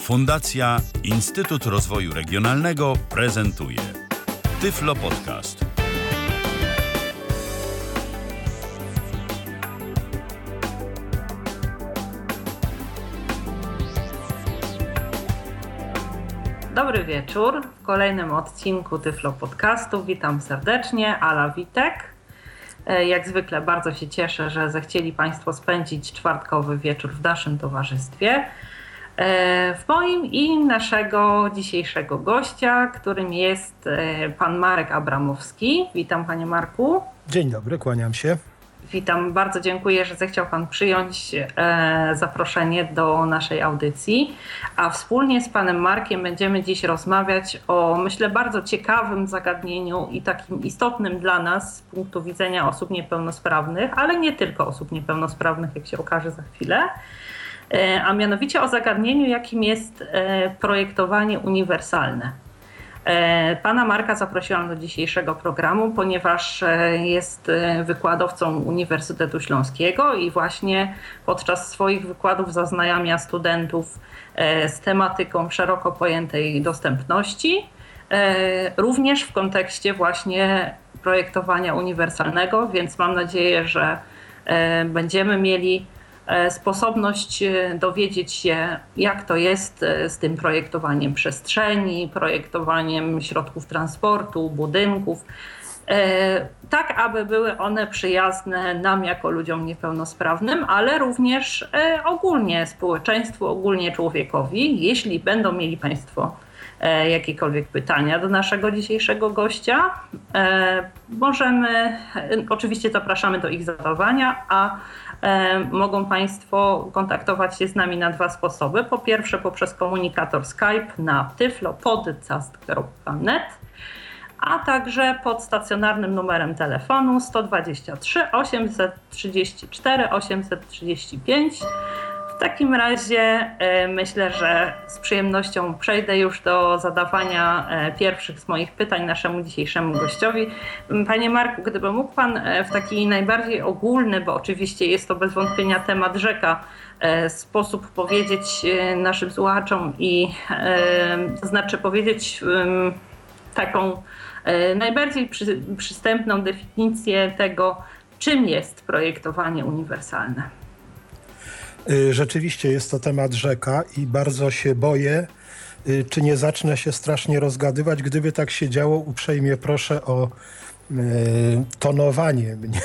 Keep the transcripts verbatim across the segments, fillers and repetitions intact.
Fundacja Instytut Rozwoju Regionalnego prezentuje Tyflo Podcast. Dobry wieczór. W kolejnym odcinku Tyflo Podcastu witam serdecznie, Ala Witek. Jak zwykle bardzo się cieszę, że zechcieli Państwo spędzić czwartkowy wieczór w naszym towarzystwie. W moim i naszego dzisiejszego gościa, którym jest pan Marek Abramowski. Witam, panie Marku. Dzień dobry, kłaniam się. Witam, bardzo dziękuję, że zechciał pan przyjąć e, zaproszenie do naszej audycji, a wspólnie z panem Markiem będziemy dziś rozmawiać o, myślę, bardzo ciekawym zagadnieniu i takim istotnym dla nas z punktu widzenia osób niepełnosprawnych, ale nie tylko osób niepełnosprawnych, jak się okaże za chwilę, e, a mianowicie o zagadnieniu, jakim jest e, projektowanie uniwersalne. Pana Marka zaprosiłam do dzisiejszego programu, ponieważ jest wykładowcą Uniwersytetu Śląskiego i właśnie podczas swoich wykładów zaznajamia studentów z tematyką szeroko pojętej dostępności, również w kontekście właśnie projektowania uniwersalnego, więc mam nadzieję, że będziemy mieli sposobność dowiedzieć się, jak to jest z tym projektowaniem przestrzeni, projektowaniem środków transportu, budynków, tak aby były one przyjazne nam jako ludziom niepełnosprawnym, ale również ogólnie społeczeństwu, ogólnie człowiekowi. Jeśli będą mieli Państwo jakiekolwiek pytania do naszego dzisiejszego gościa, możemy, oczywiście zapraszamy do ich zadawania, a mogą Państwo kontaktować się z nami na dwa sposoby. Po pierwsze poprzez komunikator Skype na tyflo podcast kropka net, a także pod stacjonarnym numerem telefonu sto dwadzieścia trzy osiemset trzydzieści cztery osiemset trzydzieści pięć. W takim razie myślę, że z przyjemnością przejdę już do zadawania pierwszych z moich pytań naszemu dzisiejszemu gościowi. Panie Marku, gdyby mógł Pan w taki najbardziej ogólny, bo oczywiście jest to bez wątpienia temat rzeka, sposób powiedzieć naszym słuchaczom i to znaczy powiedzieć taką najbardziej przy, przystępną definicję tego, czym jest projektowanie uniwersalne. Rzeczywiście jest to temat rzeka i bardzo się boję, czy nie zacznę się strasznie rozgadywać. Gdyby tak się działo, uprzejmie proszę o e, tonowanie mnie.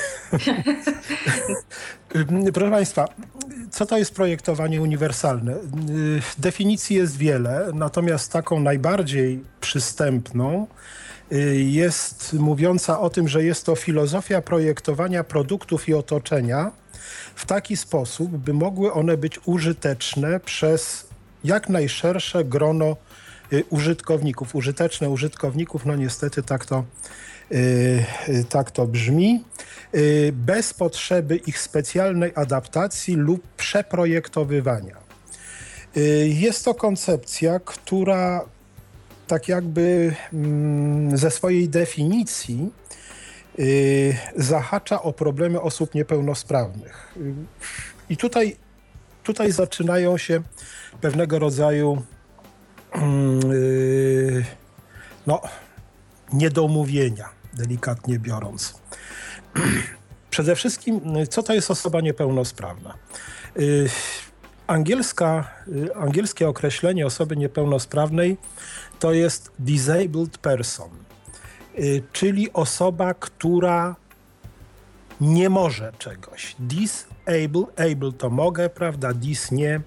Proszę Państwa, co to jest projektowanie uniwersalne? Definicji jest wiele, natomiast taką najbardziej przystępną jest mówiąca o tym, że jest to filozofia projektowania produktów i otoczenia w taki sposób, by mogły one być użyteczne przez jak najszersze grono y, użytkowników. Użyteczne użytkowników, no niestety tak to, y, tak to brzmi, y, bez potrzeby ich specjalnej adaptacji lub przeprojektowywania. Y, jest to koncepcja, która tak jakby mm, ze swojej definicji Yy, zahacza o problemy osób niepełnosprawnych. Yy, I tutaj, tutaj zaczynają się pewnego rodzaju yy, no, niedomówienia, delikatnie biorąc. Przede wszystkim, co to jest osoba niepełnosprawna? Yy, angielska, yy, angielskie określenie osoby niepełnosprawnej to jest disabled person. Czyli osoba, która nie może czegoś. Disable, able to mogę, prawda, dis nie.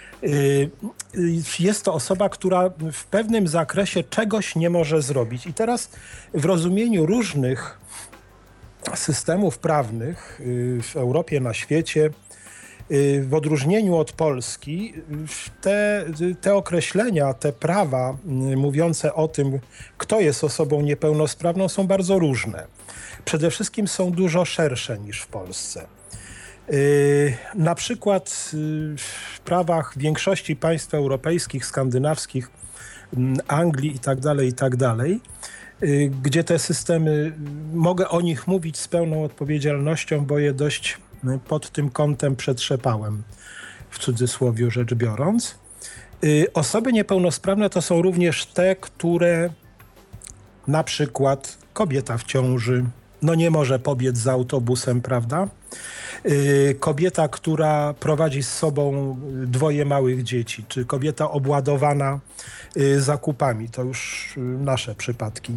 Jest to osoba, która w pewnym zakresie czegoś nie może zrobić. I teraz w rozumieniu różnych systemów prawnych w Europie, na świecie, w odróżnieniu od Polski, te, te określenia, te prawa mówiące o tym, kto jest osobą niepełnosprawną, są bardzo różne. Przede wszystkim są dużo szersze niż w Polsce. Na przykład w prawach większości państw europejskich, skandynawskich, Anglii i tak dalej, i tak dalej, gdzie te systemy, mogę o nich mówić z pełną odpowiedzialnością, bo je dość pod tym kątem przetrzepałem, w cudzysłowie rzecz biorąc. Osoby niepełnosprawne to są również te, które na przykład kobieta w ciąży, no nie może pobiec za autobusem, prawda? Kobieta, która prowadzi z sobą dwoje małych dzieci, czy kobieta obładowana zakupami, to już nasze przypadki.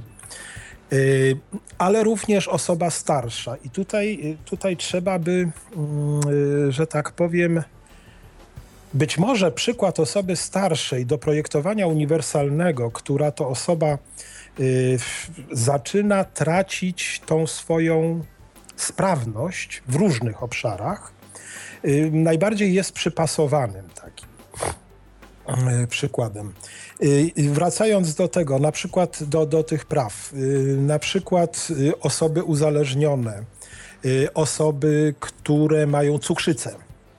Ale również osoba starsza. I tutaj, tutaj trzeba by, że tak powiem, być może przykład osoby starszej do projektowania uniwersalnego, która to osoba y, zaczyna tracić tą swoją sprawność w różnych obszarach, y, najbardziej jest przypasowanym takim y, przykładem. Y, wracając do tego, na przykład do, do tych praw, y, na przykład y, osoby uzależnione, y, osoby, które mają cukrzycę,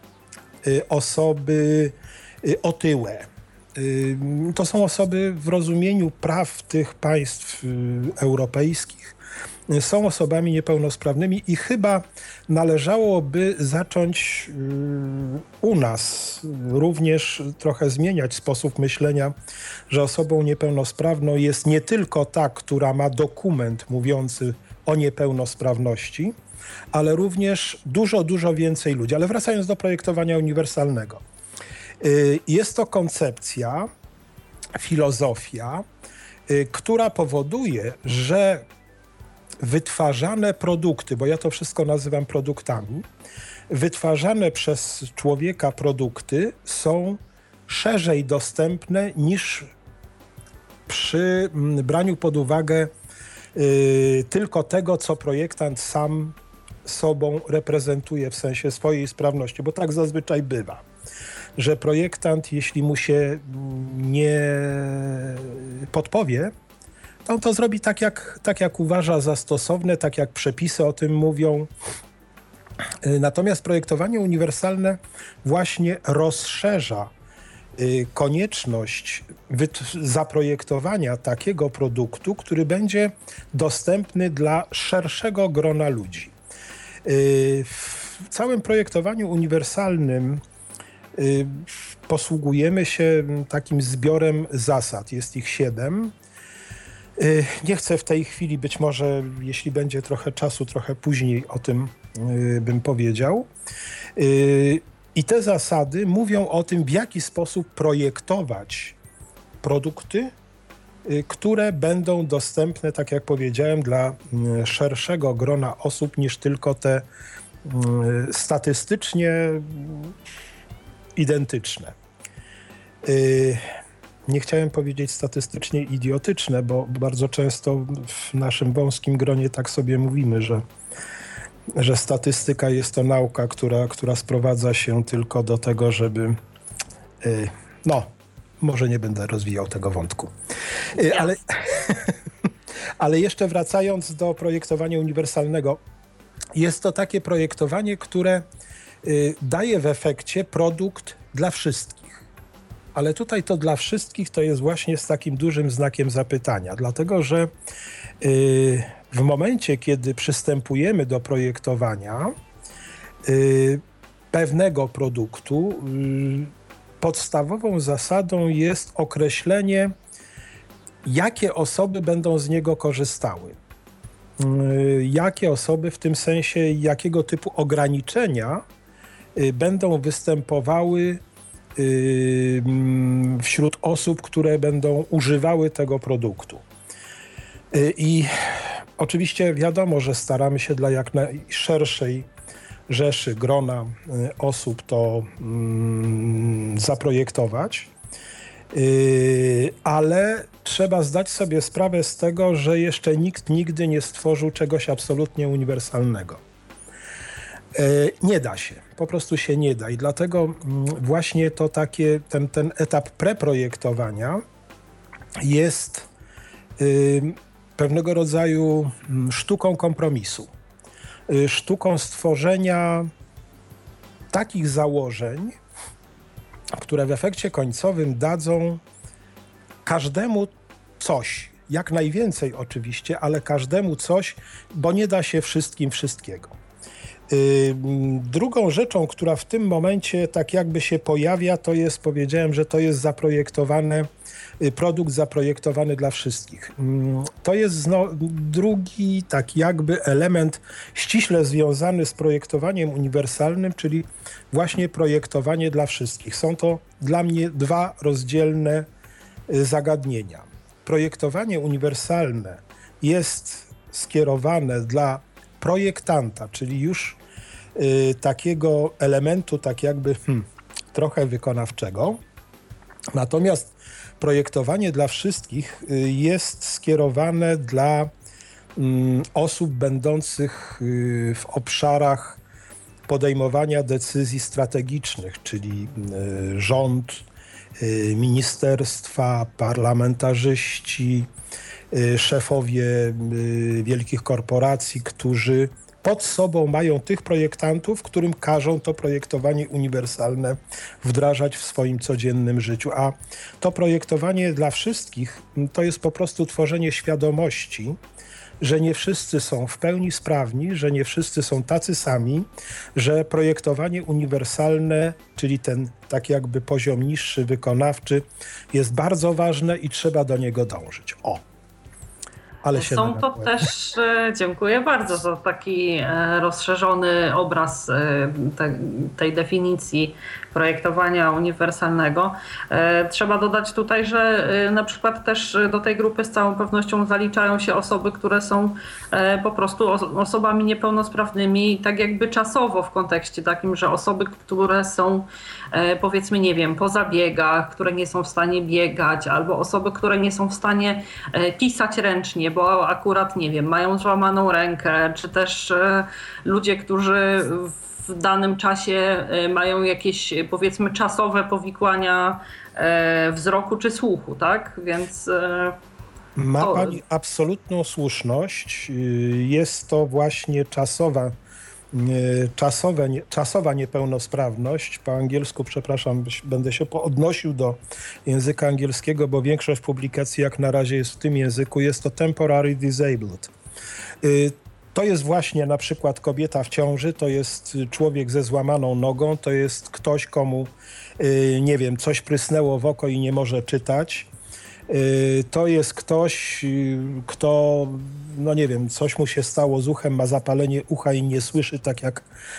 osoby otyłe. To są osoby w rozumieniu praw tych państw europejskich. Są osobami niepełnosprawnymi i chyba należałoby zacząć u nas również trochę zmieniać sposób myślenia, że osobą niepełnosprawną jest nie tylko ta, która ma dokument mówiący o niepełnosprawności, ale również dużo, dużo więcej ludzi. Ale wracając do projektowania uniwersalnego. Jest to koncepcja, filozofia, która powoduje, że wytwarzane produkty, bo ja to wszystko nazywam produktami, wytwarzane przez człowieka produkty są szerzej dostępne niż przy braniu pod uwagę tylko tego, co projektant sam sobą reprezentuje w sensie swojej sprawności, bo tak zazwyczaj bywa, że projektant, jeśli mu się nie podpowie, to on to zrobi tak jak, tak, jak uważa za stosowne, tak jak przepisy o tym mówią. Natomiast projektowanie uniwersalne właśnie rozszerza konieczność zaprojektowania takiego produktu, który będzie dostępny dla szerszego grona ludzi. W całym projektowaniu uniwersalnym posługujemy się takim zbiorem zasad. Jest ich siedem. Nie chcę w tej chwili, być może jeśli będzie trochę czasu, trochę później o tym bym powiedział. I te zasady mówią o tym, w jaki sposób projektować produkty, które będą dostępne, tak jak powiedziałem, dla szerszego grona osób niż tylko te statystycznie identyczne. Nie chciałem powiedzieć statystycznie idiotyczne, bo bardzo często w naszym wąskim gronie tak sobie mówimy, że, że statystyka jest to nauka, która, która sprowadza się tylko do tego, żeby... No, może nie będę rozwijał tego wątku. Ale, ale jeszcze wracając do projektowania uniwersalnego, jest to takie projektowanie, które daje w efekcie produkt dla wszystkich. Ale tutaj to dla wszystkich to jest właśnie z takim dużym znakiem zapytania, dlatego że w momencie, kiedy przystępujemy do projektowania pewnego produktu, podstawową zasadą jest określenie, jakie osoby będą z niego korzystały. Jakie osoby, w tym sensie jakiego typu ograniczenia będą występowały wśród osób, które będą używały tego produktu. I oczywiście wiadomo, że staramy się dla jak najszerszej rzeszy, grona osób to zaprojektować, ale trzeba zdać sobie sprawę z tego, że jeszcze nikt nigdy nie stworzył czegoś absolutnie uniwersalnego. Nie da się, po prostu się nie da i dlatego właśnie to takie, ten, ten etap preprojektowania jest pewnego rodzaju sztuką kompromisu, sztuką stworzenia takich założeń, które w efekcie końcowym dadzą każdemu coś, jak najwięcej oczywiście, ale każdemu coś, bo nie da się wszystkim wszystkiego. Drugą rzeczą, która w tym momencie tak jakby się pojawia, to jest, powiedziałem, że to jest zaprojektowane, produkt zaprojektowany dla wszystkich. To jest no, drugi tak jakby element ściśle związany z projektowaniem uniwersalnym, czyli właśnie projektowanie dla wszystkich. Są to dla mnie dwa rozdzielne zagadnienia. Projektowanie uniwersalne jest skierowane dla projektanta, czyli już y, takiego elementu tak jakby hmm, trochę wykonawczego. Natomiast projektowanie dla wszystkich y, jest skierowane dla y, osób będących y, w obszarach podejmowania decyzji strategicznych, czyli y, rząd, y, ministerstwa, parlamentarzyści, szefowie wielkich korporacji, którzy pod sobą mają tych projektantów, którym każą to projektowanie uniwersalne wdrażać w swoim codziennym życiu. A to projektowanie dla wszystkich to jest po prostu tworzenie świadomości, że nie wszyscy są w pełni sprawni, że nie wszyscy są tacy sami, że projektowanie uniwersalne, czyli ten tak jakby poziom niższy, wykonawczy, jest bardzo ważne i trzeba do niego dążyć. O! Ale się Są to też, dziękuję bardzo za taki rozszerzony obraz te, tej definicji projektowania uniwersalnego. Trzeba dodać tutaj, że na przykład też do tej grupy z całą pewnością zaliczają się osoby, które są po prostu osobami niepełnosprawnymi, tak jakby czasowo w kontekście takim, że osoby, które są powiedzmy, nie wiem, po zabiegach, które nie są w stanie biegać, albo osoby, które nie są w stanie pisać ręcznie, bo akurat, nie wiem, mają złamaną rękę, czy też ludzie, którzy w danym czasie mają jakieś, powiedzmy, czasowe powikłania wzroku czy słuchu, tak? Więc ma to... pani absolutną słuszność. Jest to właśnie czasowa, czasowe, czasowa niepełnosprawność. Po angielsku, przepraszam, będę się odnosił do języka angielskiego, bo większość publikacji jak na razie jest w tym języku. Jest to temporary disabled. To jest właśnie na przykład kobieta w ciąży, to jest człowiek ze złamaną nogą, to jest ktoś, komu, nie wiem, coś prysnęło w oko i nie może czytać. To jest ktoś, kto, no nie wiem, coś mu się stało z uchem, ma zapalenie ucha i nie słyszy tak, jak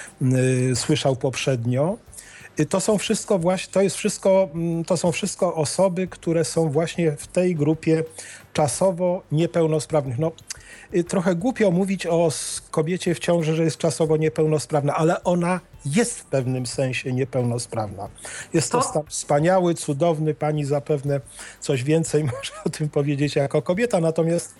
y, słyszał poprzednio. To są wszystko właśnie, to jest wszystko, to są wszystko osoby, które są właśnie w tej grupie czasowo niepełnosprawnych. No, trochę głupio mówić o kobiecie w ciąży, że jest czasowo niepełnosprawna, ale ona jest w pewnym sensie niepełnosprawna. Jest to, to stan wspaniały, cudowny. Pani zapewne coś więcej może o tym powiedzieć jako kobieta. Natomiast,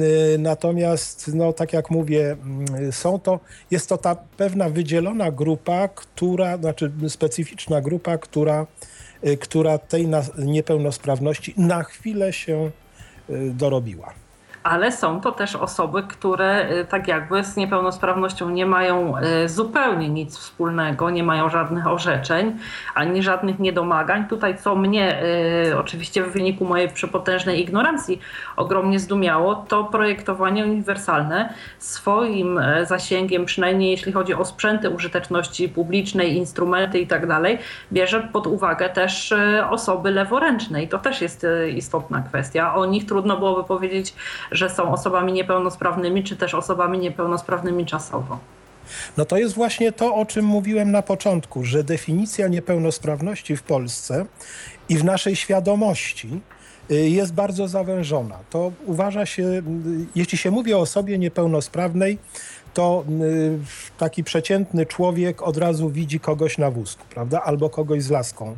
natomiast no, tak jak mówię, są to, jest to ta pewna wydzielona grupa, która, znaczy specyficzna grupa, która, która tej niepełnosprawności na chwilę się dorobiła. Ale są to też osoby, które tak jakby z niepełnosprawnością nie mają zupełnie nic wspólnego, nie mają żadnych orzeczeń, ani żadnych niedomagań. Tutaj co mnie oczywiście w wyniku mojej przepotężnej ignorancji ogromnie zdumiało, to projektowanie uniwersalne swoim zasięgiem, przynajmniej jeśli chodzi o sprzęty użyteczności publicznej, instrumenty i tak dalej, bierze pod uwagę też osoby leworęczne i to też jest istotna kwestia. O nich trudno byłoby powiedzieć, że są osobami niepełnosprawnymi, czy też osobami niepełnosprawnymi czasowo. No to jest właśnie to, o czym mówiłem na początku, że definicja niepełnosprawności w Polsce i w naszej świadomości jest bardzo zawężona. To uważa się, jeśli się mówi o osobie niepełnosprawnej, to taki przeciętny człowiek od razu widzi kogoś na wózku, prawda? Albo kogoś z laską,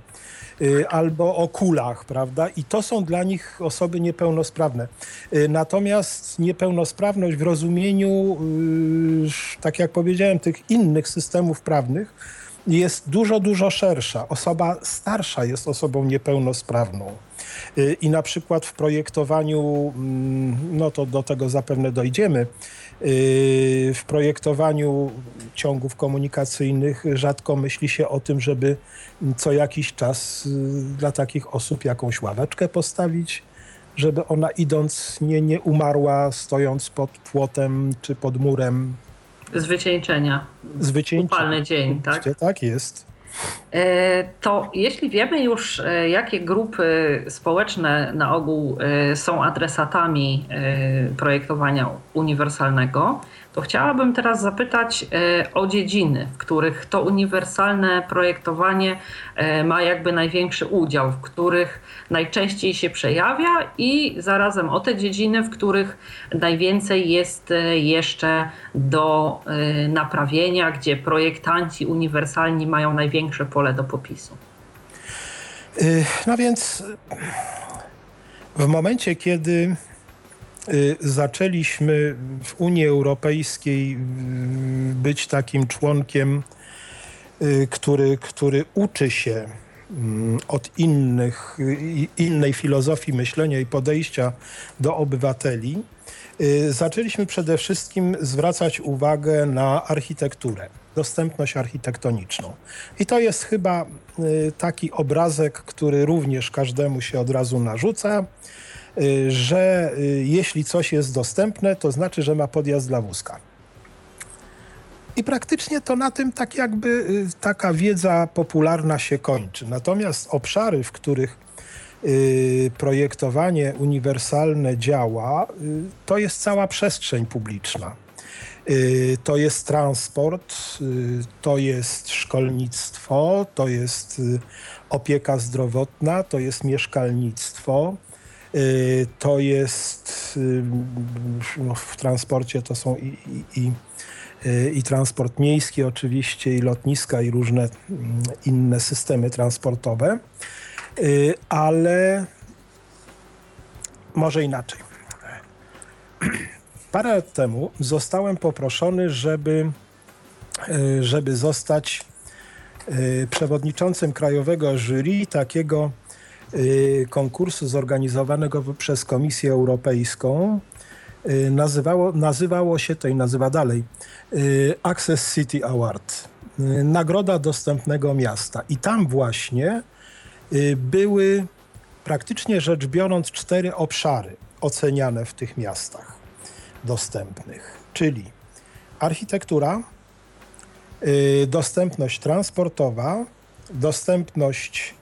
albo o kulach, prawda? I to są dla nich osoby niepełnosprawne. Natomiast niepełnosprawność w rozumieniu, tak jak powiedziałem, tych innych systemów prawnych jest dużo, dużo szersza. Osoba starsza jest osobą niepełnosprawną. I na przykład w projektowaniu, no to do tego zapewne dojdziemy, w projektowaniu ciągów komunikacyjnych rzadko myśli się o tym, żeby co jakiś czas dla takich osób jakąś ławeczkę postawić, żeby ona idąc nie, nie umarła stojąc pod płotem czy pod murem. z wycieńczenia. Z wycieńczenia. Upalny dzień, tak? Tak jest. To jeśli wiemy już, jakie grupy społeczne na ogół są adresatami projektowania uniwersalnego, to chciałabym teraz zapytać o dziedziny, w których to uniwersalne projektowanie ma jakby największy udział, w których najczęściej się przejawia i zarazem o te dziedziny, w których najwięcej jest jeszcze do naprawienia, gdzie projektanci uniwersalni mają największe pole do popisu. No więc w momencie, kiedy zaczęliśmy w Unii Europejskiej być takim członkiem, który, który uczy się od innych, innej filozofii myślenia i podejścia do obywateli, zaczęliśmy przede wszystkim zwracać uwagę na architekturę, dostępność architektoniczną. I to jest chyba taki obrazek, który również każdemu się od razu narzuca, że jeśli coś jest dostępne, to znaczy, że ma podjazd dla wózka. I praktycznie to na tym tak jakby taka wiedza popularna się kończy. Natomiast obszary, w których projektowanie uniwersalne działa, to jest cała przestrzeń publiczna. To jest transport, to jest szkolnictwo, to jest opieka zdrowotna, to jest mieszkalnictwo. To jest, no w transporcie to są i, i, i, i transport miejski oczywiście, i lotniska, i różne inne systemy transportowe, ale może inaczej. Parę lat temu zostałem poproszony, żeby, żeby zostać przewodniczącym krajowego jury takiego konkursu zorganizowanego przez Komisję Europejską. Nazywało, nazywało się to i nazywa dalej Access City Award. Nagroda Dostępnego Miasta. I tam właśnie były praktycznie rzecz biorąc cztery obszary oceniane w tych miastach dostępnych. Czyli architektura, dostępność transportowa, dostępność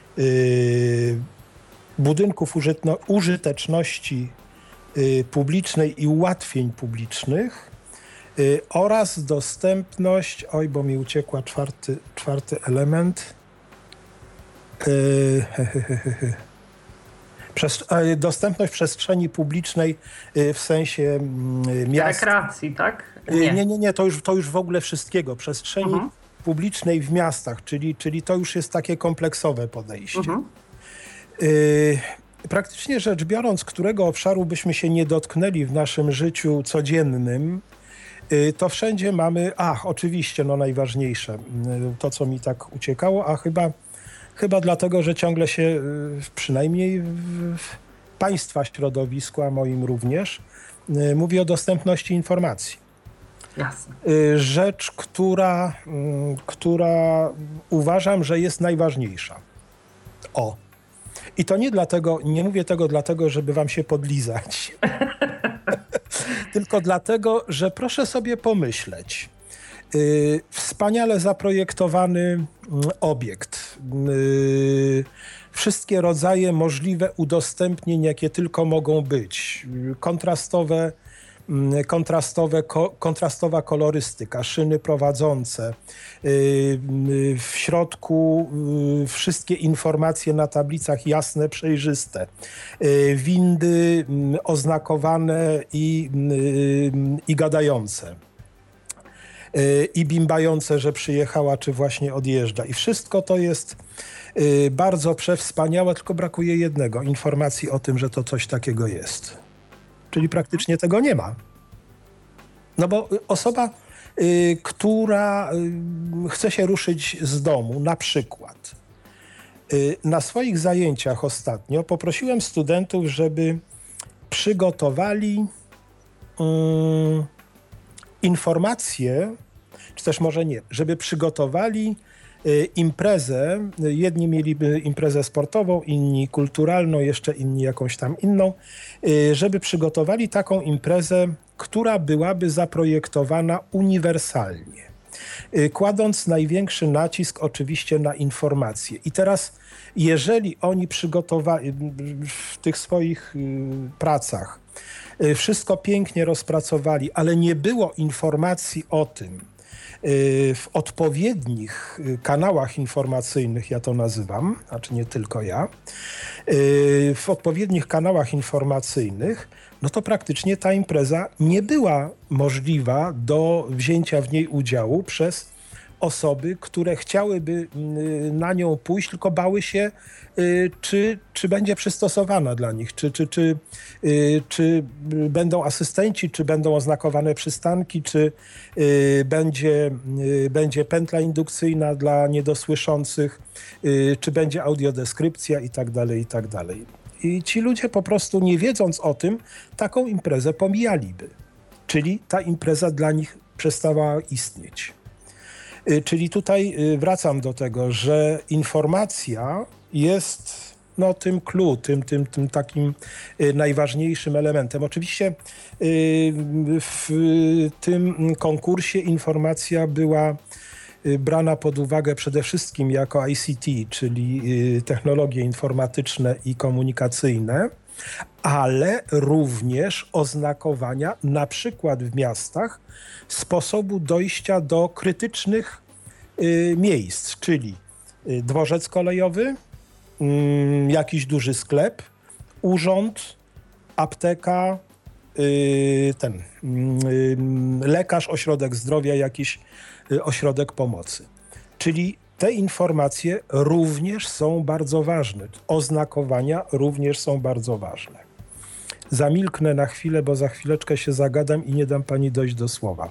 budynków użyteczności publicznej i ułatwień publicznych oraz dostępność, oj, bo mi uciekła czwarty, czwarty element, Przez, dostępność przestrzeni publicznej w sensie miast. Rekreacji, tak? Nie, nie, nie, nie to, już, to już w ogóle wszystkiego. Przestrzeni mhm. publicznej w miastach, czyli, czyli to już jest takie kompleksowe podejście. Mhm. Y, praktycznie rzecz biorąc, którego obszaru byśmy się nie dotknęli w naszym życiu codziennym, y, to wszędzie mamy, ach, oczywiście, no najważniejsze, y, to co mi tak uciekało, a chyba Chyba dlatego, że ciągle się, przynajmniej w państwa środowisku, a moim również, mówi o dostępności informacji. Jasne. Rzecz, która, która uważam, że jest najważniejsza. O. I to nie dlatego, nie mówię tego dlatego, żeby wam się podlizać. Tylko dlatego, że proszę sobie pomyśleć. Yy, wspaniale zaprojektowany obiekt. Yy, wszystkie rodzaje możliwe udostępnień, jakie tylko mogą być. Kontrastowe, yy, kontrastowe, ko, kontrastowa kolorystyka, szyny prowadzące. Yy, yy, w środku yy, wszystkie informacje na tablicach jasne, przejrzyste. Yy, windy yy, oznakowane i, yy, i gadające. I bimbające, że przyjechała, czy właśnie odjeżdża. I wszystko to jest bardzo przewspaniałe, tylko brakuje jednego, informacji o tym, że to coś takiego jest. Czyli praktycznie tego nie ma. No bo osoba, która chce się ruszyć z domu, na przykład, na swoich zajęciach ostatnio poprosiłem studentów, żeby przygotowali informacje, czy też może nie, żeby przygotowali imprezę. Jedni mieliby imprezę sportową, inni kulturalną, jeszcze inni jakąś tam inną, żeby przygotowali taką imprezę, która byłaby zaprojektowana uniwersalnie, kładąc największy nacisk oczywiście na informacje. I teraz, jeżeli oni przygotowali w tych swoich pracach, wszystko pięknie rozpracowali, ale nie było informacji o tym w odpowiednich kanałach informacyjnych, ja to nazywam, znaczy nie tylko ja, w odpowiednich kanałach informacyjnych, no to praktycznie ta impreza nie była możliwa do wzięcia w niej udziału przez osoby, które chciałyby na nią pójść, tylko bały się, czy, czy będzie przystosowana dla nich, czy, czy, czy, czy będą asystenci, czy będą oznakowane przystanki, czy będzie, będzie pętla indukcyjna dla niedosłyszących, czy będzie audiodeskrypcja i tak dalej, i tak dalej. I ci ludzie po prostu, nie wiedząc o tym, taką imprezę pomijaliby. Czyli ta impreza dla nich przestała istnieć. Czyli tutaj wracam do tego, że informacja jest no, tym clue, tym, tym, tym takim najważniejszym elementem. Oczywiście w tym konkursie informacja była brana pod uwagę przede wszystkim jako I C T, czyli technologie informatyczne i komunikacyjne, ale również oznakowania, na przykład w miastach, sposobu dojścia do krytycznych y, miejsc, czyli y, dworzec kolejowy, y, jakiś duży sklep, urząd, apteka, y, ten y, lekarz, ośrodek zdrowia, jakiś y, ośrodek pomocy. Czyli te informacje również są bardzo ważne. Oznakowania również są bardzo ważne. Zamilknę na chwilę, bo za chwileczkę się zagadam i nie dam pani dojść do słowa.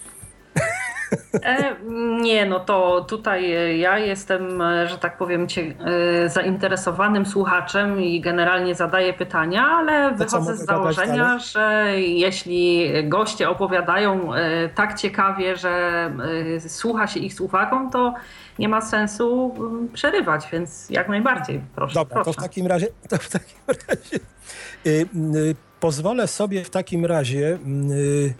E, nie, no to tutaj ja jestem, że tak powiem, cie, zainteresowanym słuchaczem i generalnie zadaję pytania, ale wychodzę z założenia, że jeśli goście opowiadają tak ciekawie, że słucha się ich słuchakom, to nie ma sensu przerywać, więc jak najbardziej, proszę. Dobra, proszę. to w takim razie, to w takim razie y, y, pozwolę sobie w takim razie y,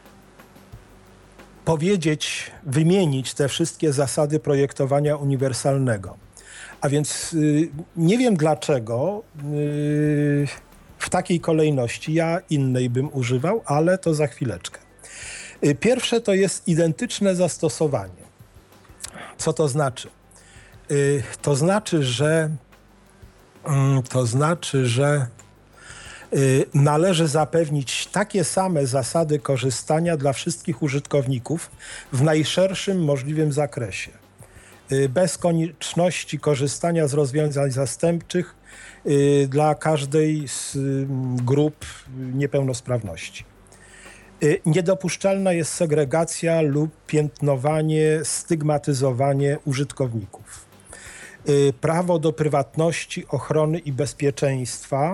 powiedzieć, wymienić te wszystkie zasady projektowania uniwersalnego. A więc y, nie wiem dlaczego y, w takiej kolejności, ja innej bym używał, ale to za chwileczkę. Y, pierwsze to jest identyczne zastosowanie. Co to znaczy? Y, to znaczy, że y, to znaczy, że należy zapewnić takie same zasady korzystania dla wszystkich użytkowników w najszerszym możliwym zakresie. Bez konieczności korzystania z rozwiązań zastępczych dla każdej z grup niepełnosprawności. Niedopuszczalna jest segregacja lub piętnowanie, stygmatyzowanie użytkowników. Prawo do prywatności, ochrony i bezpieczeństwa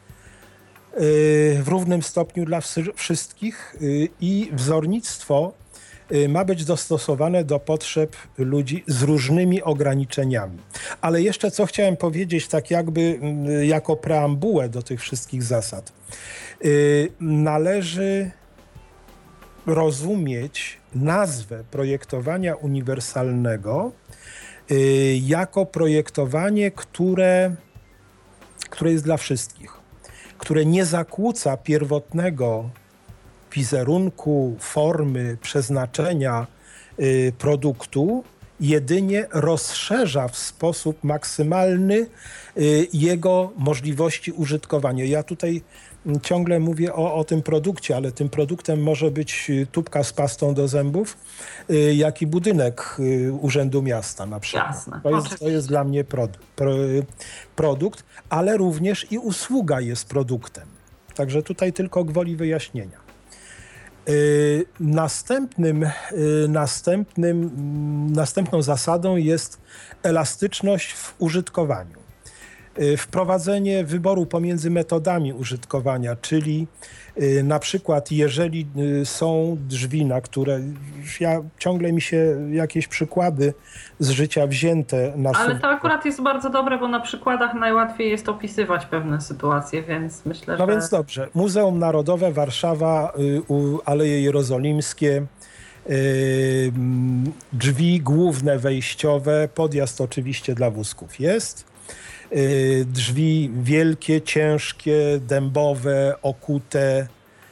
w równym stopniu dla wszystkich i wzornictwo ma być dostosowane do potrzeb ludzi z różnymi ograniczeniami. Ale jeszcze co chciałem powiedzieć, tak jakby jako preambułę do tych wszystkich zasad. Należy rozumieć nazwę projektowania uniwersalnego jako projektowanie, które, które jest dla wszystkich, które nie zakłóca pierwotnego wizerunku, formy, przeznaczenia y, produktu, jedynie rozszerza w sposób maksymalny y, jego możliwości użytkowania. Ja tutaj ciągle mówię o, o tym produkcie, ale tym produktem może być tubka z pastą do zębów, y, jak i budynek y, Urzędu Miasta na przykład. Jasne, to, jest, to jest dla mnie produ- pro, produkt, ale również i usługa jest produktem. Także tutaj tylko gwoli wyjaśnienia. Yy, następnym, yy, następnym, następną zasadą jest elastyczność w użytkowaniu. Wprowadzenie wyboru pomiędzy metodami użytkowania, czyli na przykład jeżeli są drzwi, na które ja ciągle mi się jakieś przykłady z życia wzięte nasuwają. Ale to akurat jest bardzo dobre, bo na przykładach najłatwiej jest opisywać pewne sytuacje, więc myślę, no że... No więc dobrze. Muzeum Narodowe Warszawa, Aleje Jerozolimskie, drzwi główne wejściowe, podjazd oczywiście dla wózków jest. Drzwi wielkie, ciężkie, dębowe, okute.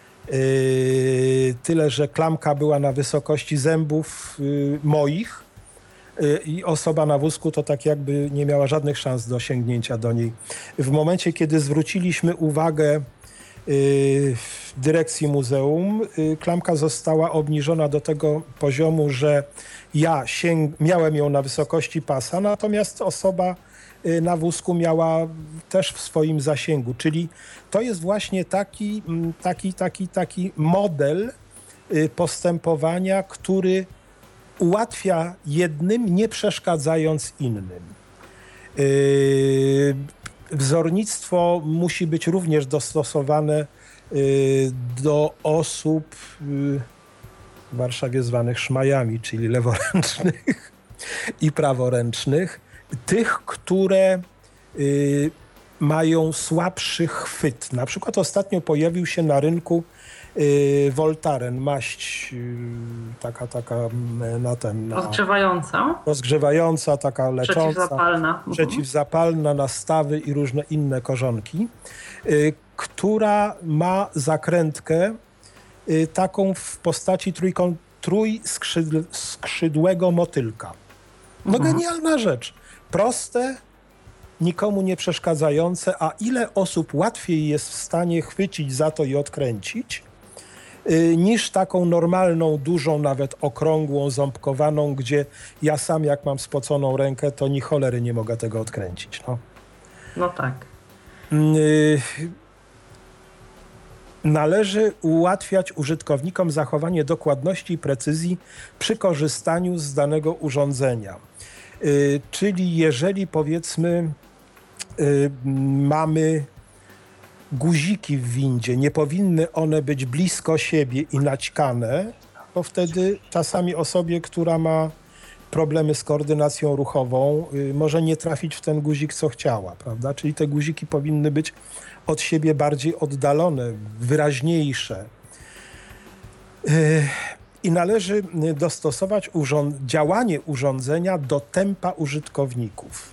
Tyle, że klamka była na wysokości zębów moich i osoba na wózku to tak jakby nie miała żadnych szans do sięgnięcia do niej. W momencie, kiedy zwróciliśmy uwagę w dyrekcji muzeum, klamka została obniżona do tego poziomu, że ja sięg- miałem ją na wysokości pasa, natomiast osoba na wózku miała też w swoim zasięgu, czyli to jest właśnie taki, taki, taki, taki model postępowania, który ułatwia jednym, nie przeszkadzając innym. Wzornictwo musi być również dostosowane do osób w Warszawie zwanych szmajami, czyli leworęcznych i praworęcznych, tych, które y, mają słabszy chwyt. Na przykład ostatnio pojawił się na rynku y, Voltaren, maść y, taka, taka na ten... Na, rozgrzewająca. Rozgrzewająca, taka lecząca. Przeciwzapalna. Przeciwzapalna na stawy i różne inne korzonki, y, która ma zakrętkę y, taką w postaci trójkąt, trójskrzydłego motylka. No mhm. Genialna rzecz. Proste, nikomu nie przeszkadzające, a ile osób łatwiej jest w stanie chwycić za to i odkręcić, yy, niż taką normalną, dużą, nawet okrągłą, ząbkowaną, gdzie ja sam jak mam spoconą rękę, to ni cholery nie mogę tego odkręcić. No, no tak. Yy, Należy ułatwiać użytkownikom zachowanie dokładności i precyzji przy korzystaniu z danego urządzenia. Yy, czyli jeżeli powiedzmy yy, mamy guziki w windzie, nie powinny one być blisko siebie i naćkane, bo wtedy czasami osobie, która ma problemy z koordynacją ruchową, yy, może nie trafić w ten guzik, co chciała, prawda? Czyli te guziki powinny być od siebie bardziej oddalone, wyraźniejsze. Yy, I należy dostosować urząd- działanie urządzenia do tempa użytkowników.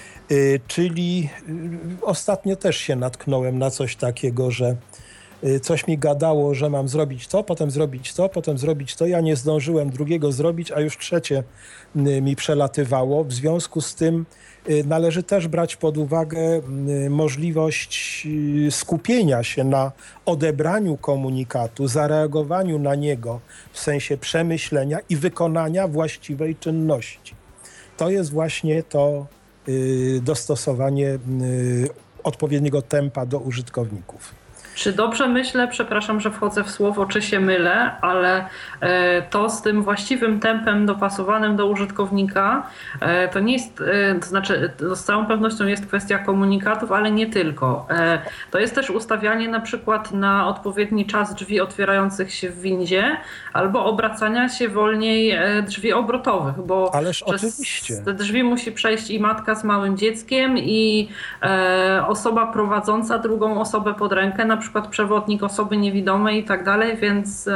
Yy, czyli yy, ostatnio też się natknąłem na coś takiego, że yy, coś mi gadało, że mam zrobić to, potem zrobić to, potem zrobić to. Ja nie zdążyłem drugiego zrobić, a już trzecie yy, mi przelatywało. W związku z tym yy, należy też brać pod uwagę yy, możliwość yy, skupienia się na odebraniu komunikatu, zareagowaniu na niego w sensie przemyślenia i wykonania właściwej czynności. To jest właśnie to yy, dostosowanie yy, odpowiedniego tempa do użytkowników. Czy dobrze myślę, przepraszam, że wchodzę w słowo, czy się mylę, ale to z tym właściwym tempem dopasowanym do użytkownika, to nie jest, to znaczy z całą pewnością jest kwestia komunikatów, ale nie tylko. To jest też ustawianie na przykład na odpowiedni czas drzwi otwierających się w windzie albo obracania się wolniej drzwi obrotowych, bo Ależ przez oczywiście. te drzwi musi przejść i matka z małym dzieckiem i osoba prowadząca drugą osobę pod rękę, na przykład przykład przewodnik osoby niewidomej i tak dalej, więc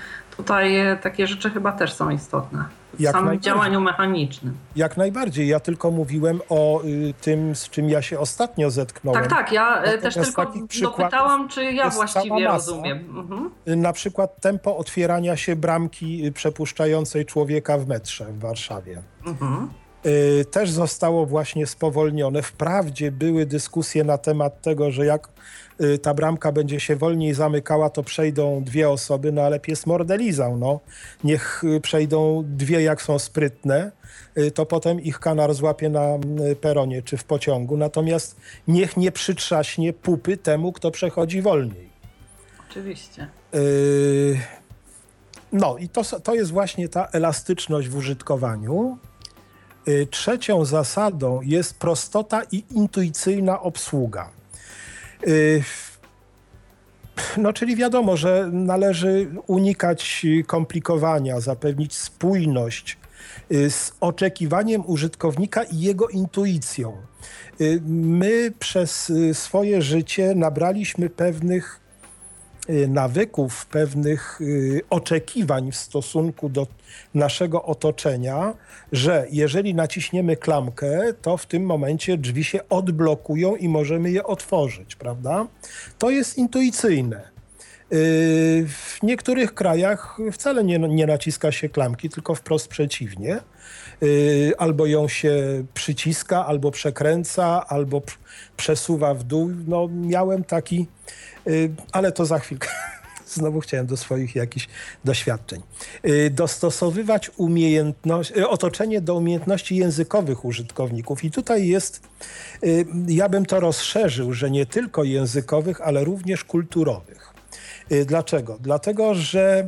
tutaj takie rzeczy chyba też są istotne w Jak samym działaniu mechanicznym. Jak najbardziej. Ja tylko mówiłem o y, tym, z czym ja się ostatnio zetknąłem. Tak, tak. Ja Natomiast też tylko dopytałam, czy ja właściwie rozumiem. Mhm. Na przykład tempo otwierania się bramki przepuszczającej człowieka w metrze w Warszawie. Mhm. Y, też zostało właśnie spowolnione. Wprawdzie były dyskusje na temat tego, że jak y, ta bramka będzie się wolniej zamykała, to przejdą dwie osoby, no ale pies mordę lizał, no. Niech y, przejdą dwie, jak są sprytne, y, to potem ich kanar złapie na y, peronie czy w pociągu. Natomiast niech nie przytrzaśnie pupy temu, kto przechodzi wolniej. Oczywiście. Y, no i to, to jest właśnie ta elastyczność w użytkowaniu. Trzecią zasadą jest prostota i intuicyjna obsługa. No, czyli wiadomo, że należy unikać komplikowania, zapewnić spójność z oczekiwaniem użytkownika i jego intuicją. My przez swoje życie nabraliśmy pewnych nawyków, pewnych oczekiwań w stosunku do naszego otoczenia, że jeżeli naciśniemy klamkę, to w tym momencie drzwi się odblokują i możemy je otworzyć, prawda? To jest intuicyjne. W niektórych krajach wcale nie, nie naciska się klamki, tylko wprost przeciwnie. Albo ją się przyciska, albo przekręca, albo przesuwa w dół. No, miałem taki, ale to za chwilkę. Znowu chciałem do swoich jakichś doświadczeń. Dostosowywać umiejętność, otoczenie do umiejętności językowych użytkowników. I tutaj jest, ja bym to rozszerzył, że nie tylko językowych, ale również kulturowych. Dlaczego? Dlatego, że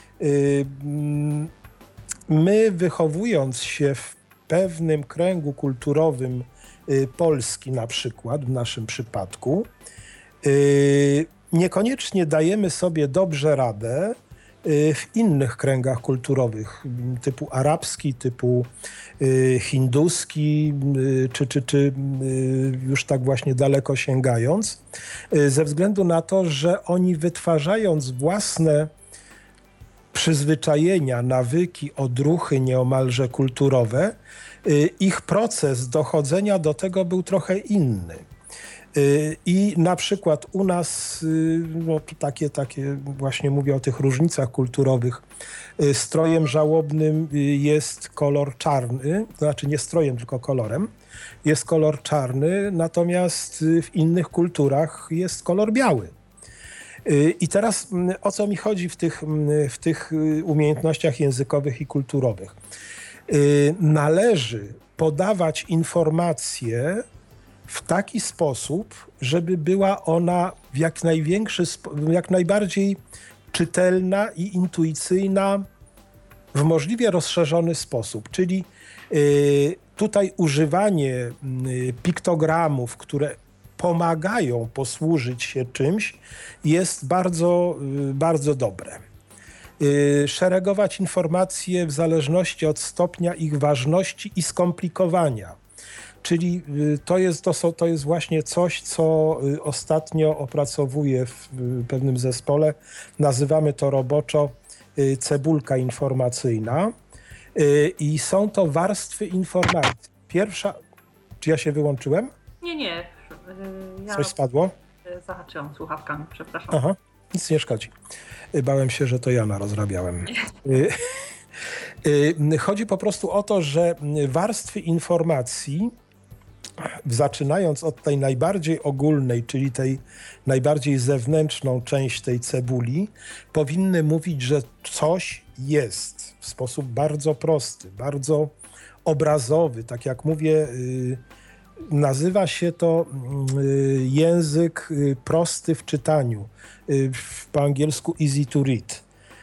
my, wychowując się w pewnym kręgu kulturowym Polski na przykład, w naszym przypadku, niekoniecznie dajemy sobie dobrze radę w innych kręgach kulturowych, typu arabski, typu hinduski, czy, czy, czy już tak właśnie daleko sięgając, ze względu na to, że oni, wytwarzając własne przyzwyczajenia, nawyki, odruchy nieomalże kulturowe, ich proces dochodzenia do tego był trochę inny. I na przykład u nas, no takie, takie właśnie mówię o tych różnicach kulturowych, strojem żałobnym jest kolor czarny, to znaczy nie strojem, tylko kolorem, jest kolor czarny, natomiast w innych kulturach jest kolor biały. I teraz o co mi chodzi w tych, w tych umiejętnościach językowych i kulturowych? Należy podawać informacje w taki sposób, żeby była ona w jak największy, jak najbardziej czytelna i intuicyjna w możliwie rozszerzony sposób. Czyli tutaj używanie piktogramów, które pomagają posłużyć się czymś, jest bardzo, bardzo dobre. Szeregować informacje w zależności od stopnia ich ważności i skomplikowania. Czyli to jest, to, to jest właśnie coś, co ostatnio opracowuję w pewnym zespole. Nazywamy to roboczo cebulka informacyjna. I są to warstwy informacji. Pierwsza... Czy ja się wyłączyłem? Nie, nie. Ja Coś spadło? Zahaczyłam słuchawkami, przepraszam. Aha, nic nie szkodzi. Bałem się, że to ja narozrabiałem. Chodzi po prostu o to, że warstwy informacji, zaczynając od tej najbardziej ogólnej, czyli tej najbardziej zewnętrzną część tej cebuli, powinny mówić, że coś jest w sposób bardzo prosty, bardzo obrazowy. Tak jak mówię, nazywa się to język prosty w czytaniu, po angielsku easy to read.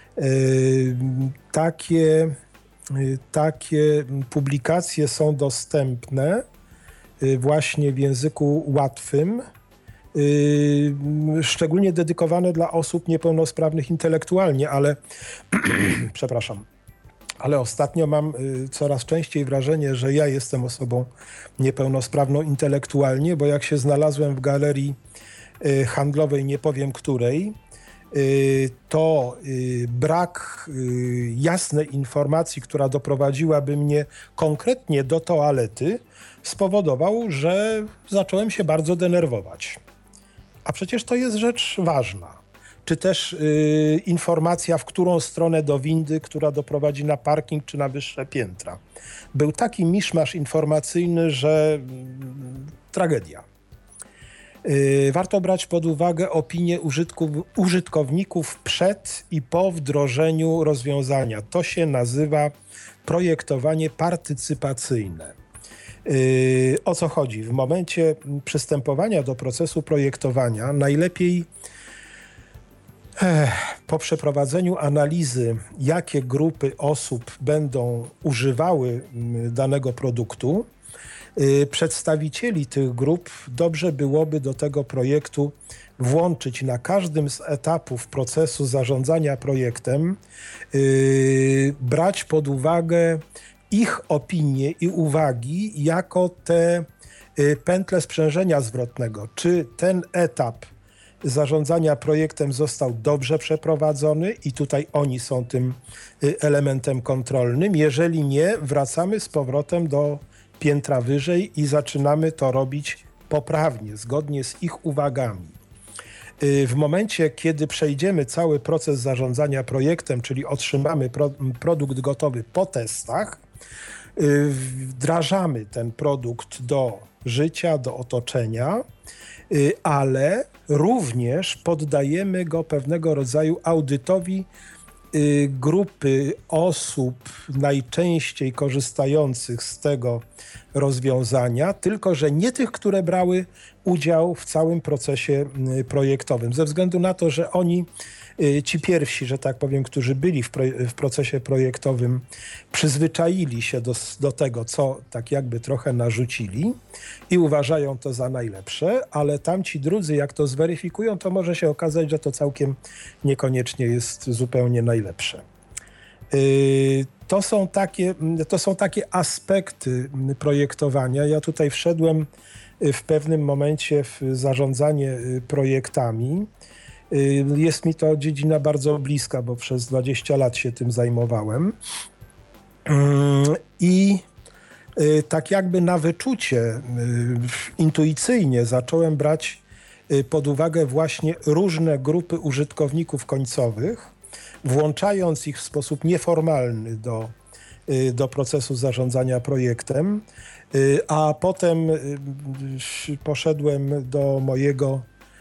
Takie, takie publikacje są dostępne właśnie w języku łatwym, szczególnie dedykowane dla osób niepełnosprawnych intelektualnie, ale przepraszam, ale ostatnio mam coraz częściej wrażenie, że ja jestem osobą niepełnosprawną intelektualnie, bo jak się znalazłem w galerii handlowej, nie powiem której, to brak jasnej informacji, która doprowadziłaby mnie konkretnie do toalety, spowodował, że zacząłem się bardzo denerwować. A przecież to jest rzecz ważna. Czy też y, informacja, w którą stronę do windy, która doprowadzi na parking czy na wyższe piętra. Był taki miszmasz informacyjny, że y, tragedia. Y, warto brać pod uwagę opinie użytków, użytkowników przed i po wdrożeniu rozwiązania. To się nazywa projektowanie partycypacyjne. Yy, o co chodzi? W momencie przystępowania do procesu projektowania najlepiej Po przeprowadzeniu analizy, jakie grupy osób będą używały danego produktu, przedstawicieli tych grup dobrze byłoby do tego projektu włączyć na każdym z etapów procesu zarządzania projektem, brać pod uwagę ich opinie i uwagi jako te pętle sprzężenia zwrotnego. Czy ten etap zarządzania projektem został dobrze przeprowadzony i tutaj oni są tym elementem kontrolnym. Jeżeli nie, wracamy z powrotem do piętra wyżej i zaczynamy to robić poprawnie, zgodnie z ich uwagami. W momencie, kiedy przejdziemy cały proces zarządzania projektem, czyli otrzymamy pro, produkt gotowy po testach, wdrażamy ten produkt do życia, do otoczenia, ale również poddajemy go pewnego rodzaju audytowi grupy osób najczęściej korzystających z tego rozwiązania, tylko że nie tych, które brały udział w całym procesie projektowym. Ze względu na to, że oni, ci pierwsi, że tak powiem, którzy byli w, pro- w procesie projektowym, przyzwyczaili się do, do tego, co tak jakby trochę narzucili i uważają to za najlepsze, ale tamci drudzy, jak to zweryfikują, to może się okazać, że to całkiem niekoniecznie jest zupełnie najlepsze. To są takie, to są takie aspekty projektowania. Ja tutaj wszedłem w pewnym momencie w zarządzanie projektami. Jest mi to dziedzina bardzo bliska, bo przez dwadzieścia lat się tym zajmowałem. I tak jakby na wyczucie, intuicyjnie zacząłem brać pod uwagę właśnie różne grupy użytkowników końcowych, włączając ich w sposób nieformalny do, do procesu zarządzania projektem, a potem poszedłem do mojego,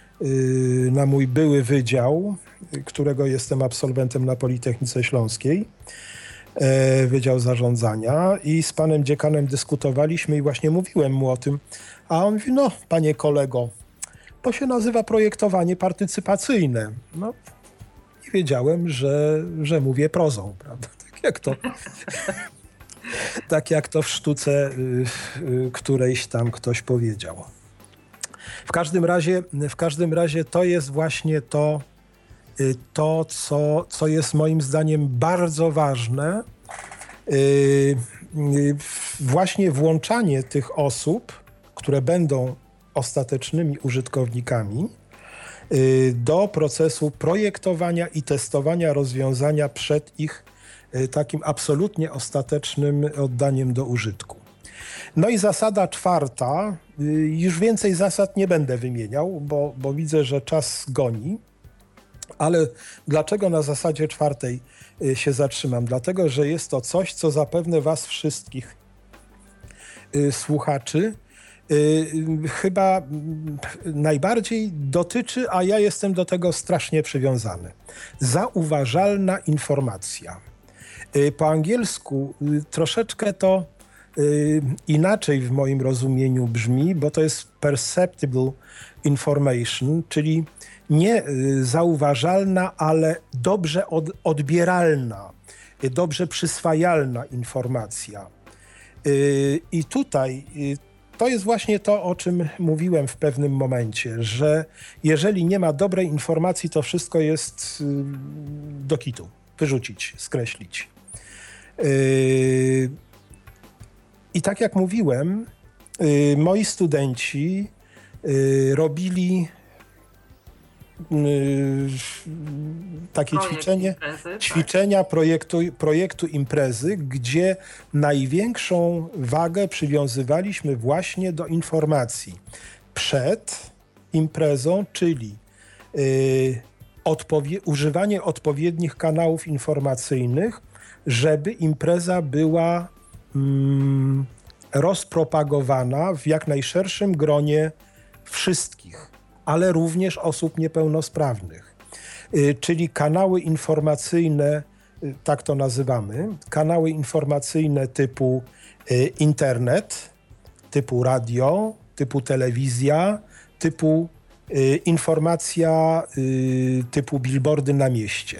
na mój były wydział, którego jestem absolwentem na Politechnice Śląskiej, Wydział Zarządzania, i z panem dziekanem dyskutowaliśmy i właśnie mówiłem mu o tym, a on mówi: no panie kolego, to się nazywa projektowanie partycypacyjne. No, i wiedziałem, że, że mówię prozą, prawda? Tak jak to, tak jak to w sztuce y, y, którejś tam ktoś powiedział. W każdym razie, w każdym razie to jest właśnie to, y, to co, co jest moim zdaniem bardzo ważne. Y, y, właśnie włączanie tych osób, które będą ostatecznymi użytkownikami, do procesu projektowania i testowania rozwiązania przed ich takim absolutnie ostatecznym oddaniem do użytku. No i zasada czwarta, już więcej zasad nie będę wymieniał, bo, bo widzę, że czas goni, ale dlaczego na zasadzie czwartej się zatrzymam? Dlatego, że jest to coś, co zapewne was wszystkich słuchaczy chyba najbardziej dotyczy, a ja jestem do tego strasznie przywiązany. Zauważalna informacja. Po angielsku troszeczkę to inaczej w moim rozumieniu brzmi, bo to jest perceptible information, czyli nie zauważalna, ale dobrze od, odbieralna, dobrze przyswajalna informacja. I tutaj to jest właśnie to, o czym mówiłem w pewnym momencie, że jeżeli nie ma dobrej informacji, to wszystko jest do kitu. Wyrzucić, skreślić. I tak jak mówiłem, moi studenci robili takie Projekt ćwiczenie, imprezy, ćwiczenia tak. projektu, projektu imprezy, gdzie największą wagę przywiązywaliśmy właśnie do informacji przed imprezą, czyli y, odpowie- używanie odpowiednich kanałów informacyjnych, żeby impreza była mm, rozpropagowana w jak najszerszym gronie wszystkich, ale również osób niepełnosprawnych. Czyli kanały informacyjne, tak to nazywamy, kanały informacyjne typu internet, typu radio, typu telewizja, typu informacja typu billboardy na mieście.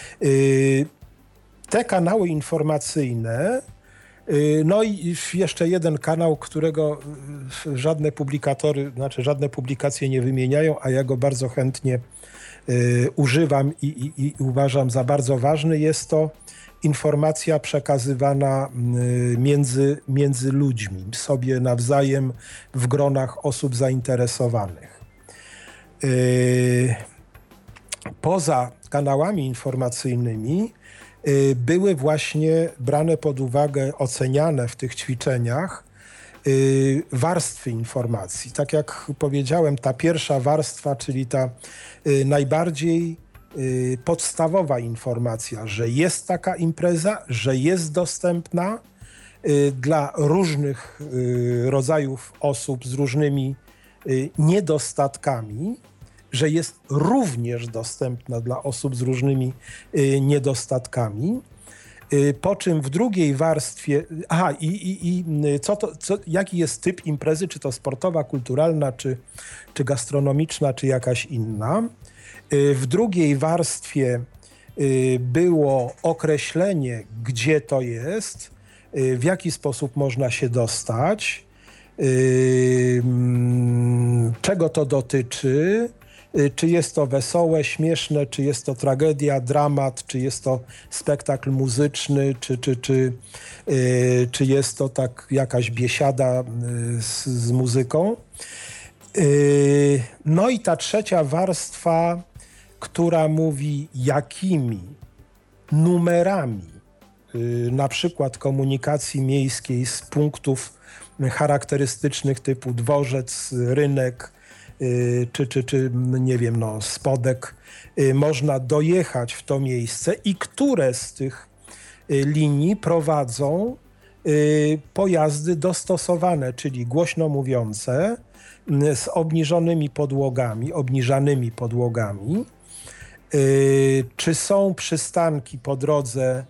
Te kanały informacyjne, no i jeszcze jeden kanał, którego żadne publikatory, znaczy żadne publikacje nie wymieniają, a ja go bardzo chętnie używam i, i, i uważam za bardzo ważny, jest to informacja przekazywana między, między ludźmi, sobie nawzajem w gronach osób zainteresowanych. Poza kanałami informacyjnymi były właśnie brane pod uwagę, oceniane w tych ćwiczeniach warstwy informacji. Tak jak powiedziałem, ta pierwsza warstwa, czyli ta najbardziej podstawowa informacja, że jest taka impreza, że jest dostępna dla różnych rodzajów osób z różnymi niedostatkami, że jest również dostępna dla osób z różnymi niedostatkami. Po czym w drugiej warstwie, aha, i, i, i co to, co, jaki jest typ imprezy, czy to sportowa, kulturalna, czy, czy gastronomiczna, czy jakaś inna. W drugiej warstwie było określenie, gdzie to jest, w jaki sposób można się dostać, czego to dotyczy, czy jest to wesołe, śmieszne, czy jest to tragedia, dramat, czy jest to spektakl muzyczny, czy, czy, czy, czy jest to tak jakaś biesiada z, z muzyką. No i ta trzecia warstwa, która mówi, jakimi numerami na przykład komunikacji miejskiej z punktów charakterystycznych typu dworzec, rynek, czy, czy, czy nie wiem, no, spodek, można dojechać w to miejsce i które z tych linii prowadzą pojazdy dostosowane, czyli głośno mówiące, z obniżonymi podłogami, obniżanymi podłogami. Czy są przystanki po drodze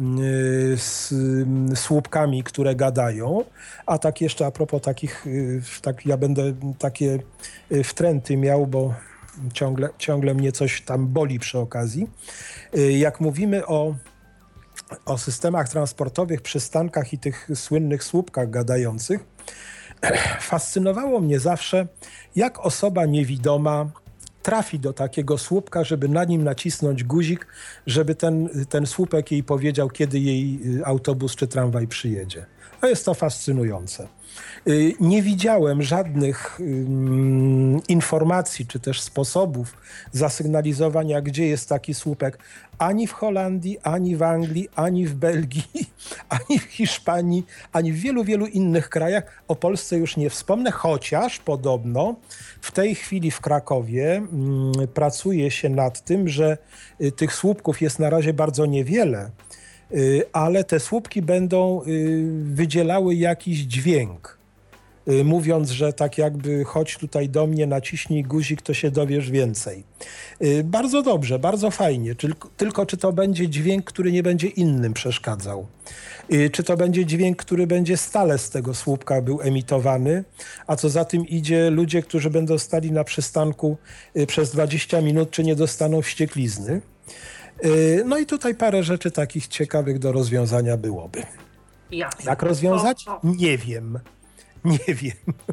z słupkami, które gadają, a tak jeszcze a propos takich, tak ja będę takie wtręty miał, bo ciągle, ciągle mnie coś tam boli przy okazji. Jak mówimy o, o systemach transportowych, przystankach i tych słynnych słupkach gadających, fascynowało mnie zawsze, jak osoba niewidoma trafi do takiego słupka, żeby na nim nacisnąć guzik, żeby ten, ten słupek jej powiedział, kiedy jej autobus czy tramwaj przyjedzie. No jest to fascynujące. Nie widziałem żadnych um, informacji czy też sposobów zasygnalizowania, gdzie jest taki słupek, ani w Holandii, ani w Anglii, ani w Belgii, ani w Hiszpanii, ani w wielu, wielu innych krajach. O Polsce już nie wspomnę, chociaż podobno w tej chwili w Krakowie um, pracuje się nad tym, że y, tych słupków jest na razie bardzo niewiele, y, ale te słupki będą y, wydzielały jakiś dźwięk. Mówiąc, że tak jakby chodź tutaj do mnie, naciśnij guzik, to się dowiesz więcej. Bardzo dobrze, bardzo fajnie, tylko, tylko czy to będzie dźwięk, który nie będzie innym przeszkadzał? Czy to będzie dźwięk, który będzie stale z tego słupka był emitowany, a co za tym idzie, ludzie, którzy będą stali na przystanku przez dwadzieścia minut, czy nie dostaną wścieklizny? No i tutaj parę rzeczy takich ciekawych do rozwiązania byłoby. Jasne. Jak rozwiązać? O, o. Nie wiem. Nie wiem.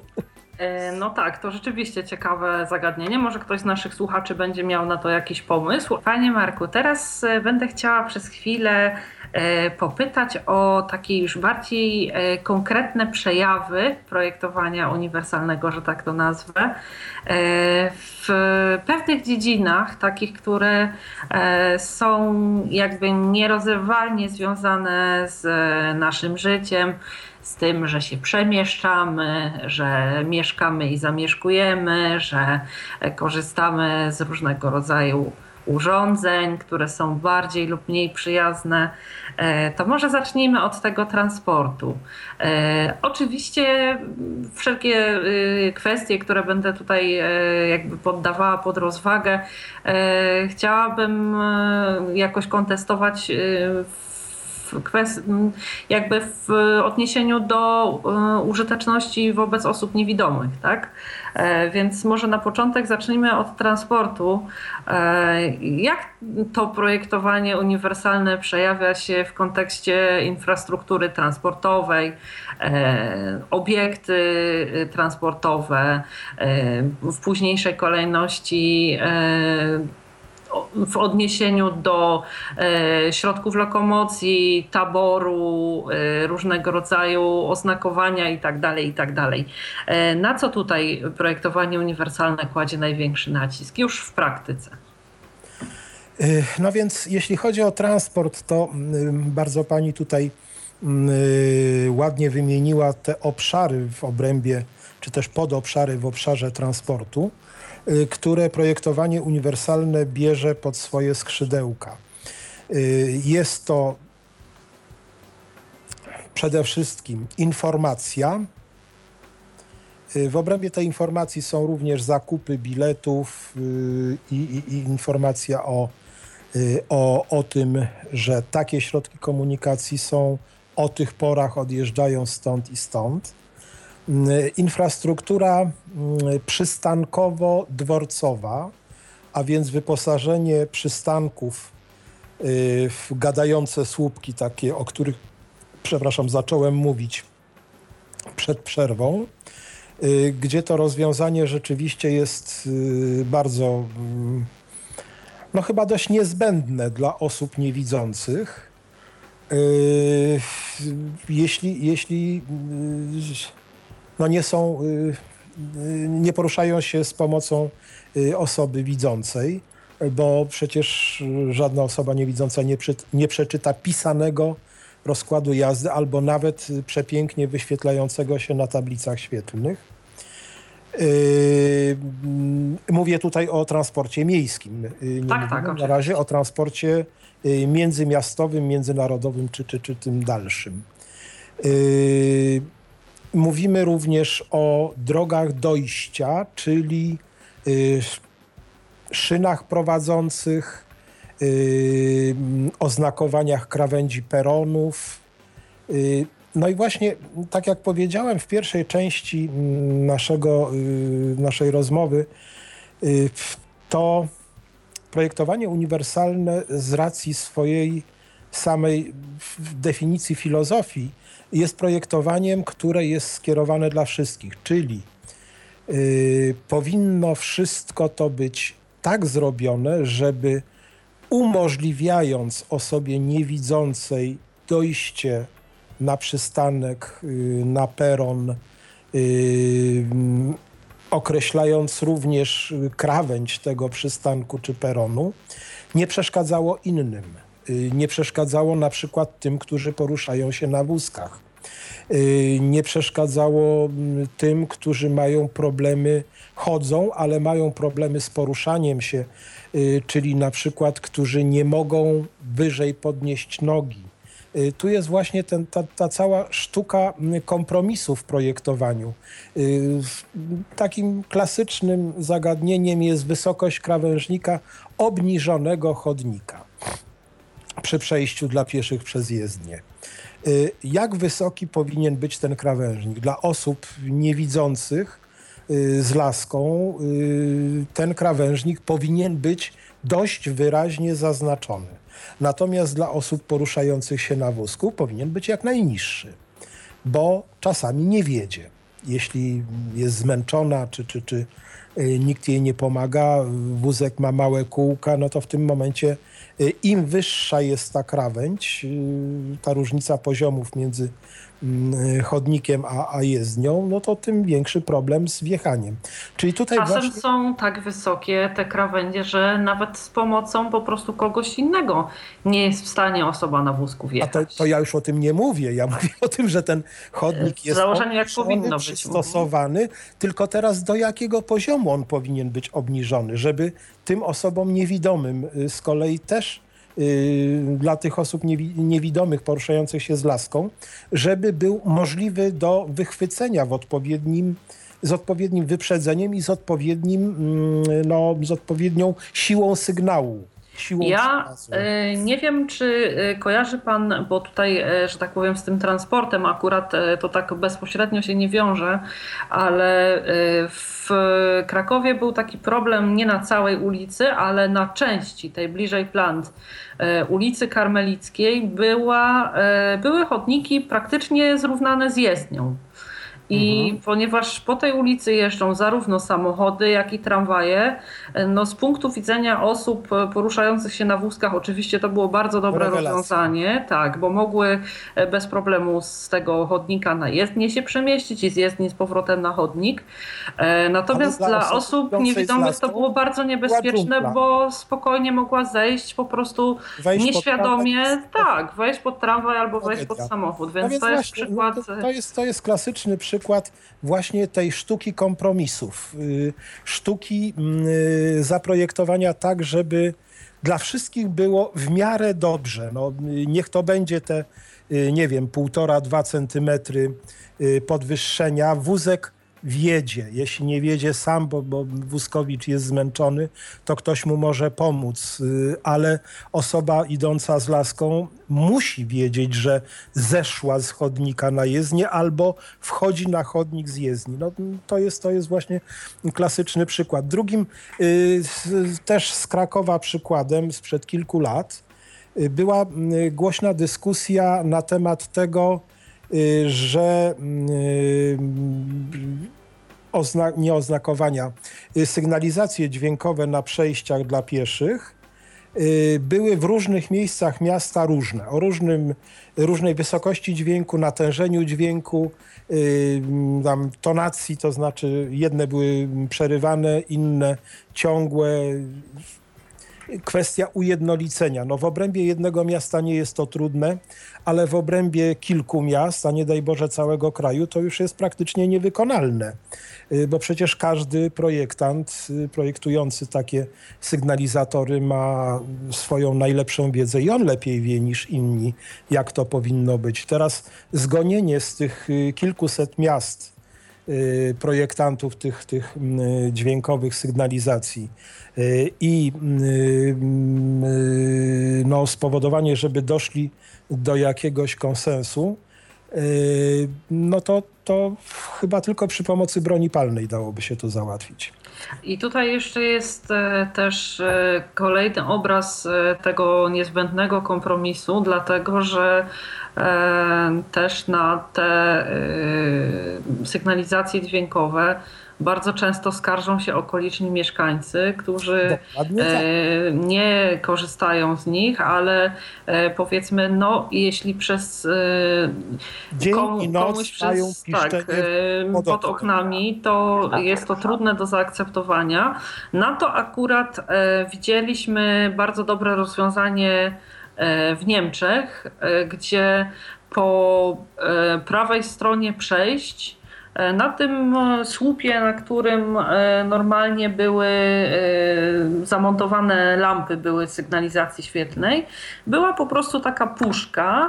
No tak, to rzeczywiście ciekawe zagadnienie. Może ktoś z naszych słuchaczy będzie miał na to jakiś pomysł. Panie Marku, teraz będę chciała przez chwilę popytać o takie już bardziej konkretne przejawy projektowania uniwersalnego, że tak to nazwę, w pewnych dziedzinach, takich, które są jakby nierozerwalnie związane z naszym życiem, z tym, że się przemieszczamy, że mieszkamy i zamieszkujemy, że korzystamy z różnego rodzaju urządzeń, które są bardziej lub mniej przyjazne. To może zacznijmy od tego transportu. Oczywiście wszelkie kwestie, które będę tutaj jakby poddawała pod rozwagę, chciałabym jakoś kontestować w kwest- jakby w odniesieniu do użyteczności wobec osób niewidomych, tak? Więc może na początek zacznijmy od transportu. Jak to projektowanie uniwersalne przejawia się w kontekście infrastruktury transportowej, obiekty transportowe, w późniejszej kolejności w odniesieniu do e, środków lokomocji, taboru, e, różnego rodzaju oznakowania itd., itd. E, na co tutaj projektowanie uniwersalne kładzie największy nacisk już w praktyce? No więc jeśli chodzi o transport, to bardzo pani tutaj ładnie wymieniła te obszary w obrębie, czy też podobszary w obszarze transportu, które projektowanie uniwersalne bierze pod swoje skrzydełka. Jest to przede wszystkim informacja. W obrębie tej informacji są również zakupy biletów i, i, i informacja o, o, o tym, że takie środki komunikacji są o tych porach, odjeżdżają stąd i stąd. Infrastruktura przystankowo-dworcowa, a więc wyposażenie przystanków w gadające słupki, takie, o których, przepraszam, zacząłem mówić przed przerwą, gdzie to rozwiązanie rzeczywiście jest bardzo, no chyba dość niezbędne dla osób niewidzących. Jeśli, jeśli no nie są, nie poruszają się z pomocą osoby widzącej, bo przecież żadna osoba niewidząca nie, przy, nie przeczyta pisanego rozkładu jazdy albo nawet przepięknie wyświetlającego się na tablicach świetlnych. Mówię tutaj o transporcie miejskim. Nie tak, tak, na razie o transporcie międzymiastowym, międzynarodowym czy, czy, czy tym dalszym. Mówimy również o drogach dojścia, czyli szynach prowadzących, oznakowaniach krawędzi peronów. No i właśnie, tak jak powiedziałem w pierwszej części naszego, naszej rozmowy, to projektowanie uniwersalne z racji swojej samej definicji filozofii jest projektowaniem, które jest skierowane dla wszystkich, czyli yy, powinno wszystko to być tak zrobione, żeby umożliwiając osobie niewidzącej dojście na przystanek, yy, na peron, yy, określając również krawędź tego przystanku czy peronu, nie przeszkadzało innym. Nie przeszkadzało na przykład tym, którzy poruszają się na wózkach. Nie przeszkadzało tym, którzy mają problemy, chodzą, ale mają problemy z poruszaniem się, czyli na przykład, którzy nie mogą wyżej podnieść nogi. Tu jest właśnie ten, ta, ta cała sztuka kompromisu w projektowaniu. Takim klasycznym zagadnieniem jest wysokość krawężnika obniżonego chodnika przy przejściu dla pieszych przez jezdnię. Jak wysoki powinien być ten krawężnik? Dla osób niewidzących z laską ten krawężnik powinien być dość wyraźnie zaznaczony. Natomiast dla osób poruszających się na wózku powinien być jak najniższy, bo czasami nie wiedzie. Jeśli jest zmęczona, czy, czy, czy nikt jej nie pomaga, wózek ma małe kółka, no to w tym momencie im wyższa jest ta krawędź, ta różnica poziomów między chodnikiem a, a jezdnią, no to tym większy problem z wjechaniem. Czyli tutaj Czasem właśnie... są tak wysokie te krawędzie, że nawet z pomocą po prostu kogoś innego nie jest w stanie osoba na wózku wjechać. A to, to ja już o tym nie mówię. Ja mówię o tym, że ten chodnik jest jak powinno być. przystosowany, tylko teraz do jakiego poziomu on powinien być obniżony, żeby tym osobom niewidomym z kolei też Yy, dla tych osób niewi- niewidomych poruszających się z laską, żeby był możliwy do wychwycenia w odpowiednim, z odpowiednim wyprzedzeniem i z odpowiednim, yy, no, z odpowiednią siłą sygnału. siłą Ja przekazu. y, nie wiem, czy y, kojarzy pan, bo tutaj, y, że tak powiem, z tym transportem akurat y, to tak bezpośrednio się nie wiąże, ale y, w Krakowie był taki problem nie na całej ulicy, ale na części tej bliżej Plant y, ulicy Karmelickiej była, y, były chodniki praktycznie zrównane z jezdnią. I mhm. ponieważ po tej ulicy jeżdżą zarówno samochody, jak i tramwaje, no z punktu widzenia osób poruszających się na wózkach oczywiście to było bardzo dobre Rewelacja. rozwiązanie, tak, bo mogły bez problemu z tego chodnika na jezdnię się przemieścić i z jezdni z powrotem na chodnik. Natomiast dla, dla osób niewidomych to było bardzo niebezpieczne, bo spokojnie mogła zejść po prostu wejść nieświadomie, pod tak, wejść pod tramwaj albo wejść pod samochód, więc, no więc to jest właśnie, przykład... No to, to, jest, to jest klasyczny przykład przykład właśnie tej sztuki kompromisów, sztuki zaprojektowania tak, żeby dla wszystkich było w miarę dobrze. No, niech to będzie te, nie wiem, półtora, dwa centymetry podwyższenia. Wózek wjedzie. Jeśli nie wjedzie sam, bo, bo wózkowicz jest zmęczony, to ktoś mu może pomóc, ale osoba idąca z laską musi wiedzieć, że zeszła z chodnika na jezdnię albo wchodzi na chodnik z jezdni. No, to jest, to jest właśnie klasyczny przykład. Drugim y, też z Krakowa przykładem sprzed kilku lat y, była y, głośna dyskusja na temat tego, że ozna- nie oznakowania, sygnalizacje dźwiękowe na przejściach dla pieszych były w różnych miejscach miasta różne, o różnym, różnej wysokości dźwięku, natężeniu dźwięku, tam tonacji, to znaczy jedne były przerywane, inne ciągłe. Kwestia ujednolicenia. No w obrębie jednego miasta nie jest to trudne, ale w obrębie kilku miast, a nie daj Boże całego kraju, to już jest praktycznie niewykonalne. Bo przecież każdy projektant projektujący takie sygnalizatory ma swoją najlepszą wiedzę i on lepiej wie niż inni, jak to powinno być. Teraz zgonienie z tych kilkuset miast projektantów tych, tych dźwiękowych sygnalizacji i no, spowodowanie, żeby doszli do jakiegoś konsensu, no to, to chyba tylko przy pomocy broni palnej dałoby się to załatwić. I tutaj jeszcze jest też kolejny obraz tego niezbędnego kompromisu, dlatego że też na te sygnalizacje dźwiękowe bardzo często skarżą się okoliczni mieszkańcy, którzy tak. nie korzystają z nich, ale powiedzmy, no jeśli przez Dzień komu, i noc komuś przez tak, pod oknami, to jest to trudne do zaakceptowania. Na to akurat widzieliśmy bardzo dobre rozwiązanie w Niemczech, gdzie po prawej stronie przejść na tym słupie, na którym normalnie były zamontowane lampy, były sygnalizacji świetlnej, była po prostu taka puszka.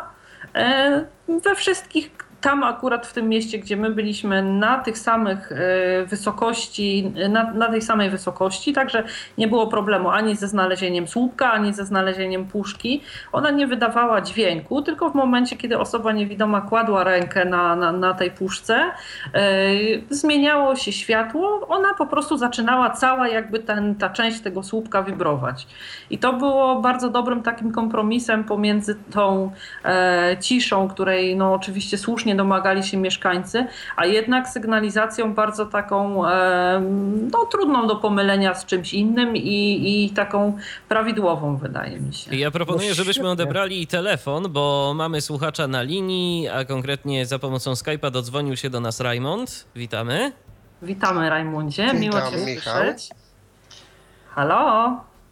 We wszystkich, tam akurat w tym mieście, gdzie my byliśmy, na tych samych wysokości, na, na tej samej wysokości, także nie było problemu ani ze znalezieniem słupka, ani ze znalezieniem puszki. Ona nie wydawała dźwięku, tylko w momencie, kiedy osoba niewidoma kładła rękę na, na, na tej puszce, yy, zmieniało się światło, ona po prostu zaczynała cała jakby ten, ta część tego słupka wibrować. I to było bardzo dobrym takim kompromisem pomiędzy tą e, ciszą, której no oczywiście słusznie domagali się mieszkańcy, a jednak sygnalizacją bardzo taką e, no, trudną do pomylenia z czymś innym i, i taką prawidłową, wydaje mi się. Ja proponuję, żebyśmy odebrali telefon, bo mamy słuchacza na linii, a konkretnie za pomocą Skype'a dodzwonił się do nas Rajmund. Witamy. Witamy, Rajmundzie. Miło Witam, cię Michał. słyszeć. Halo?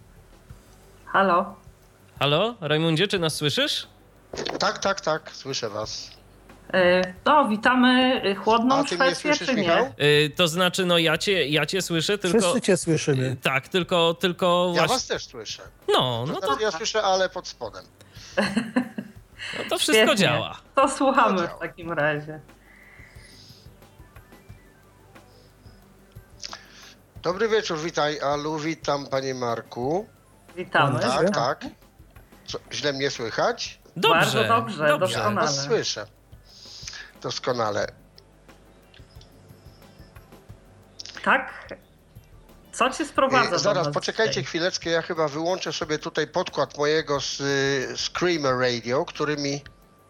Halo? Halo, Rajmundzie, czy nas słyszysz? Tak, tak, tak, słyszę was. No, witamy chłodną A ty mnie Szwecję, słyszysz, czy nie? Michał? Yy, to znaczy, no ja cię, ja cię słyszę, tylko... Wszyscy cię słyszymy. Yy, tak, tylko, tylko Ja właśnie... was też słyszę. No, no to, Ja słyszę, ale pod spodem. no to wszystko Świetnie. działa. To słuchamy To działa. w takim razie. Dobry wieczór, witaj Alu, witam panie Marku. Witamy. Tak, tak. Co, źle mnie słychać? Dobrze, Bardzo dobrze, dobrze. Ja doskonale. was słyszę. Doskonale. Tak? Co cię sprowadza E, do zaraz, nas poczekajcie dzisiaj? chwileczkę, ja chyba wyłączę sobie tutaj podkład mojego z y, Screamer Radio, który mi...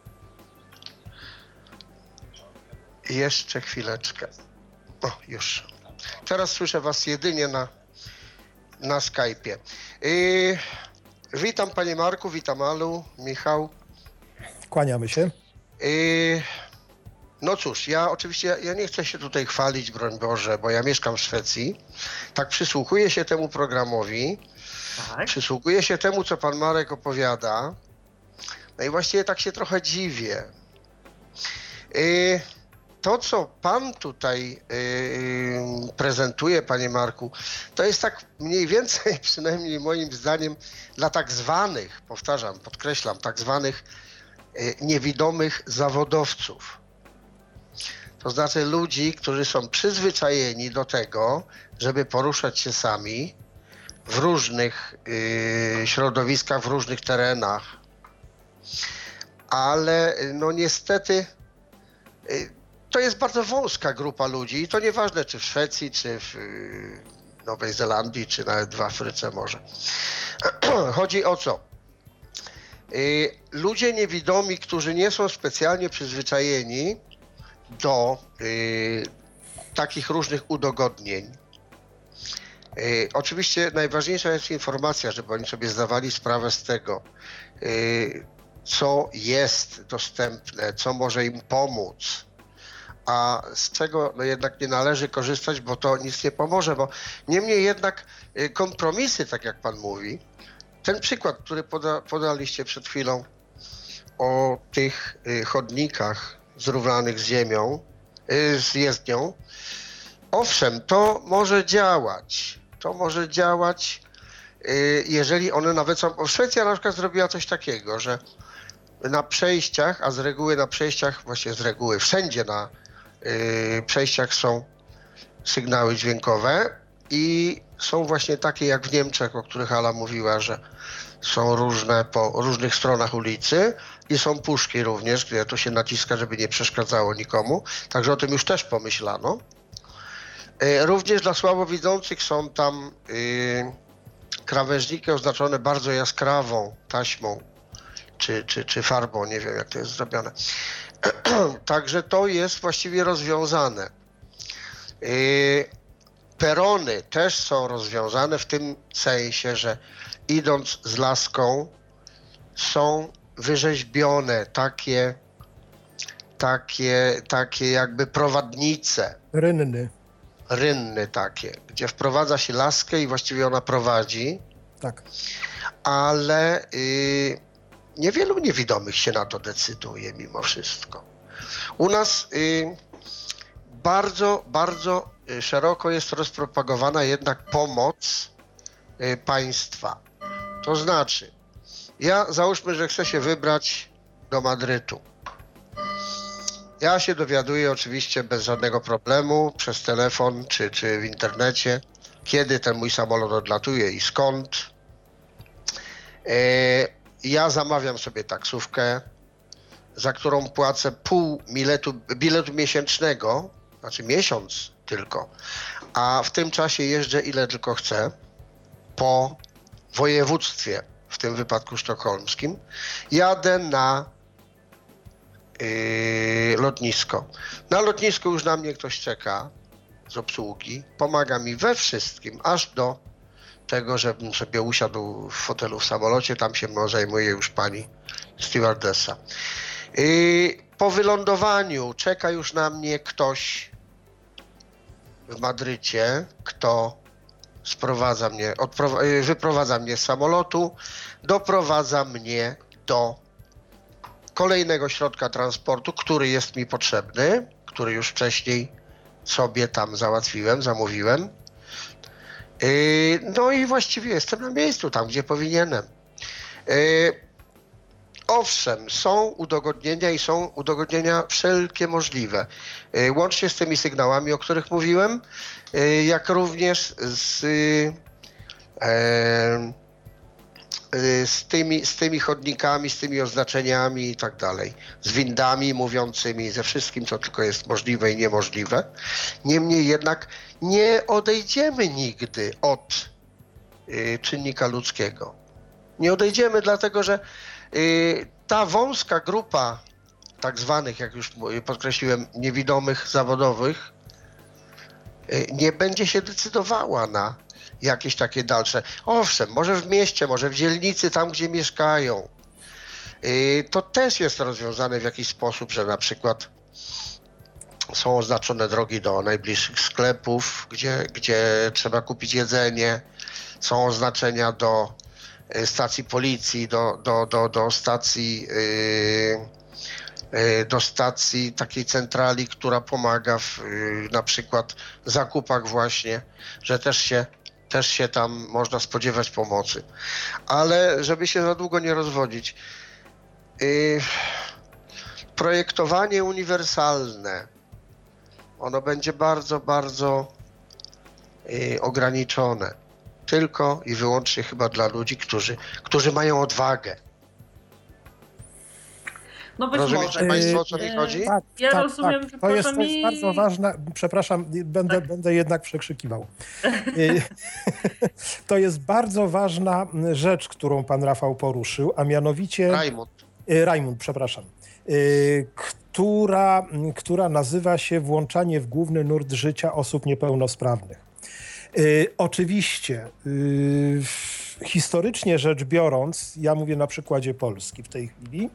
Jeszcze chwileczkę. O, już. Teraz słyszę was jedynie na, na Skype'ie. Y, witam panie Marku, witam Alu, Michał. Kłaniamy się. Y, no cóż, ja oczywiście ja, ja nie chcę się tutaj chwalić, broń Boże, bo ja mieszkam w Szwecji. Tak przysłuchuję się temu programowi, Tak? przysłuchuję się temu, co pan Marek opowiada. No i właściwie tak się trochę dziwię. Y, to, co pan tutaj y, prezentuje, panie Marku, to jest tak mniej więcej, przynajmniej moim zdaniem, dla tak zwanych, powtarzam, podkreślam, tak zwanych y, niewidomych zawodowców. To znaczy ludzi, którzy są przyzwyczajeni do tego, żeby poruszać się sami w różnych y, środowiskach, w różnych terenach. Ale no niestety y, to jest bardzo wąska grupa ludzi i to nieważne czy w Szwecji, czy w y, Nowej Zelandii, czy nawet w Afryce może. Chodzi o co? Y, ludzie niewidomi, którzy nie są specjalnie przyzwyczajeni do y, takich różnych udogodnień. Y, oczywiście najważniejsza jest informacja, żeby oni sobie zdawali sprawę z tego, y, co jest dostępne, co może im pomóc, a z czego no jednak nie należy korzystać, bo to nic nie pomoże, bo niemniej jednak y, kompromisy, tak jak pan mówi, ten przykład, który poda, podaliście przed chwilą o tych y, chodnikach zrównanych z ziemią, y, z jezdnią, owszem, to może działać, to może działać, y, jeżeli one nawet są, Szwecja na przykład zrobiła coś takiego, że na przejściach, a z reguły na przejściach, właśnie z reguły wszędzie na y, przejściach są sygnały dźwiękowe i są właśnie takie jak w Niemczech, o których Ala mówiła, że są różne po różnych stronach ulicy i są puszki również, gdzie to się naciska, żeby nie przeszkadzało nikomu. Także o tym już też pomyślano. Y, również dla słabowidzących są tam y, krawężniki oznaczone bardzo jaskrawą taśmą, Czy, czy, czy farbą, nie wiem jak to jest zrobione. Także to jest właściwie rozwiązane. Yy, perony też są rozwiązane w tym sensie, że idąc z laską są wyrzeźbione takie, takie, takie jakby prowadnice. Rynny. Rynny takie, gdzie wprowadza się laskę i właściwie ona prowadzi. Tak. Ale yy, niewielu niewidomych się na to decyduje mimo wszystko. U nas y, bardzo, bardzo szeroko jest rozpropagowana jednak pomoc y, państwa. To znaczy, ja załóżmy, że chcę się wybrać do Madrytu. Ja się dowiaduję oczywiście bez żadnego problemu przez telefon czy, czy w internecie, kiedy ten mój samolot odlatuje i skąd. Y, Ja zamawiam sobie taksówkę, za którą płacę pół biletu, biletu miesięcznego, znaczy miesiąc tylko, a w tym czasie jeżdżę ile tylko chcę po województwie, w tym wypadku sztokholmskim. Jadę na yy, lotnisko. Na lotnisku już na mnie ktoś czeka z obsługi, pomaga mi we wszystkim, aż do tego, żebym sobie usiadł w fotelu w samolocie, tam się mną zajmuje już pani stewardessa. Yy, po wylądowaniu czeka już na mnie ktoś w Madrycie, kto sprowadza mnie, odprowa- wyprowadza mnie z samolotu, doprowadza mnie do kolejnego środka transportu, który jest mi potrzebny, który już wcześniej sobie tam załatwiłem, zamówiłem. No i właściwie jestem na miejscu, tam gdzie powinienem. Owszem, są udogodnienia i są udogodnienia wszelkie możliwe. Łącznie z tymi sygnałami, o których mówiłem, jak również z z tymi, z tymi chodnikami, z tymi oznaczeniami i tak dalej, z windami mówiącymi, ze wszystkim, co tylko jest możliwe i niemożliwe. Niemniej jednak nie odejdziemy nigdy od y, czynnika ludzkiego. Nie odejdziemy, dlatego że y, ta wąska grupa tak zwanych, jak już podkreśliłem, niewidomych zawodowych y, nie będzie się decydowała na jakieś takie dalsze. Owszem, może w mieście, może w dzielnicy, tam gdzie mieszkają. Yy, to też jest rozwiązane w jakiś sposób, że na przykład są oznaczone drogi do najbliższych sklepów, gdzie, gdzie trzeba kupić jedzenie. Są oznaczenia do y, stacji policji, do, do, do, do stacji yy, yy, do stacji takiej centrali, która pomaga w yy, na przykład zakupach właśnie, że też się też się tam można spodziewać pomocy. Ale żeby się za długo nie rozwodzić, yy, projektowanie uniwersalne, ono będzie bardzo, bardzo yy, ograniczone. Tylko i wyłącznie chyba dla ludzi, którzy, którzy mają odwagę. No być Rozumiecie może. Państwo, o co mi chodzi? Tak, Ja tak, rozumiem, tak. że To jest, proszę to jest mi- bardzo ważne. Przepraszam, będę, Tak. będę jednak przekrzykiwał. Y, to jest bardzo ważna rzecz, którą pan Rafał poruszył, a mianowicie... Rajmund. Y, Rajmund, przepraszam. Y, która, która nazywa się włączanie w główny nurt życia osób niepełnosprawnych. Y, oczywiście, y, historycznie rzecz biorąc, ja mówię na przykładzie Polski w tej chwili,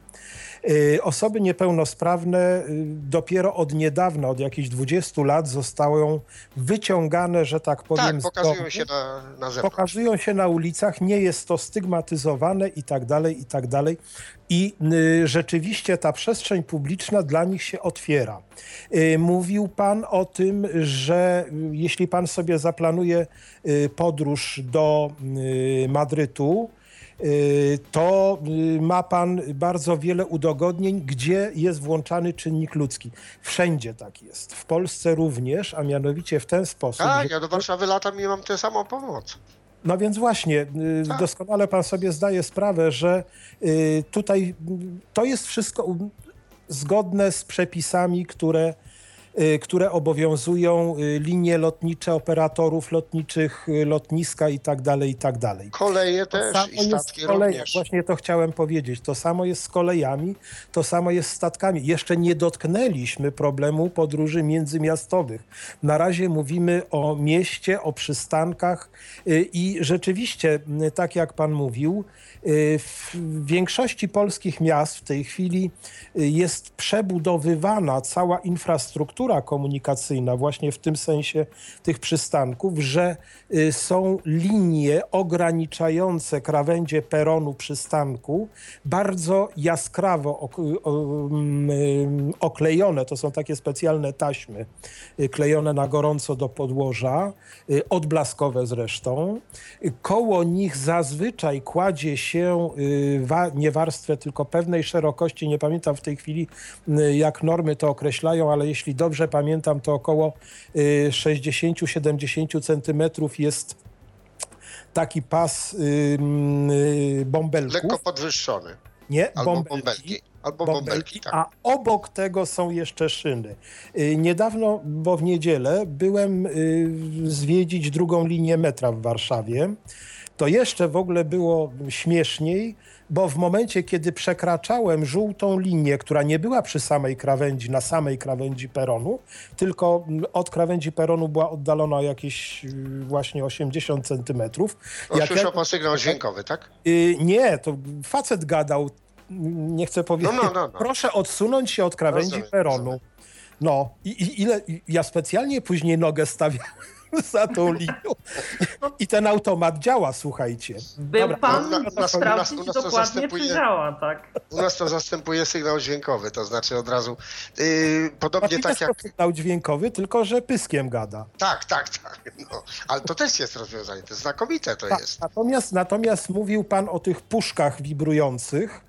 y, osoby niepełnosprawne y, dopiero od niedawna, od jakichś dwudziestu lat zostały wyciągane, że tak powiem, Tak, z pokazują domu. się na, na zewnątrz. Pokazują się na ulicach, nie jest to stygmatyzowane i tak dalej, i tak dalej. I y, rzeczywiście ta przestrzeń publiczna dla nich się otwiera. Y, mówił pan o tym, że y, jeśli pan sobie zaplanuje y, podróż do y, Madrytu, y, to y, ma pan bardzo wiele udogodnień, gdzie jest włączany czynnik ludzki. Wszędzie tak jest. W Polsce również, a mianowicie w ten sposób, Tak, że... ja do Warszawy latam i mam tę samą pomoc. No więc właśnie, y, Tak. doskonale pan sobie zdaje sprawę, że y, tutaj y, to jest wszystko u- zgodne z przepisami, które, y, które obowiązują y, linie lotnicze, operatorów lotniczych, y, lotniska i tak dalej, i tak dalej. Koleje To też samo i jest statki z kolejami. również. Właśnie to chciałem powiedzieć. To samo jest z kolejami, to samo jest z statkami. Jeszcze nie dotknęliśmy problemu podróży międzymiastowych. Na razie mówimy o mieście, o przystankach y, i rzeczywiście, y, tak jak pan mówił, y, w większości polskich miast w tej chwili y, jest przebudowywana cała infrastruktura komunikacyjna właśnie w tym sensie tych przystanków, że y, są linie ograniczające krawędzie peronu przystanku, bardzo jaskrawo ok- o- mm, oklejone, to są takie specjalne taśmy y, klejone na gorąco do podłoża, y, odblaskowe zresztą. Y, Koło nich zazwyczaj kładzie się y, wa- nie warstwę, tylko pewnej szerokości, nie pamiętam w tej chwili y, jak normy to określają, ale jeśli dobrze pamiętam, to około y, sześćdziesiąt do siedemdziesięciu centymetrów jest taki pas y, y, bąbelków. Lekko podwyższony. Nie, Albo bąbelki. bąbelki. Albo bąbelki, tak. A obok tego są jeszcze szyny. Y, Niedawno, bo w niedzielę, byłem y, zwiedzić drugą linię metra w Warszawie. To jeszcze w ogóle było śmieszniej, bo w momencie, kiedy przekraczałem żółtą linię, która nie była przy samej krawędzi, na samej krawędzi peronu, tylko od krawędzi peronu była oddalona o jakieś y, właśnie osiemdziesiąt centymetrów. No, Jak słyszał ja- pan sygnał dźwiękowy, tak? Y, nie, to facet gadał, nie chcę powiedzieć, No, no, no, no. proszę odsunąć się od krawędzi Rozumiem, peronu. rozumiem. No i, i ile, i ja specjalnie później nogę stawiałem za tą linią i ten automat działa, słuchajcie. Był Dobra, pan no, na- na- sprawdzić u nas to dokładnie, czy zastępuje- działa, tak? U nas to zastępuje sygnał dźwiękowy, to znaczy od razu yy, podobnie Znaczy, tak też jak... to sygnał dźwiękowy, tylko że pyskiem gada. Tak, tak, tak. No. Ale to też jest rozwiązanie, to jest znakomite to Tak, jest. natomiast, natomiast mówił pan o tych puszkach wibrujących.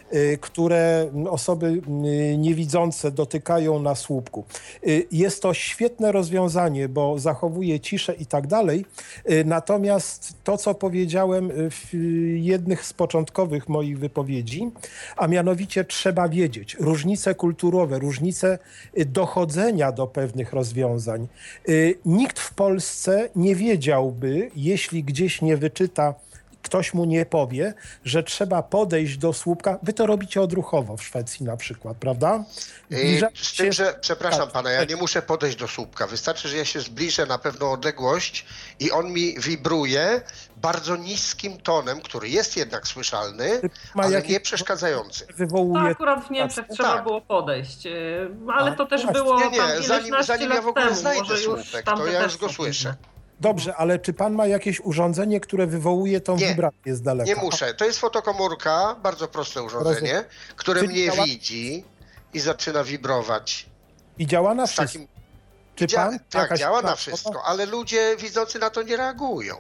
które osoby niewidzące dotykają na słupku. Jest to świetne rozwiązanie, bo zachowuje ciszę i tak dalej. Natomiast to, co powiedziałem w jednych z początkowych moich wypowiedzi, a mianowicie trzeba wiedzieć różnice kulturowe, różnice dochodzenia do pewnych rozwiązań. Nikt w Polsce nie wiedziałby, jeśli gdzieś nie wyczyta, ktoś mu nie powie, że trzeba podejść do słupka. Wy to robicie odruchowo w Szwecji na przykład, prawda? Zbliża Z tym, się... że, przepraszam tak. pana, ja nie muszę podejść do słupka. Wystarczy, że ja się zbliżę na pewną odległość i on mi wibruje bardzo niskim tonem, który jest jednak słyszalny, Ma ale jakiś... nie przeszkadzający. Wywołuje... To akurat w Niemczech trzeba tak. było podejść, ale A, to też właśnie. było Nie, nie, tam zanim, zanim ja w ogóle temu, znajdę słupek, to ja już go słyszę. Dobrze, ale czy pan ma jakieś urządzenie, które wywołuje tą nie, wibrację z daleka? Nie muszę. To jest fotokomórka, bardzo proste urządzenie, Rozumiem. które Czyli mnie działa... widzi i zaczyna wibrować. I działa na wszystko? Takim... Czy Dzia... pan tak, działa na wszystko, ale ludzie widzący na to nie reagują.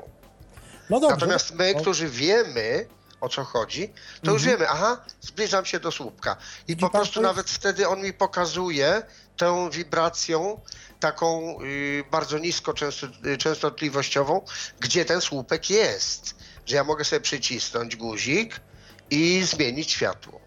No dobrze. Natomiast my, którzy wiemy, o co chodzi, to mhm. już wiemy, aha, zbliżam się do słupka. I Widzi po prostu jest... nawet wtedy on mi pokazuje tę wibracją taką y, bardzo nisko często, y, częstotliwościową, gdzie ten słupek jest. Że ja mogę sobie przycisnąć guzik i zmienić światło.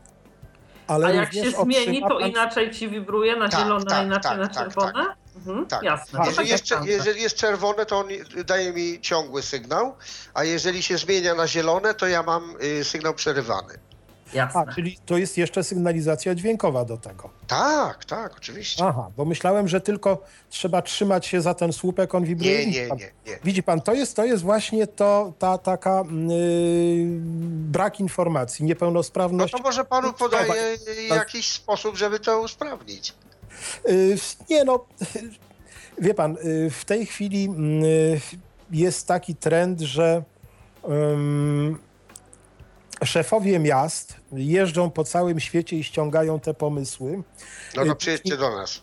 Ale A jak się zmieni, to pan... inaczej ci wibruje na tak, zielone, tak, a inaczej tak, na czerwone? Tak, tak. Mhm, tak. Jasne. Jeżeli, jest, jeżeli jest czerwone, to on daje mi ciągły sygnał, a jeżeli się zmienia na zielone, to ja mam y, sygnał przerywany. Jasne. A, czyli to jest jeszcze sygnalizacja dźwiękowa do tego. Tak, tak, oczywiście. Aha, bo myślałem, że tylko trzeba trzymać się za ten słupek, on wibruje. Nie, nie, nie, nie. Widzi pan, to jest, to jest właśnie to, ta taka yy, brak informacji, niepełnosprawność. No to może panu podaje jakiś sposób, żeby to usprawnić. Yy, nie no, wie pan, yy, w tej chwili yy, jest taki trend, że yy, szefowie miast jeżdżą po całym świecie i ściągają te pomysły. No to przyjedźcie do nas.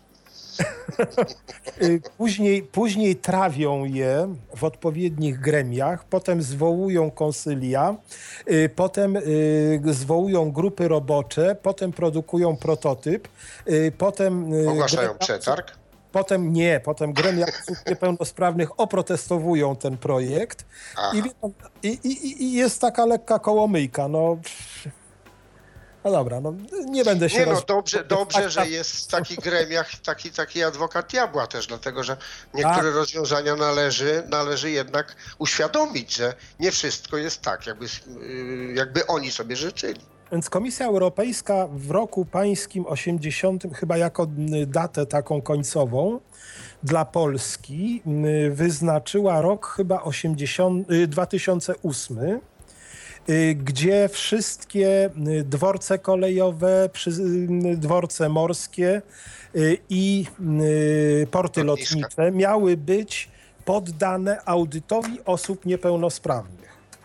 Później, później trawią je w odpowiednich gremiach, potem zwołują konsylia, potem zwołują grupy robocze, potem produkują prototyp, potem... Ogłaszają przetarg. Potem nie, potem gremia osób niepełnosprawnych oprotestowują ten projekt i, i, i, i jest taka lekka kołomyjka. No, no dobra, no, nie będę się... Nie roz... no, dobrze, dobrze że jest w takich gremiach taki, taki adwokat diabła też, dlatego że niektóre A. rozwiązania należy, należy jednak uświadomić, że nie wszystko jest tak, jakby, jakby oni sobie życzyli. Więc Komisja Europejska w roku pańskim osiemdziesiątym, chyba jako datę taką końcową dla Polski, wyznaczyła rok chyba dwa tysiące ósmy, gdzie wszystkie dworce kolejowe, dworce morskie i porty lotnicze miały być poddane audytowi osób niepełnosprawnych.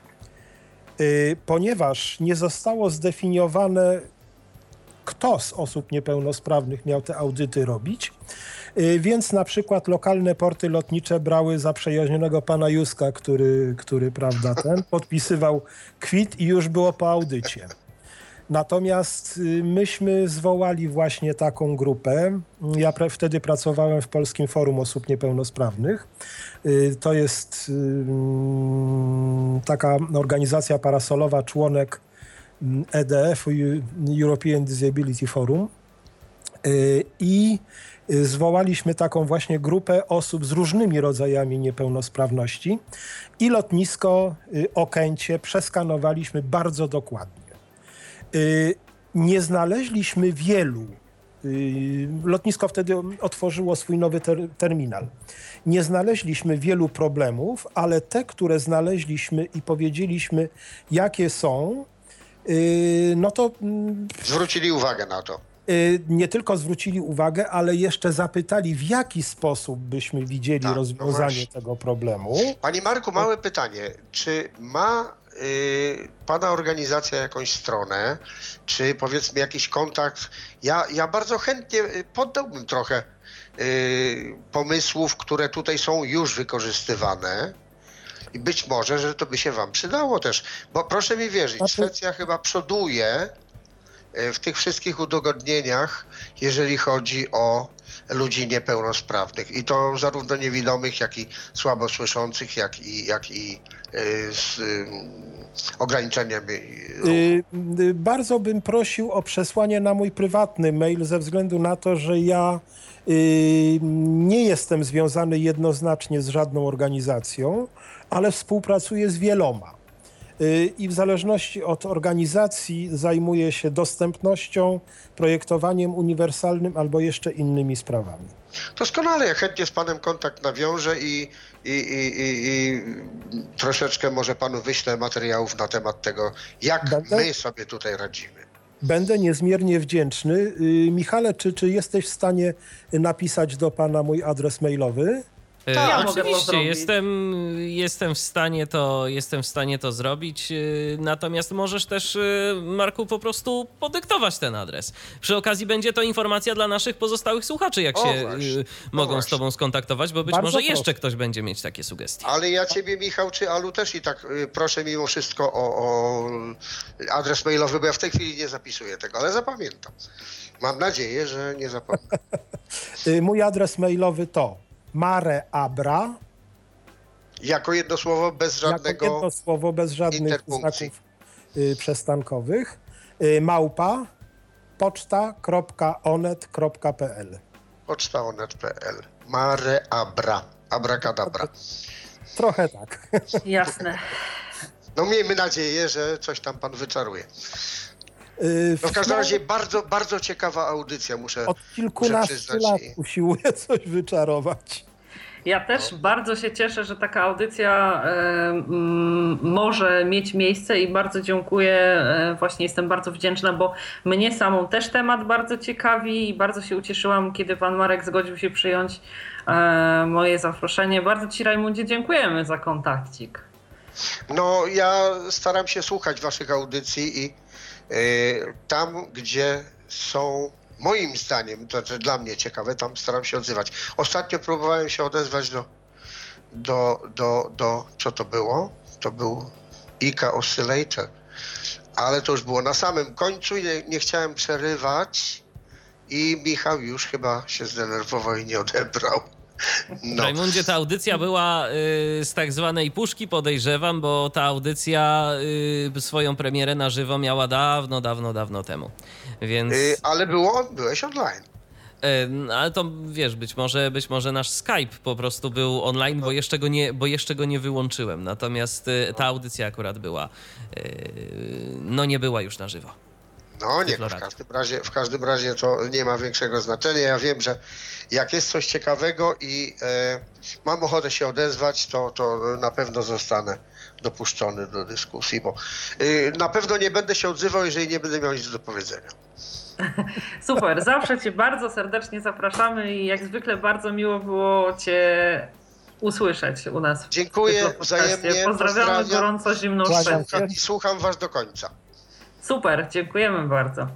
Ponieważ nie zostało zdefiniowane, kto z osób niepełnosprawnych miał te audyty robić, więc na przykład lokalne porty lotnicze brały zaprzyjaźnionego pana Józka, który, który prawda, ten podpisywał kwit i już było po audycie. Natomiast myśmy zwołali właśnie taką grupę. Ja pre- wtedy pracowałem w Polskim Forum Osób Niepełnosprawnych. To jest taka organizacja parasolowa, członek E D F, European Disability Forum. I zwołaliśmy taką właśnie grupę osób z różnymi rodzajami niepełnosprawności i lotnisko Okęcie przeskanowaliśmy bardzo dokładnie. Nie znaleźliśmy wielu. Lotnisko wtedy otworzyło swój nowy ter terminal. Nie znaleźliśmy wielu problemów, ale te, które znaleźliśmy i powiedzieliśmy, jakie są, no to... Zwrócili uwagę na to. Nie tylko zwrócili uwagę, ale jeszcze zapytali, w jaki sposób byśmy widzieli tak, rozwiązanie no tego problemu. Panie Marku, małe pytanie. Czy ma y, pana organizacja jakąś stronę, czy powiedzmy jakiś kontakt? Ja, ja bardzo chętnie poddałbym trochę y, pomysłów, które tutaj są już wykorzystywane. I być może, że to by się wam przydało też. Bo proszę mi wierzyć, Szwecja chyba przoduje w tych wszystkich udogodnieniach, jeżeli chodzi o ludzi niepełnosprawnych. I to zarówno niewidomych, jak i słabo słyszących, jak i, jak i z ograniczeniami ruchu. Bardzo bym prosił o przesłanie na mój prywatny mail ze względu na to, że ja nie jestem związany jednoznacznie z żadną organizacją, ale współpracuję z wieloma. I w zależności od organizacji zajmuję się dostępnością, projektowaniem uniwersalnym albo jeszcze innymi sprawami. Doskonale, ja chętnie z panem kontakt nawiążę i, i, i, i, i troszeczkę może panu wyślę materiałów na temat tego, jak Będę... my sobie tutaj radzimy. Będę niezmiernie wdzięczny. Michale, czy, czy jesteś w stanie napisać do pana mój adres mailowy? Tak, ja oczywiście, jestem, jestem, w stanie to, jestem w stanie to zrobić, natomiast możesz też, Marku, po prostu podyktować ten adres. Przy okazji będzie to informacja dla naszych pozostałych słuchaczy, jak o, się właśnie, mogą właśnie. z tobą skontaktować, bo być Bardzo może proszę. jeszcze ktoś będzie mieć takie sugestie. Ale ja ciebie, Michał, czy Alu też i tak proszę mimo wszystko o, o adres mailowy, bo ja w tej chwili nie zapisuję tego, ale zapamiętam. Mam nadzieję, że nie zapomnę. Mój adres mailowy to mareabra. Jako jedno słowo, bez żadnego Jako jedno słowo, bez żadnych znaków y, przestankowych. Y, małpa poczta kropka onet kropka p l. poczta onet kropka p l. Mareabra. Abracadabra. Trochę tak. Jasne. No miejmy nadzieję, że coś tam pan wyczaruje. No w każdym razie bardzo, bardzo ciekawa audycja, muszę Od kilkunastu lat usiłuję coś wyczarować. Ja też bardzo się cieszę, że taka audycja y, y, może mieć miejsce i bardzo dziękuję. Y, właśnie jestem bardzo wdzięczna, bo mnie samą też temat bardzo ciekawi i bardzo się ucieszyłam, kiedy pan Marek zgodził się przyjąć y, moje zaproszenie. Bardzo ci, Rajmundzie, dziękujemy za kontakcik. No ja staram się słuchać waszych audycji i tam, gdzie są moim zdaniem, to znaczy dla mnie ciekawe, tam staram się odzywać. Ostatnio próbowałem się odezwać do, do, do, do co to było? To był I K A Oscillator, ale to już było na samym końcu i nie, nie chciałem przerywać i Michał już chyba się zdenerwował i nie odebrał. No. Rajmundzie, ta audycja była y, z tak zwanej puszki, podejrzewam, bo ta audycja y, swoją premierę na żywo miała dawno, dawno, dawno temu. Więc... Y, ale było, byłeś online. Y, ale to wiesz, być może, być może nasz Skype po prostu był online, bo jeszcze go nie, bo jeszcze go nie wyłączyłem. Natomiast y, ta audycja akurat była, y, no nie była już na żywo. No nie, w każdym razie, w każdym razie to nie ma większego znaczenia. Ja wiem, że jak jest coś ciekawego i e, mam ochotę się odezwać, to, to na pewno zostanę dopuszczony do dyskusji, bo y, na pewno nie będę się odzywał, jeżeli nie będę miał nic do powiedzenia. Super, zawsze cię bardzo serdecznie zapraszamy i jak zwykle bardzo miło było cię usłyszeć u nas. Dziękuję wzajemnie. Pozdrawiamy gorąco zimną i słucham was do końca. Super, dziękujemy bardzo.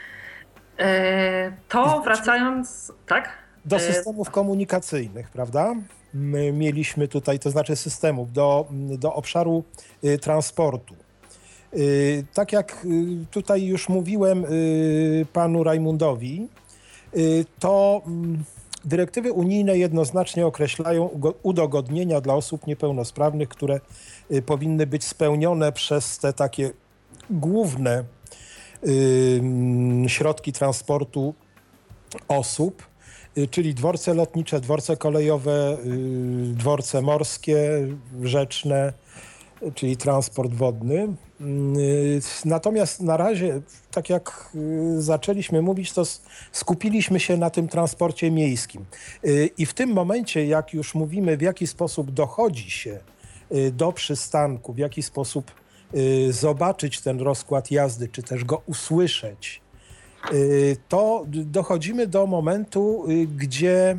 E, to wracając, tak? Do systemów komunikacyjnych, prawda? My mieliśmy tutaj, to znaczy systemów, do, do obszaru y, transportu. Y, tak jak y, tutaj już mówiłem y, panu Rajmundowi, y, to y, dyrektywy unijne jednoznacznie określają udogodnienia dla osób niepełnosprawnych, które y, powinny być spełnione przez te takie główne y, środki transportu osób, y, czyli dworce lotnicze, dworce kolejowe, y, dworce morskie, rzeczne, y, czyli transport wodny. Y, natomiast na razie, tak jak y, zaczęliśmy mówić, to skupiliśmy się na tym transporcie miejskim. Y, I w tym momencie, jak już mówimy, w jaki sposób dochodzi się y, do przystanku, w jaki sposób zobaczyć ten rozkład jazdy, czy też go usłyszeć, to dochodzimy do momentu, gdzie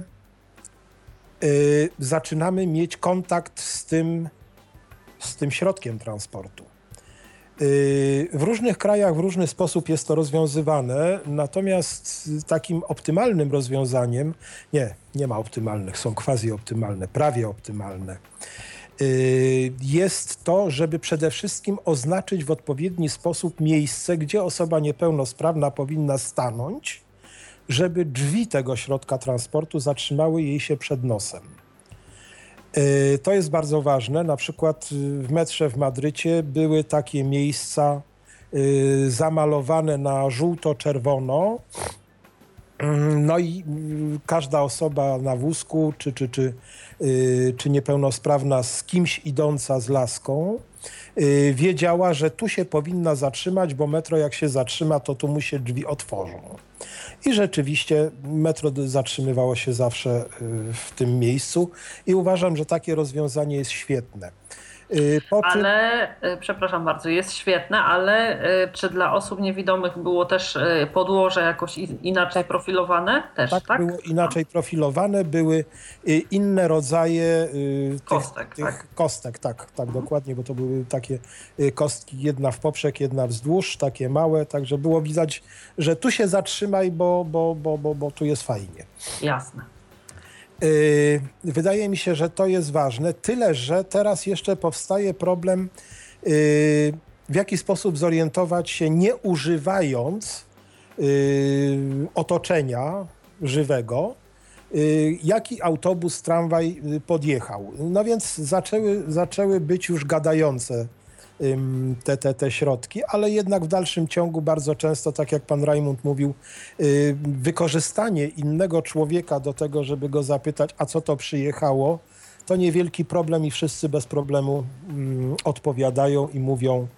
zaczynamy mieć kontakt z tym, z tym środkiem transportu. W różnych krajach w różny sposób jest to rozwiązywane, natomiast takim optymalnym rozwiązaniem, nie, nie ma optymalnych, są quasi-optymalne, prawie optymalne, jest to, żeby przede wszystkim oznaczyć w odpowiedni sposób miejsce, gdzie osoba niepełnosprawna powinna stanąć, żeby drzwi tego środka transportu zatrzymały jej się przed nosem. To jest bardzo ważne. Na przykład w metrze w Madrycie były takie miejsca zamalowane na żółto-czerwono. No i każda osoba na wózku, czy, czy, czy, czy niepełnosprawna z kimś idąca z laską, wiedziała, że tu się powinna zatrzymać, bo metro jak się zatrzyma, to tu mu się drzwi otworzą. I rzeczywiście metro zatrzymywało się zawsze w tym miejscu i uważam, że takie rozwiązanie jest świetne. Po czym... Ale, przepraszam bardzo, jest świetne, ale czy dla osób niewidomych było też podłoże jakoś inaczej tak. profilowane? Też, tak, tak, było inaczej profilowane, były inne rodzaje kostek, tych, tak. tych kostek, tak, tak, dokładnie, bo to były takie kostki, jedna w poprzek, jedna wzdłuż, takie małe, także było widać, że tu się zatrzymaj, bo, bo, bo, bo, bo tu jest fajnie. Jasne. Wydaje mi się, że to jest ważne, tyle że teraz jeszcze powstaje problem, w jaki sposób zorientować się, nie używając otoczenia żywego, jaki autobus, tramwaj podjechał. No więc zaczęły, zaczęły być już gadające Te, te, te środki, ale jednak w dalszym ciągu bardzo często, tak jak pan Rajmund mówił, wykorzystanie innego człowieka do tego, żeby go zapytać, a co to przyjechało, to niewielki problem i wszyscy bez problemu odpowiadają i mówią,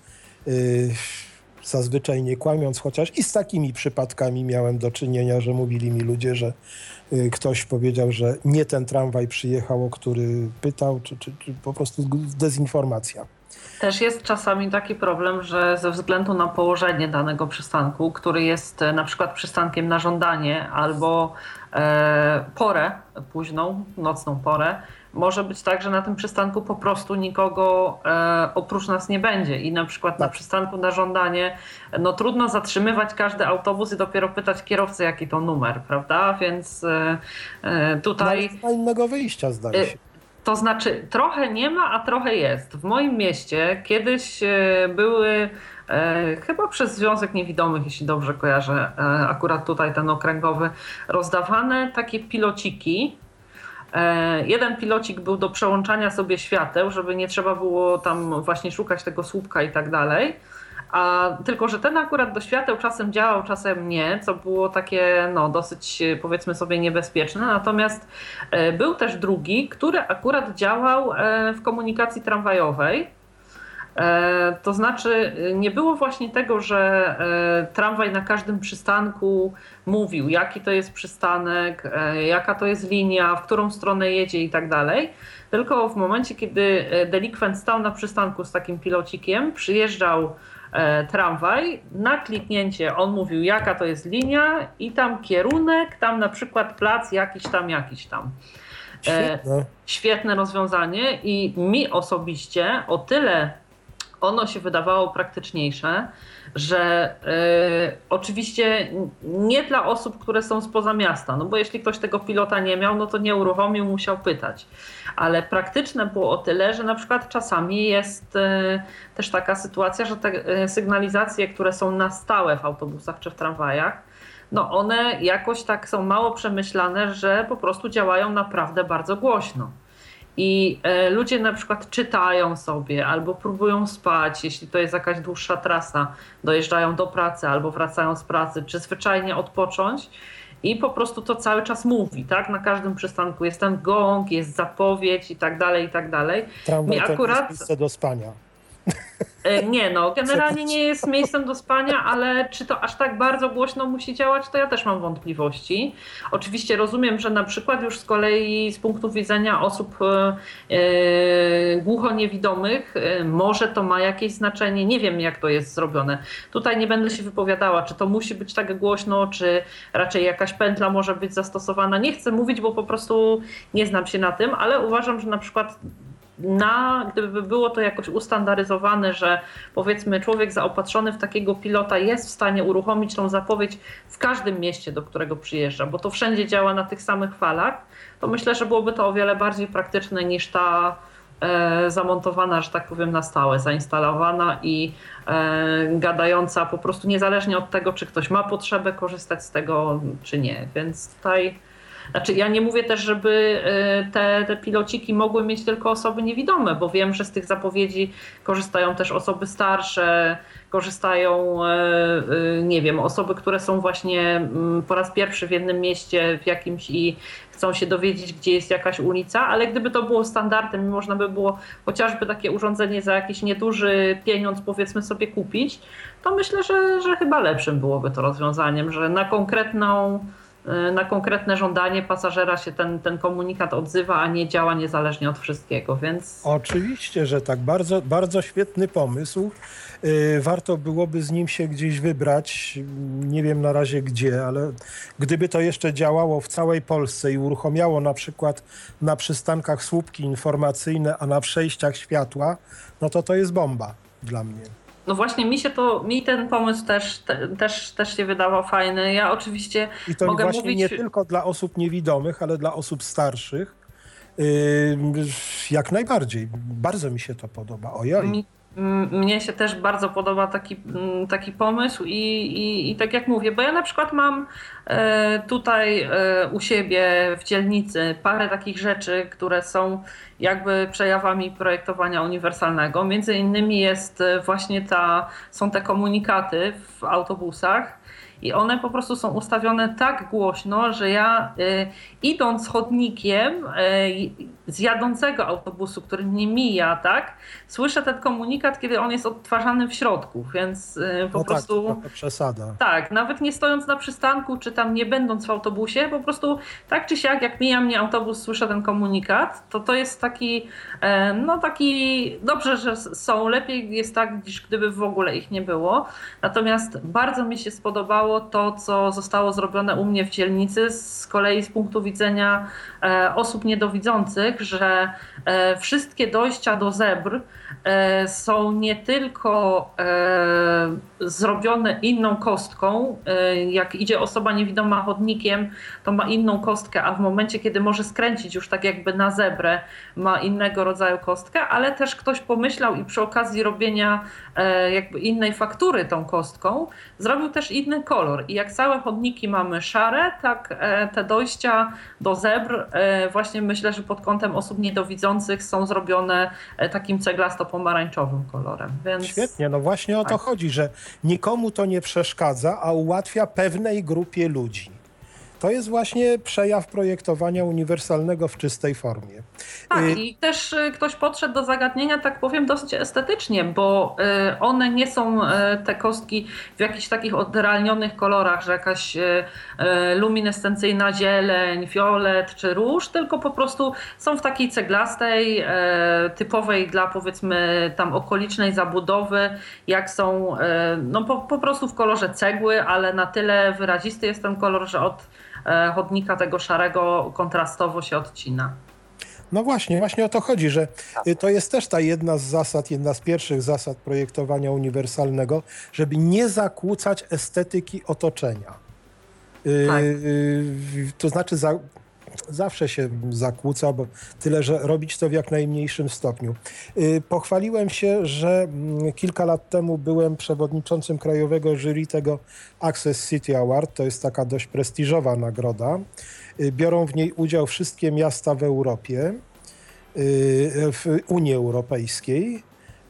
zazwyczaj nie kłamiąc, chociaż i z takimi przypadkami miałem do czynienia, że mówili mi ludzie, że ktoś powiedział, że nie ten tramwaj przyjechał, o który pytał, czy, czy, czy po prostu dezinformacja. Też jest czasami taki problem, że ze względu na położenie danego przystanku, który jest na przykład przystankiem na żądanie albo e, porę późną, nocną porę, może być tak, że na tym przystanku po prostu nikogo e, oprócz nas nie będzie i na przykład tak. na przystanku na żądanie no trudno zatrzymywać każdy autobus i dopiero pytać kierowcy, jaki to numer, prawda? Więc e, e, tutaj... No, nie ma innego wyjścia, zdaje się. To znaczy trochę nie ma, a trochę jest. W moim mieście kiedyś były, e, chyba przez Związek Niewidomych, jeśli dobrze kojarzę, e, akurat tutaj ten okręgowy, rozdawane takie pilociki. E, jeden pilocik był do przełączania sobie świateł, żeby nie trzeba było tam właśnie szukać tego słupka i tak dalej. A tylko, że ten akurat do świateł czasem działał, czasem nie, co było takie no, dosyć powiedzmy sobie niebezpieczne. Natomiast e, był też drugi, który akurat działał e, w komunikacji tramwajowej. E, to znaczy nie było właśnie tego, że e, tramwaj na każdym przystanku mówił, jaki to jest przystanek, e, jaka to jest linia, w którą stronę jedzie i tak dalej. Tylko w momencie, kiedy delikwent stał na przystanku z takim pilocikiem, przyjeżdżał tramwaj, na kliknięcie on mówił, jaka to jest linia i tam kierunek, tam na przykład plac jakiś tam, jakiś tam. Świetne. Świetne rozwiązanie i mi osobiście o tyle ono się wydawało praktyczniejsze, że y, oczywiście nie dla osób, które są spoza miasta, no bo jeśli ktoś tego pilota nie miał, no to nie uruchomił, musiał pytać. Ale praktyczne było o tyle, że na przykład czasami jest y, też taka sytuacja, że te y, sygnalizacje, które są na stałe w autobusach czy w tramwajach, no one jakoś tak są mało przemyślane, że po prostu działają naprawdę bardzo głośno. I e, ludzie na przykład czytają sobie albo próbują spać, jeśli to jest jakaś dłuższa trasa, dojeżdżają do pracy albo wracają z pracy, czy zwyczajnie odpocząć i po prostu to cały czas mówi, tak? Na każdym przystanku jest ten gong, jest zapowiedź i tak dalej, i tak dalej. Tramwaj to akurat... jest miejsce do spania. Nie no, generalnie nie jest miejscem do spania, ale czy to aż tak bardzo głośno musi działać, to ja też mam wątpliwości. Oczywiście rozumiem, że na przykład już z kolei z punktu widzenia osób e, głuchoniewidomych e, może to ma jakieś znaczenie, nie wiem jak to jest zrobione. Tutaj nie będę się wypowiadała, czy to musi być tak głośno, czy raczej jakaś pętla może być zastosowana. Nie chcę mówić, bo po prostu nie znam się na tym, ale uważam, że na przykład Na, gdyby było to jakoś ustandaryzowane, że powiedzmy człowiek zaopatrzony w takiego pilota jest w stanie uruchomić tą zapowiedź w każdym mieście, do którego przyjeżdża, bo to wszędzie działa na tych samych falach, to myślę, że byłoby to o wiele bardziej praktyczne niż ta zamontowana, że tak powiem, na stałe, zainstalowana i gadająca po prostu niezależnie od tego, czy ktoś ma potrzebę korzystać z tego, czy nie. Więc tutaj, znaczy ja nie mówię też, żeby te, te pilociki mogły mieć tylko osoby niewidome, bo wiem, że z tych zapowiedzi korzystają też osoby starsze, korzystają, nie wiem, osoby, które są właśnie po raz pierwszy w jednym mieście w jakimś i chcą się dowiedzieć, gdzie jest jakaś ulica, ale gdyby to było standardem i można by było chociażby takie urządzenie za jakiś nieduży pieniądz, powiedzmy, sobie kupić, to myślę, że, że chyba lepszym byłoby to rozwiązaniem, że na konkretną na konkretne żądanie pasażera się ten, ten komunikat odzywa, a nie działa niezależnie od wszystkiego, więc... Oczywiście, że tak. Bardzo, bardzo świetny pomysł. Warto byłoby z nim się gdzieś wybrać. Nie wiem na razie gdzie, ale gdyby to jeszcze działało w całej Polsce i uruchomiało na przykład na przystankach słupki informacyjne, a na przejściach światła, no to to jest bomba dla mnie. No właśnie, mi się to, mi ten pomysł też, te, też, też się wydawał fajny. Ja oczywiście I to mogę właśnie mówić... nie tylko dla osób niewidomych, ale dla osób starszych. Yy, jak najbardziej. Bardzo mi się to podoba. Ojej. Mi, mnie się też bardzo podoba taki, taki pomysł i, i, i tak jak mówię, bo ja na przykład mam tutaj u siebie w dzielnicy parę takich rzeczy, które są jakby przejawami projektowania uniwersalnego. Między innymi jest właśnie ta, są te komunikaty w autobusach i one po prostu są ustawione tak głośno, że ja y, idąc chodnikiem y, z jadącego autobusu, który mnie mija, tak, słyszę ten komunikat, kiedy on jest odtwarzany w środku, więc y, po no prostu... Tak, to przesada. Tak, nawet nie stojąc na przystanku, czy tam nie będąc w autobusie, po prostu tak czy siak, jak mija mnie autobus, słyszę ten komunikat, to to jest taki, y, no taki, dobrze, że są, lepiej jest tak, niż gdyby w ogóle ich nie było. Natomiast bardzo mi się spodobało to, co zostało zrobione u mnie w dzielnicy, z kolei z punktu widzenia e, osób niedowidzących, że e, wszystkie dojścia do zebr e, są nie tylko e, zrobione inną kostką, e, jak idzie osoba niewidoma chodnikiem, to ma inną kostkę, a w momencie, kiedy może skręcić już tak jakby na zebrę, ma innego rodzaju kostkę, ale też ktoś pomyślał i przy okazji robienia e, jakby innej faktury tą kostką, zrobił też inny kolor. I jak całe chodniki mamy szare, tak e, te dojścia do zebr e, właśnie myślę, że pod kątem osób niedowidzących są zrobione e, takim ceglasto-pomarańczowym kolorem. Więc... Świetnie, no właśnie o to tak. chodzi, że nikomu to nie przeszkadza, a ułatwia pewnej grupie ludzi. To jest właśnie przejaw projektowania uniwersalnego w czystej formie. Tak, i też ktoś podszedł do zagadnienia, tak powiem, dosyć estetycznie, bo one nie są te kostki w jakichś takich odrealnionych kolorach, że jakaś luminescencyjna zieleń, fiolet czy róż, tylko po prostu są w takiej ceglastej, typowej dla, powiedzmy, tam okolicznej zabudowy, jak są no po, po prostu w kolorze cegły, ale na tyle wyrazisty jest ten kolor, że od chodnika tego szarego kontrastowo się odcina. No właśnie, właśnie o to chodzi, że to jest też ta jedna z zasad, jedna z pierwszych zasad projektowania uniwersalnego, żeby nie zakłócać estetyki otoczenia. Tak. Yy, to znaczy za, zawsze się zakłóca, bo tyle, że robić to w jak najmniejszym stopniu. Yy, pochwaliłem się, że kilka lat temu byłem przewodniczącym krajowego jury tego Access City Award. To jest taka dość prestiżowa nagroda. Biorą w niej udział wszystkie miasta w Europie, w Unii Europejskiej.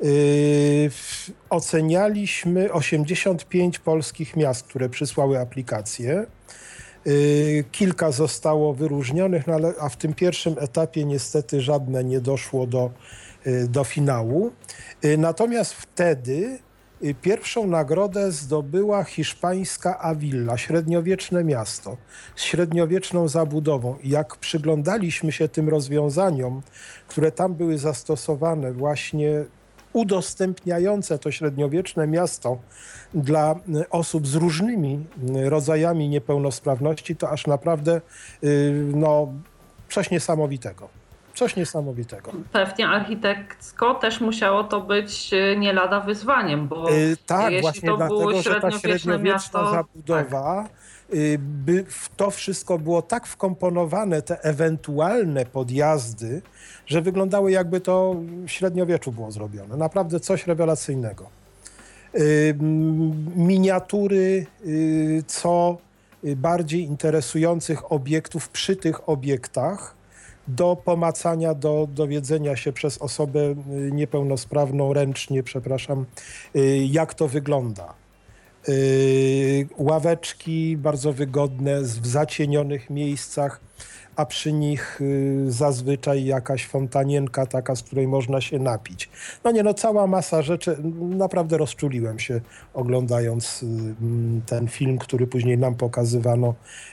Ocenialiśmy osiemdziesiąt pięć polskich miast, które przysłały aplikacje. Kilka zostało wyróżnionych, no ale, a w tym pierwszym etapie niestety żadne nie doszło do, do finału. Natomiast wtedy pierwszą nagrodę zdobyła hiszpańska Avila, średniowieczne miasto z średniowieczną zabudową. I jak przyglądaliśmy się tym rozwiązaniom, które tam były zastosowane, właśnie udostępniające to średniowieczne miasto dla osób z różnymi rodzajami niepełnosprawności, to aż naprawdę no, coś niesamowitego. Coś niesamowitego. Pewnie architekcko też musiało to być nie lada wyzwaniem, bo yy, tak, jeśli właśnie to dlatego, było że ta średniowieczne średniowieczna miasto, zabudowa, tak. yy, by w to wszystko było tak wkomponowane, te ewentualne podjazdy, że wyglądały jakby to w średniowieczu było zrobione. Naprawdę coś rewelacyjnego. Yy, miniatury yy, co bardziej interesujących obiektów przy tych obiektach do pomacania, do dowiedzenia się przez osobę niepełnosprawną ręcznie, przepraszam, jak to wygląda. Ławeczki bardzo wygodne w zacienionych miejscach, a przy nich zazwyczaj jakaś fontanienka taka, z której można się napić. No nie, no cała masa rzeczy. Naprawdę rozczuliłem się oglądając ten film, który później nam pokazywano,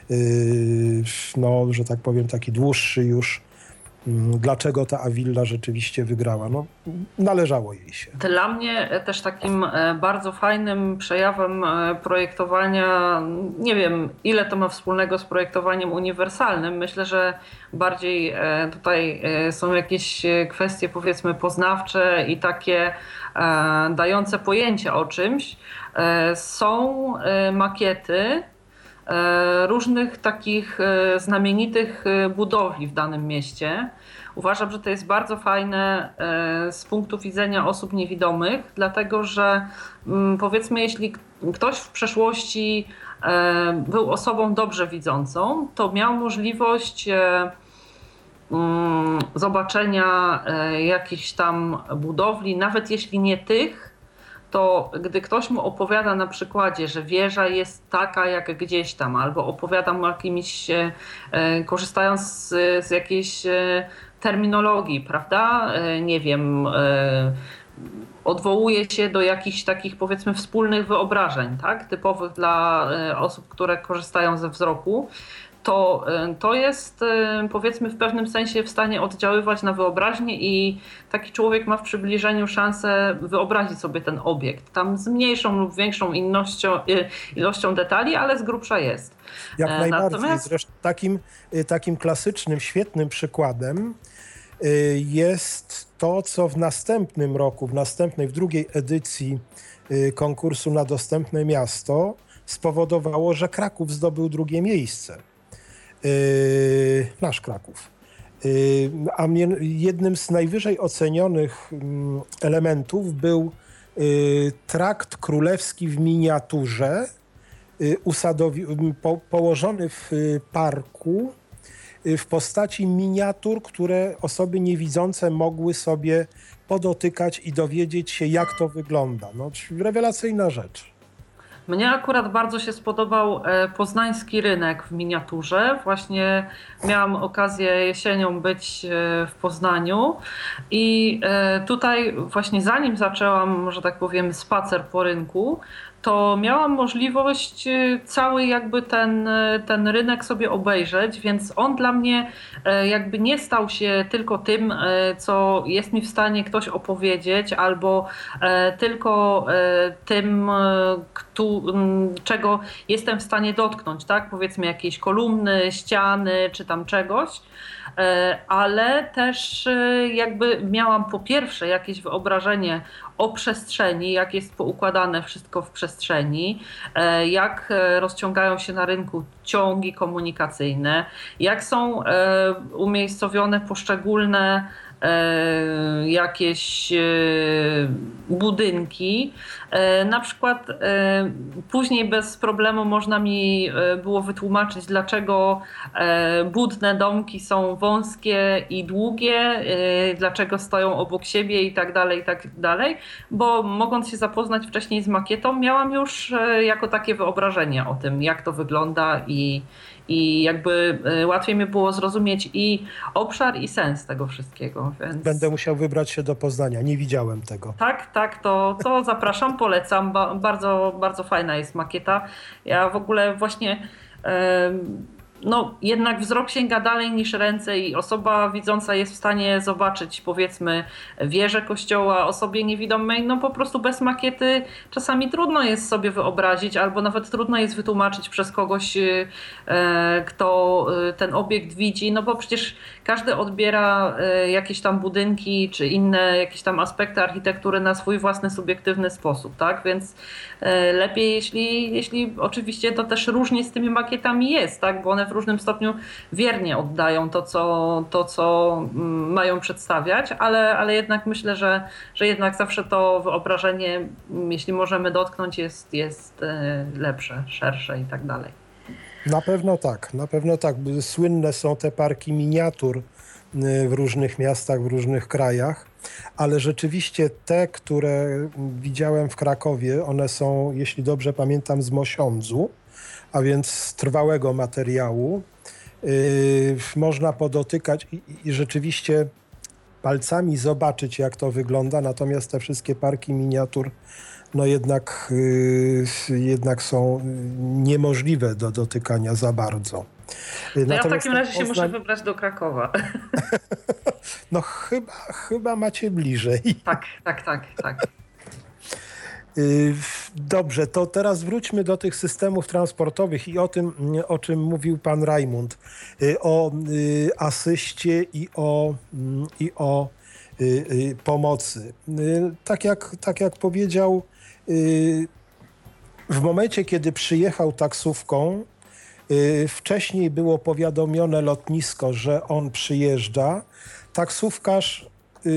no, że tak powiem, taki dłuższy już. Dlaczego ta Avilla rzeczywiście wygrała? No, należało jej się. Dla mnie też takim bardzo fajnym przejawem projektowania, nie wiem ile to ma wspólnego z projektowaniem uniwersalnym, myślę, że bardziej tutaj są jakieś kwestie powiedzmy poznawcze i takie dające pojęcie o czymś. Są makiety różnych takich znamienitych budowli w danym mieście. Uważam, że to jest bardzo fajne z punktu widzenia osób niewidomych, dlatego że powiedzmy, jeśli ktoś w przeszłości był osobą dobrze widzącą, to miał możliwość zobaczenia jakichś tam budowli, nawet jeśli nie tych, to gdy ktoś mu opowiada na przykładzie, że wieża jest taka jak gdzieś tam, albo opowiada mu jakimiś, korzystając z, z jakiejś terminologii, prawda, nie wiem, odwołuje się do jakichś takich powiedzmy wspólnych wyobrażeń, tak, typowych dla osób, które korzystają ze wzroku, to, to jest powiedzmy w pewnym sensie w stanie oddziaływać na wyobraźnię i taki człowiek ma w przybliżeniu szansę wyobrazić sobie ten obiekt. Tam z mniejszą lub większą ilością, ilością detali, ale z grubsza jest. Jak najbardziej. Natomiast... Zresztą takim, takim klasycznym, świetnym przykładem jest to, co w następnym roku, w następnej, w drugiej edycji konkursu na Dostępne Miasto spowodowało, że Kraków zdobył drugie miejsce. Yy, nasz Kraków. Yy, a mnie, jednym z najwyżej ocenionych elementów był yy, trakt królewski w miniaturze, yy, usadowi- po, położony w yy, parku yy, w postaci miniatur, które osoby niewidzące mogły sobie podotykać i dowiedzieć się, jak to wygląda. No, rewelacyjna rzecz. Mnie akurat bardzo się spodobał poznański rynek w miniaturze. Właśnie miałam okazję jesienią być w Poznaniu i tutaj właśnie zanim zaczęłam, że tak powiem, spacer po rynku, to miałam możliwość cały jakby ten, ten rynek sobie obejrzeć, więc on dla mnie jakby nie stał się tylko tym, co jest mi w stanie ktoś opowiedzieć, albo tylko tym, czego jestem w stanie dotknąć, tak? Powiedzmy jakieś kolumny, ściany czy tam czegoś, ale też jakby miałam po pierwsze jakieś wyobrażenie o przestrzeni, jak jest poukładane wszystko w przestrzeni, jak rozciągają się na rynku ciągi komunikacyjne, jak są umiejscowione poszczególne jakieś budynki. Na przykład później bez problemu można mi było wytłumaczyć, dlaczego budne domki są wąskie i długie, dlaczego stoją obok siebie i tak dalej, i tak dalej, bo mogąc się zapoznać wcześniej z makietą, miałam już jako takie wyobrażenie o tym, jak to wygląda i I jakby łatwiej mi było zrozumieć i obszar, i sens tego wszystkiego. Więc... Będę musiał wybrać się do Poznania. Nie widziałem tego. Tak, tak, to, to zapraszam, polecam. Ba- bardzo, bardzo fajna jest makieta. Ja w ogóle właśnie no jednak wzrok sięga dalej niż ręce i osoba widząca jest w stanie zobaczyć, powiedzmy, wieżę kościoła, osobie niewidomej, no po prostu bez makiety czasami trudno jest sobie wyobrazić, albo nawet trudno jest wytłumaczyć przez kogoś, kto ten obiekt widzi, no bo przecież każdy odbiera jakieś tam budynki czy inne jakieś tam aspekty architektury na swój własny subiektywny sposób, tak? Więc lepiej, jeśli, jeśli oczywiście to też różnie z tymi makietami jest, tak? Bo one w różnym stopniu wiernie oddają to, co, to, co mają przedstawiać, ale, ale jednak myślę, że, że jednak zawsze to wyobrażenie, jeśli możemy dotknąć, jest, jest lepsze, szersze i tak dalej. Na pewno tak, na pewno tak. Słynne są te parki miniatur w różnych miastach, w różnych krajach, ale rzeczywiście te, które widziałem w Krakowie, one są, jeśli dobrze pamiętam, z mosiądzu, a więc z trwałego materiału. Yy, można podotykać i, i rzeczywiście palcami zobaczyć, jak to wygląda, natomiast te wszystkie parki miniatur no jednak, yy, jednak są niemożliwe do dotykania za bardzo. To ja w takim razie się Poznań... muszę wybrać do Krakowa. No chyba, chyba macie bliżej. Tak, tak, tak, tak. Dobrze, to teraz wróćmy do tych systemów transportowych i o tym, o czym mówił pan Rajmund. O asyście i o, i o pomocy. Tak jak, tak jak powiedział, w momencie, kiedy przyjechał taksówką, wcześniej było powiadomione lotnisko, że on przyjeżdża. Taksówkarz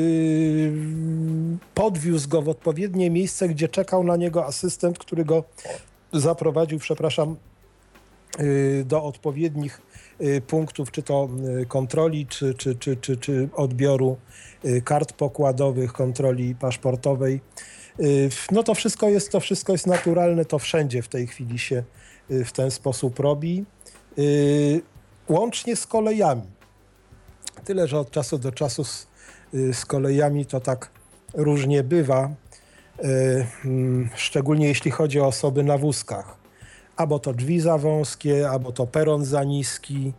podwiózł go w odpowiednie miejsce, gdzie czekał na niego asystent, który go zaprowadził, przepraszam, do odpowiednich punktów, czy to kontroli, czy, czy, czy, czy, czy odbioru kart pokładowych, kontroli paszportowej. No to wszystko jest, to wszystko jest naturalne, to wszędzie w tej chwili się w ten sposób robi. Łącznie z kolejami. Tyle, że od czasu do czasu z, z kolejami to tak różnie bywa, szczególnie jeśli chodzi o osoby na wózkach. Albo to drzwi za wąskie, albo to peron za niski.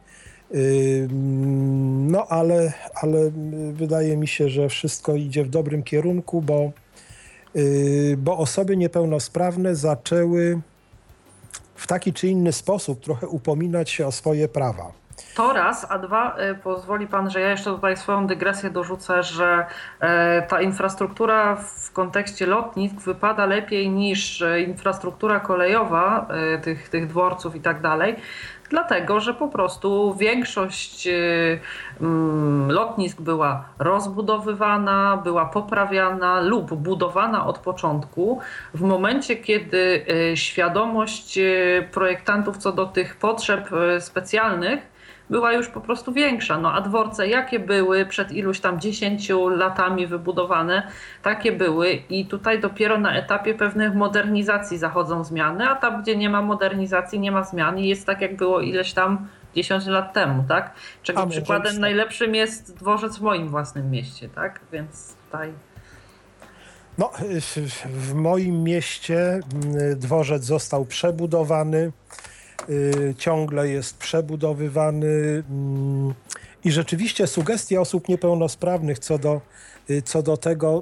No ale, ale wydaje mi się, że wszystko idzie w dobrym kierunku, bo, bo osoby niepełnosprawne zaczęły w taki czy inny sposób trochę upominać się o swoje prawa. To raz, a dwa, pozwoli pan, że ja jeszcze tutaj swoją dygresję dorzucę, że ta infrastruktura w kontekście lotnisk wypada lepiej niż infrastruktura kolejowa tych, tych dworców i tak dalej, dlatego że po prostu większość lotnisk była rozbudowywana, była poprawiana lub budowana od początku. W momencie, kiedy świadomość projektantów co do tych potrzeb specjalnych była już po prostu większa. No a dworce jakie były przed iluś tam dziesięciu latami wybudowane, takie były i tutaj dopiero na etapie pewnych modernizacji zachodzą zmiany, a tam, gdzie nie ma modernizacji, nie ma zmian i jest tak, jak było ileś tam dziesięć lat temu, tak? Czego przykładem tak. najlepszym jest dworzec w moim własnym mieście, tak? Więc tutaj... No, w moim mieście dworzec został przebudowany, ciągle jest przebudowywany i rzeczywiście sugestie osób niepełnosprawnych co do, co do tego,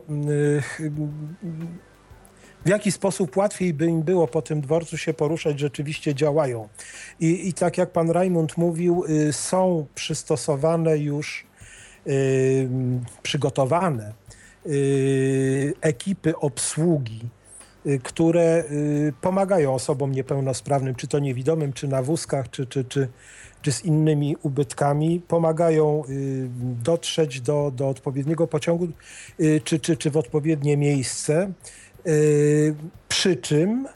w jaki sposób łatwiej by im było po tym dworcu się poruszać, rzeczywiście działają. I, i tak jak pan Rajmund mówił, są przystosowane już, przygotowane ekipy obsługi, które pomagają osobom niepełnosprawnym, czy to niewidomym, czy na wózkach, czy, czy, czy, czy z innymi ubytkami, pomagają dotrzeć do, do odpowiedniego pociągu, czy, czy, czy w odpowiednie miejsce. Przy czym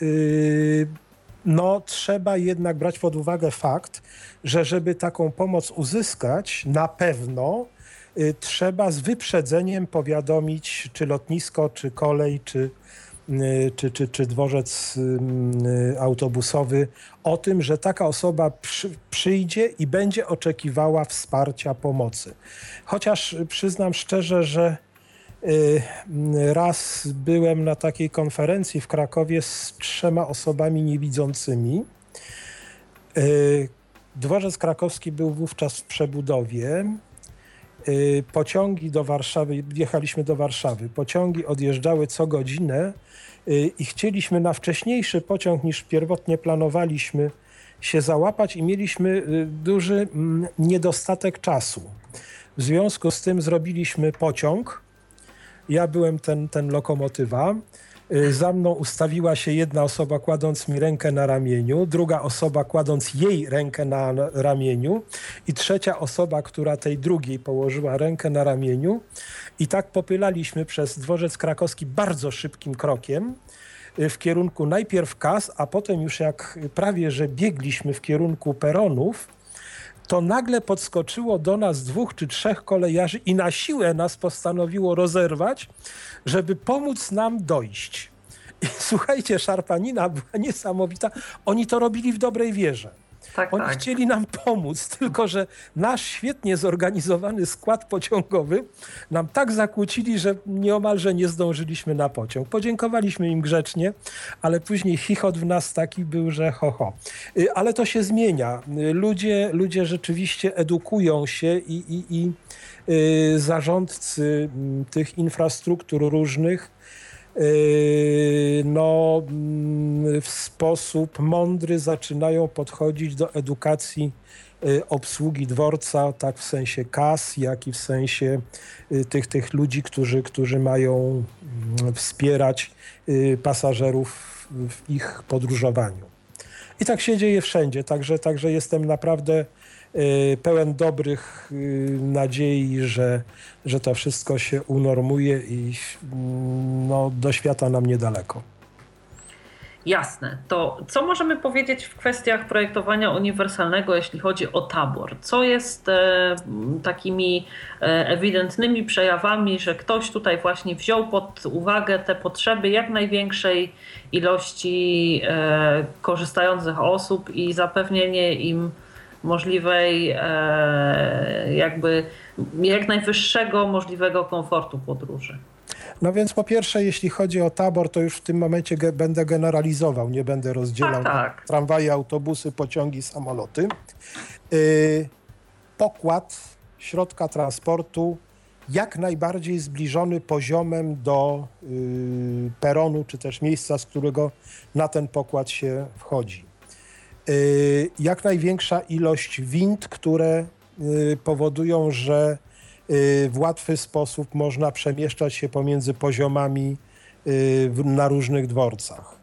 no, trzeba jednak brać pod uwagę fakt, że żeby taką pomoc uzyskać, na pewno trzeba z wyprzedzeniem powiadomić czy lotnisko, czy kolej, czy Czy, czy, czy dworzec autobusowy o tym, że taka osoba przy, przyjdzie i będzie oczekiwała wsparcia, pomocy. Chociaż przyznam szczerze, że raz byłem na takiej konferencji w Krakowie z trzema osobami niewidzącymi, Dworzec Krakowski był wówczas w przebudowie. Pociągi do Warszawy, jechaliśmy do Warszawy, pociągi odjeżdżały co godzinę i chcieliśmy na wcześniejszy pociąg niż pierwotnie planowaliśmy się załapać i mieliśmy duży niedostatek czasu. W związku z tym zrobiliśmy pociąg. Ja byłem ten, ten lokomotywa. Za mną ustawiła się jedna osoba, kładąc mi rękę na ramieniu, druga osoba kładąc jej rękę na ramieniu i trzecia osoba, która tej drugiej położyła rękę na ramieniu. I tak popylaliśmy przez Dworzec Krakowski bardzo szybkim krokiem w kierunku najpierw kas, a potem już jak prawie, że biegliśmy w kierunku peronów, to nagle podskoczyło do nas dwóch czy trzech kolejarzy i na siłę nas postanowiło rozerwać, żeby pomóc nam dojść. I słuchajcie, szarpanina była niesamowita. Oni to robili w dobrej wierze. Tak, Oni tak. chcieli nam pomóc, tylko że nasz świetnie zorganizowany skład pociągowy nam tak zakłócili, że nieomalże nie zdążyliśmy na pociąg. Podziękowaliśmy im grzecznie, ale później chichot w nas taki był, że ho, ho. Ale to się zmienia. Ludzie, ludzie rzeczywiście edukują się i, i, i zarządcy tych infrastruktur różnych no, w sposób mądry zaczynają podchodzić do edukacji obsługi dworca, tak w sensie kas, jak i w sensie tych, tych ludzi, którzy, którzy mają wspierać pasażerów w ich podróżowaniu. I tak się dzieje wszędzie, także, także jestem naprawdę pełen dobrych nadziei, że, że to wszystko się unormuje i no, do świata nam niedaleko. Jasne. To co możemy powiedzieć w kwestiach projektowania uniwersalnego, jeśli chodzi o tabor? Co jest e, takimi e, ewidentnymi przejawami, że ktoś tutaj właśnie wziął pod uwagę te potrzeby jak największej ilości e, korzystających osób i zapewnienie im możliwej e, jakby jak najwyższego możliwego komfortu podróży? No więc po pierwsze, jeśli chodzi o tabor, to już w tym momencie ge- będę generalizował, nie będę rozdzielał tak, tak. tramwaje, autobusy, pociągi, samoloty. Yy, pokład środka transportu jak najbardziej zbliżony poziomem do yy, peronu, czy też miejsca, z którego na ten pokład się wchodzi. Yy, jak największa ilość wind, które yy, powodują, że w łatwy sposób można przemieszczać się pomiędzy poziomami na różnych dworcach.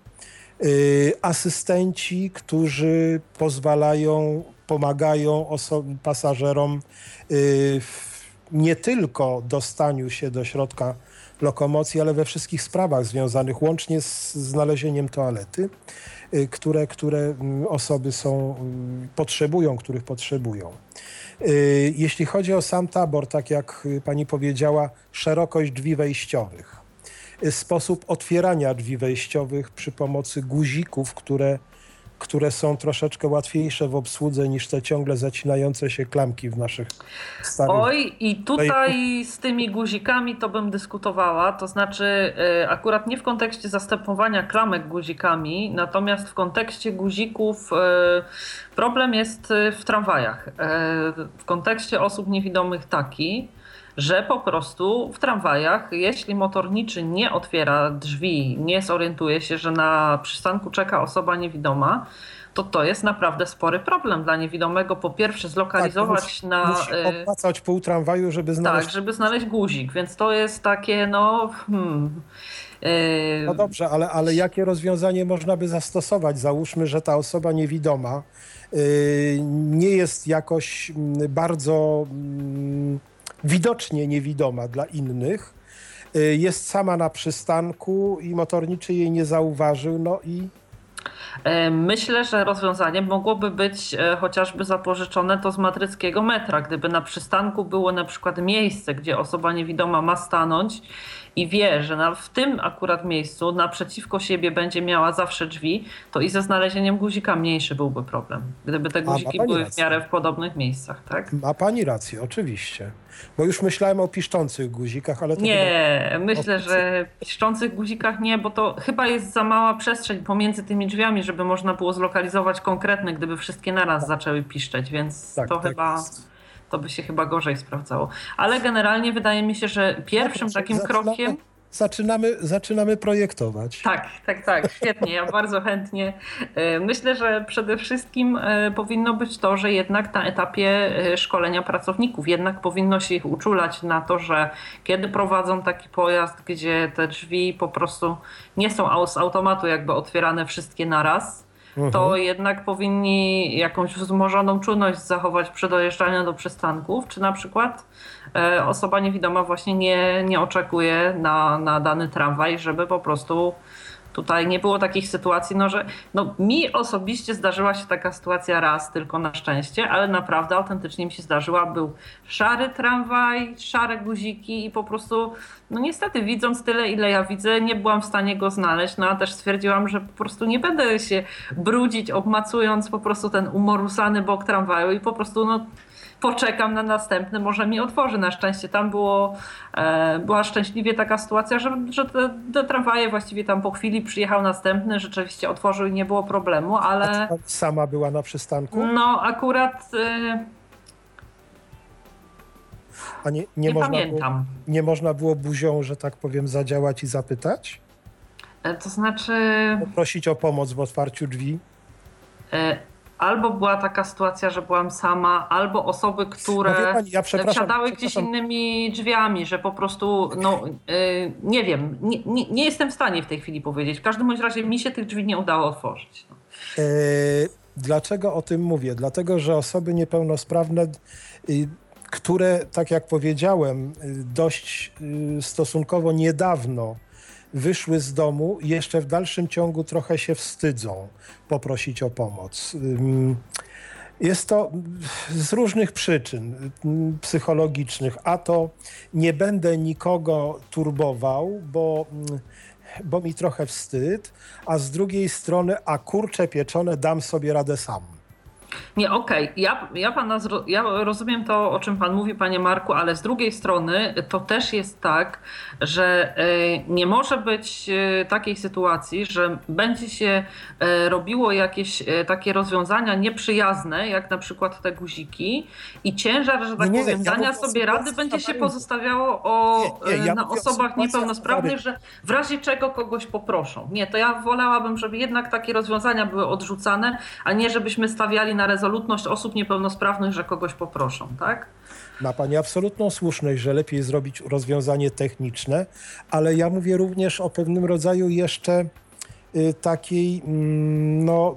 Asystenci, którzy pozwalają, pomagają oso- pasażerom w nie tylko dostaniu się do środka lokomocji, ale we wszystkich sprawach związanych łącznie z znalezieniem toalety, które, które osoby są, potrzebują, których potrzebują. Jeśli chodzi o sam tabor, tak jak pani powiedziała, szerokość drzwi wejściowych, sposób otwierania drzwi wejściowych przy pomocy guzików, które, które są troszeczkę łatwiejsze w obsłudze niż te ciągle zacinające się klamki w naszych starych... Oj, i tutaj z tymi guzikami to bym dyskutowała, to znaczy akurat nie w kontekście zastępowania klamek guzikami, natomiast w kontekście guzików problem jest w tramwajach. W kontekście osób niewidomych taki, że po prostu w tramwajach, jeśli motorniczy nie otwiera drzwi, nie zorientuje się, że na przystanku czeka osoba niewidoma, to to jest naprawdę spory problem dla niewidomego. Po pierwsze zlokalizować tak, musi, na... Musi opłacać pół tramwaju, żeby znaleźć... Tak, żeby znaleźć guzik, więc to jest takie no... Hmm, yy... No dobrze, ale, ale jakie rozwiązanie można by zastosować? Załóżmy, że ta osoba niewidoma yy, nie jest jakoś bardzo... Yy, widocznie niewidoma dla innych, jest sama na przystanku i motorniczy jej nie zauważył, no i... Myślę, że rozwiązaniem mogłoby być chociażby zapożyczone to z madryckiego metra. Gdyby na przystanku było na przykład miejsce, gdzie osoba niewidoma ma stanąć i wie, że na, w tym akurat miejscu naprzeciwko siebie będzie miała zawsze drzwi, to i ze znalezieniem guzika mniejszy byłby problem. Gdyby te guziki były rację. w miarę w podobnych miejscach, tak? Ma pani rację, oczywiście. Bo już myślałem o piszczących guzikach, ale to Nie, chyba... myślę, że piszczących guzikach nie, bo to chyba jest za mała przestrzeń pomiędzy tymi drzwiami, żeby można było zlokalizować konkretne, gdyby wszystkie naraz tak. zaczęły piszczeć, więc tak, to tak chyba... Jest. To by się chyba gorzej sprawdzało. Ale generalnie wydaje mi się, że pierwszym no, takim zaczynamy, krokiem... Zaczynamy, zaczynamy projektować. Tak, tak, tak. Świetnie. Ja bardzo chętnie. Myślę, że przede wszystkim powinno być to, że jednak na etapie szkolenia pracowników jednak powinno się ich uczulać na to, że kiedy prowadzą taki pojazd, gdzie te drzwi po prostu nie są z automatu jakby otwierane wszystkie naraz, to mhm. jednak powinni jakąś wzmożoną czujność zachować przy dojeżdżaniu do przystanków, czy na przykład e, osoba niewidoma właśnie nie, nie oczekuje na, na dany tramwaj, żeby po prostu tutaj nie było takich sytuacji, no że no, mi osobiście zdarzyła się taka sytuacja raz tylko na szczęście, ale naprawdę autentycznie mi się zdarzyła. Był szary tramwaj, szare guziki i po prostu, no niestety widząc tyle, ile ja widzę, nie byłam w stanie go znaleźć, no a też stwierdziłam, że po prostu nie będę się brudzić, obmacując po prostu ten umorusany bok tramwaju i po prostu no poczekam na następny, może mi otworzy. Na szczęście tam było, e, była szczęśliwie taka sytuacja, że, że te, te tramwaje właściwie tam po chwili przyjechał następny, rzeczywiście otworzył i nie było problemu, ale... A ty sama była na przystanku? No akurat... E... A nie, nie, nie można pamiętam. Było, nie można było buzią, że tak powiem, zadziałać i zapytać? E, to znaczy... Poprosić o pomoc w otwarciu drzwi? E... Albo była taka sytuacja, że byłam sama, albo osoby, które no pani, ja wsiadały gdzieś innymi drzwiami, że po prostu, no yy, nie wiem, nie, nie, nie jestem w stanie w tej chwili powiedzieć. W każdym bądź razie mi się tych drzwi nie udało otworzyć. No. Yy, dlaczego o tym mówię? Dlatego, że osoby niepełnosprawne, yy, które, tak jak powiedziałem, yy, dość yy, stosunkowo niedawno wyszły z domu, jeszcze w dalszym ciągu trochę się wstydzą poprosić o pomoc. Jest to z różnych przyczyn psychologicznych, a to nie będę nikogo turbował, bo, bo mi trochę wstyd, a z drugiej strony, a kurcze pieczone dam sobie radę sam. Nie, okej, okay. ja, ja pana zro, ja rozumiem to, o czym pan mówi, panie Marku, ale z drugiej strony to też jest tak, że y, nie może być y, takiej sytuacji, że będzie się y, robiło jakieś y, takie rozwiązania nieprzyjazne, jak na przykład te guziki i ciężar, że tak nie, powiem, dania ja sobie rady będzie się pozostawiało o, nie, nie, ja na osobach niepełnosprawnych, że w razie czego kogoś poproszą. Nie, to ja wolałabym, żeby jednak takie rozwiązania były odrzucane, a nie żebyśmy stawiali na rezolutność osób niepełnosprawnych, że kogoś poproszą, tak? Ma pani absolutną słuszność, że lepiej zrobić rozwiązanie techniczne, ale ja mówię również o pewnym rodzaju jeszcze y, takiej, mm, no...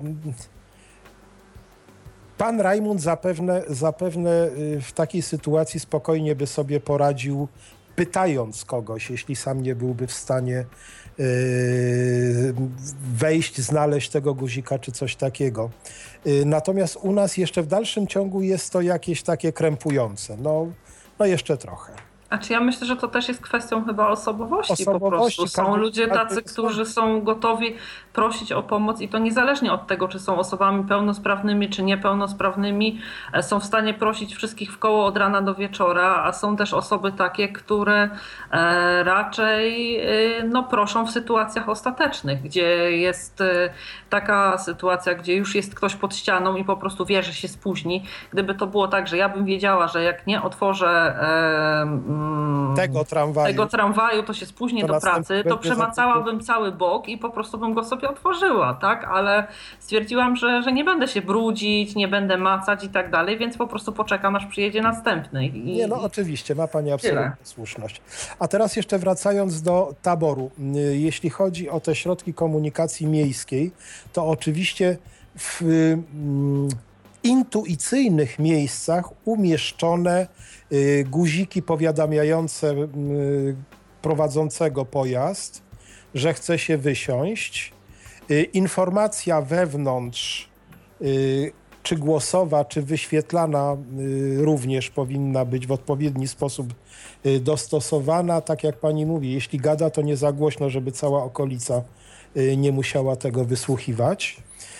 Pan Rajmund zapewne, zapewne y, w takiej sytuacji spokojnie by sobie poradził, pytając kogoś, jeśli sam nie byłby w stanie y, wejść, znaleźć tego guzika czy coś takiego. Natomiast u nas jeszcze w dalszym ciągu jest to jakieś takie krępujące. No, no jeszcze trochę. Znaczy ja myślę, że to też jest kwestią chyba osobowości, osobowości po prostu. Są ludzie tacy, którzy są gotowi prosić o pomoc i to niezależnie od tego, czy są osobami pełnosprawnymi, czy niepełnosprawnymi, są w stanie prosić wszystkich w koło od rana do wieczora, a są też osoby takie, które raczej no, proszą w sytuacjach ostatecznych, gdzie jest taka sytuacja, gdzie już jest ktoś pod ścianą i po prostu wie, że się spóźni. Gdyby to było tak, że ja bym wiedziała, że jak nie otworzę Tego tramwaju. tego tramwaju, to się spóźnię to do pracy, to przemacałabym cały bok i po prostu bym go sobie otworzyła, tak? Ale stwierdziłam, że, że nie będę się brudzić, nie będę macać i tak dalej, więc po prostu poczekam, aż przyjedzie następny. I... Nie, no oczywiście, ma pani absolutną słuszność. A teraz jeszcze wracając do taboru. Jeśli chodzi o te środki komunikacji miejskiej, to oczywiście w mm, intuicyjnych miejscach umieszczone guziki powiadamiające prowadzącego pojazd, że chce się wysiąść. Informacja wewnątrz czy głosowa, czy wyświetlana również powinna być w odpowiedni sposób dostosowana. Tak jak pani mówi, jeśli gada, to nie za głośno, żeby cała okolica nie musiała tego wysłuchiwać.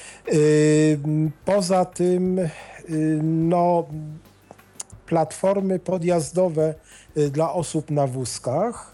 Poza tym no, platformy podjazdowe dla osób na wózkach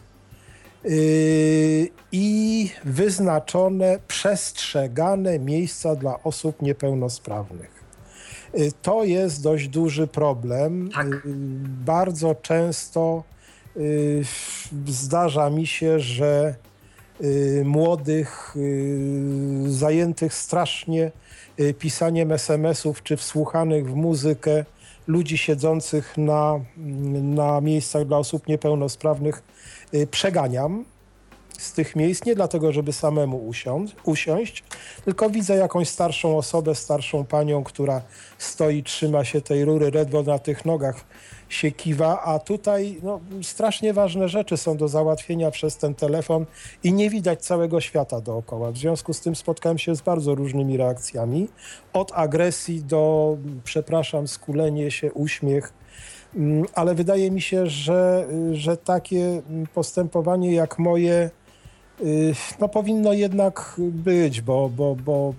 i wyznaczone, przestrzegane miejsca dla osób niepełnosprawnych. To jest dość duży problem. Tak. Bardzo często zdarza mi się, że młodych, zajętych strasznie pisaniem es em esów czy wsłuchanych w muzykę ludzi siedzących na, na miejscach dla osób niepełnosprawnych przeganiam z tych miejsc, nie dlatego, żeby samemu usiąść, usiąść, tylko widzę jakąś starszą osobę, starszą panią, która stoi, trzyma się tej rury, ledwo na tych nogach się kiwa, a tutaj no, strasznie ważne rzeczy są do załatwienia przez ten telefon i nie widać całego świata dookoła. W związku z tym spotkałem się z bardzo różnymi reakcjami, od agresji do, przepraszam, skulenie się, uśmiech, ale wydaje mi się, że, że takie postępowanie jak moje no, powinno jednak być, bo, bo, bo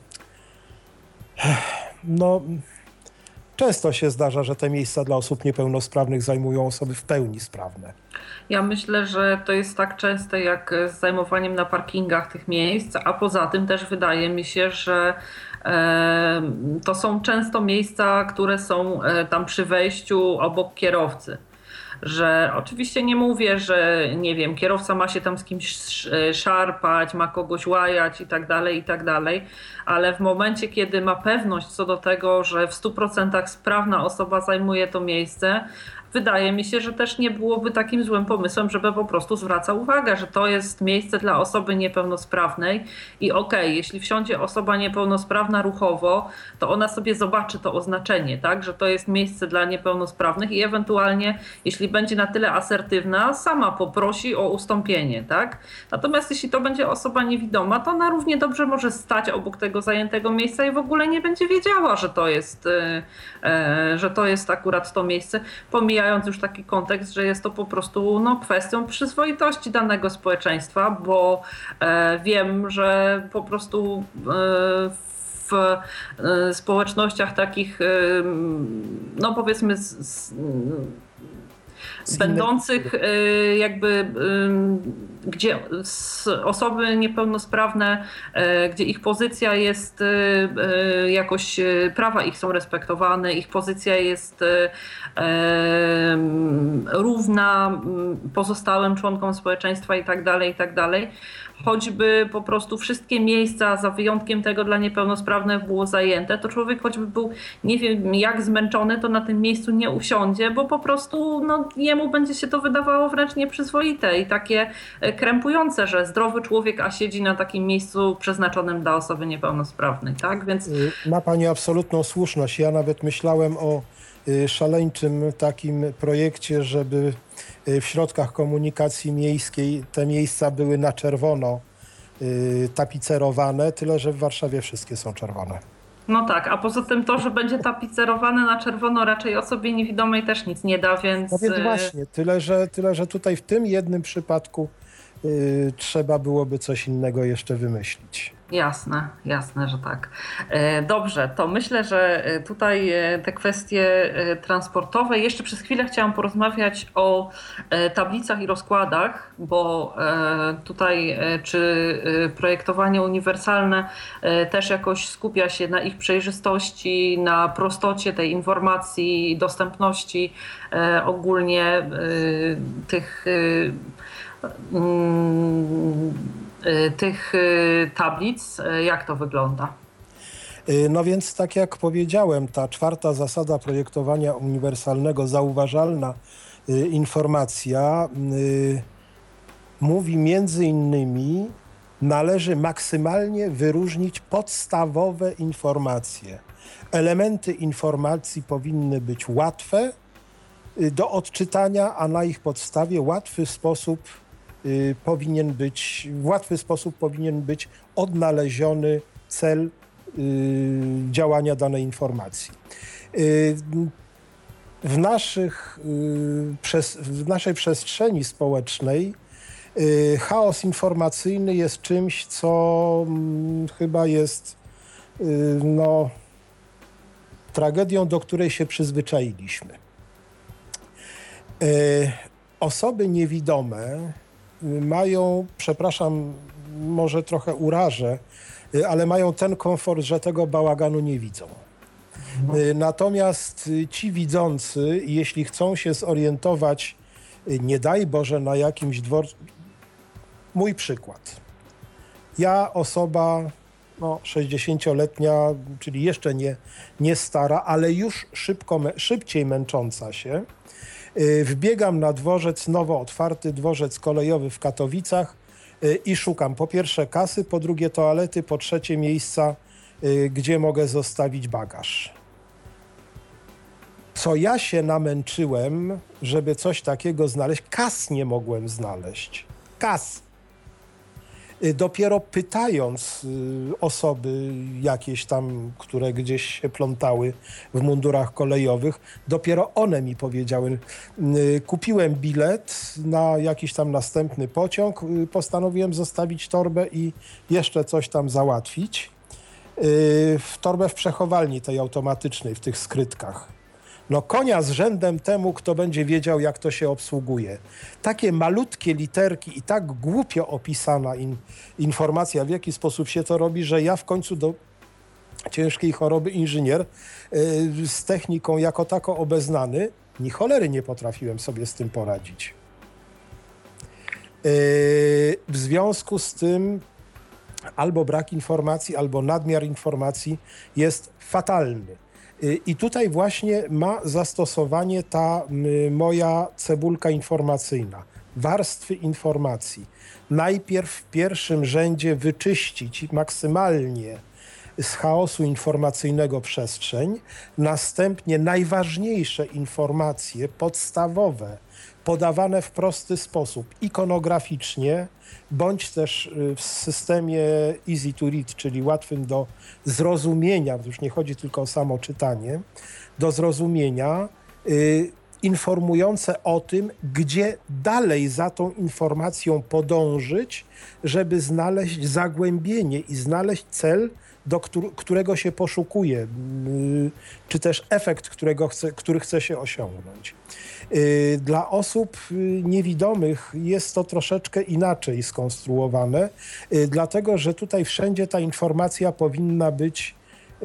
no, często się zdarza, że te miejsca dla osób niepełnosprawnych zajmują osoby w pełni sprawne. Ja myślę, że to jest tak częste jak z zajmowaniem na parkingach tych miejsc, a poza tym też wydaje mi się, że to są często miejsca, które są tam przy wejściu obok kierowcy. Że oczywiście nie mówię, że nie wiem, kierowca ma się tam z kimś szarpać, ma kogoś łajać i tak dalej, i tak dalej, ale w momencie, kiedy ma pewność co do tego, że w stu procentach sprawna osoba zajmuje to miejsce, wydaje mi się, że też nie byłoby takim złym pomysłem, żeby po prostu zwracał uwagę, że to jest miejsce dla osoby niepełnosprawnej i okej, okay, jeśli wsiądzie osoba niepełnosprawna ruchowo, to ona sobie zobaczy to oznaczenie, tak, że to jest miejsce dla niepełnosprawnych i ewentualnie, jeśli będzie na tyle asertywna, sama poprosi o ustąpienie, tak. Natomiast jeśli to będzie osoba niewidoma, to ona równie dobrze może stać obok tego zajętego miejsca i w ogóle nie będzie wiedziała, że to jest, że to jest akurat to miejsce, pomijając już taki kontekst, że jest to po prostu no, kwestią przyzwoitości danego społeczeństwa, bo e, wiem, że po prostu e, w e, społecznościach takich, e, no powiedzmy, z, z, będących jakby, gdzie osoby niepełnosprawne, gdzie ich pozycja jest jakoś, prawa ich są respektowane, ich pozycja jest równa pozostałym członkom społeczeństwa i tak dalej, i tak dalej. Choćby po prostu wszystkie miejsca, za wyjątkiem tego dla niepełnosprawnych, było zajęte, to człowiek choćby był nie wiem jak zmęczony, to na tym miejscu nie usiądzie, bo po prostu no, jemu będzie się to wydawało wręcz nieprzyzwoite i takie krępujące, że zdrowy człowiek, a siedzi na takim miejscu przeznaczonym dla osoby niepełnosprawnej, tak? Więc... Ma pani absolutną słuszność. Ja nawet myślałem o szaleńczym takim projekcie, żeby w środkach komunikacji miejskiej te miejsca były na czerwono tapicerowane, tyle że w Warszawie wszystkie są czerwone. No tak, a poza tym to, że będzie tapicerowane na czerwono, raczej osobie niewidomej też nic nie da, więc... No więc właśnie, tyle że, tyle, że tutaj w tym jednym przypadku y, trzeba byłoby coś innego jeszcze wymyślić. Jasne, jasne, że tak. Dobrze, to myślę, że tutaj te kwestie transportowe. Jeszcze przez chwilę chciałam porozmawiać o tablicach i rozkładach, bo tutaj czy projektowanie uniwersalne też jakoś skupia się na ich przejrzystości, na prostocie tej informacji, dostępności ogólnie tych tych tablic. Jak to wygląda? No więc tak jak powiedziałem, ta czwarta zasada projektowania uniwersalnego, zauważalna informacja, mówi między innymi, należy maksymalnie wyróżnić podstawowe informacje. Elementy informacji powinny być łatwe do odczytania, a na ich podstawie łatwy sposób powinien być, w łatwy sposób powinien być odnaleziony cel działania danej informacji. W, naszych, w naszej przestrzeni społecznej chaos informacyjny jest czymś, co chyba jest no, tragedią, do której się przyzwyczailiśmy. Osoby niewidome mają, przepraszam, może trochę urażę, ale mają ten komfort, że tego bałaganu nie widzą. No. Natomiast ci widzący, jeśli chcą się zorientować, nie daj Boże, na jakimś dworcu... Mój przykład. Ja, osoba no, sześćdziesięcioletnia, czyli jeszcze nie, nie stara, ale już szybko, szybciej męcząca się, wbiegam na dworzec, nowo otwarty dworzec kolejowy w Katowicach i szukam po pierwsze kasy, po drugie toalety, po trzecie miejsca, gdzie mogę zostawić bagaż. Co ja się namęczyłem, żeby coś takiego znaleźć, kas nie mogłem znaleźć. Kas. Dopiero pytając osoby jakieś tam, które gdzieś się plątały w mundurach kolejowych, dopiero one mi powiedziały, kupiłem bilet na jakiś tam następny pociąg, postanowiłem zostawić torbę i jeszcze coś tam załatwić. W torbę w przechowalni tej automatycznej, w tych skrytkach. No konia z rzędem temu, kto będzie wiedział, jak to się obsługuje. Takie malutkie literki i tak głupio opisana in, informacja, w jaki sposób się to robi, że ja w końcu do ciężkiej choroby inżynier yy, z techniką jako tako obeznany, ni cholery nie potrafiłem sobie z tym poradzić. Yy, w związku z tym albo brak informacji, albo nadmiar informacji jest fatalny. I tutaj właśnie ma zastosowanie ta moja cebulka informacyjna, warstwy informacji. Najpierw w pierwszym rzędzie wyczyścić maksymalnie z chaosu informacyjnego przestrzeń, następnie najważniejsze informacje podstawowe, podawane w prosty sposób, ikonograficznie, bądź też w systemie easy to read, czyli łatwym do zrozumienia, już nie chodzi tylko o samo czytanie, do zrozumienia, y, informujące o tym, gdzie dalej za tą informacją podążyć, żeby znaleźć zagłębienie i znaleźć cel, do którego się poszukuje, czy też efekt, którego chce, który chce się osiągnąć. Dla osób niewidomych jest to troszeczkę inaczej skonstruowane, dlatego że tutaj wszędzie ta informacja powinna być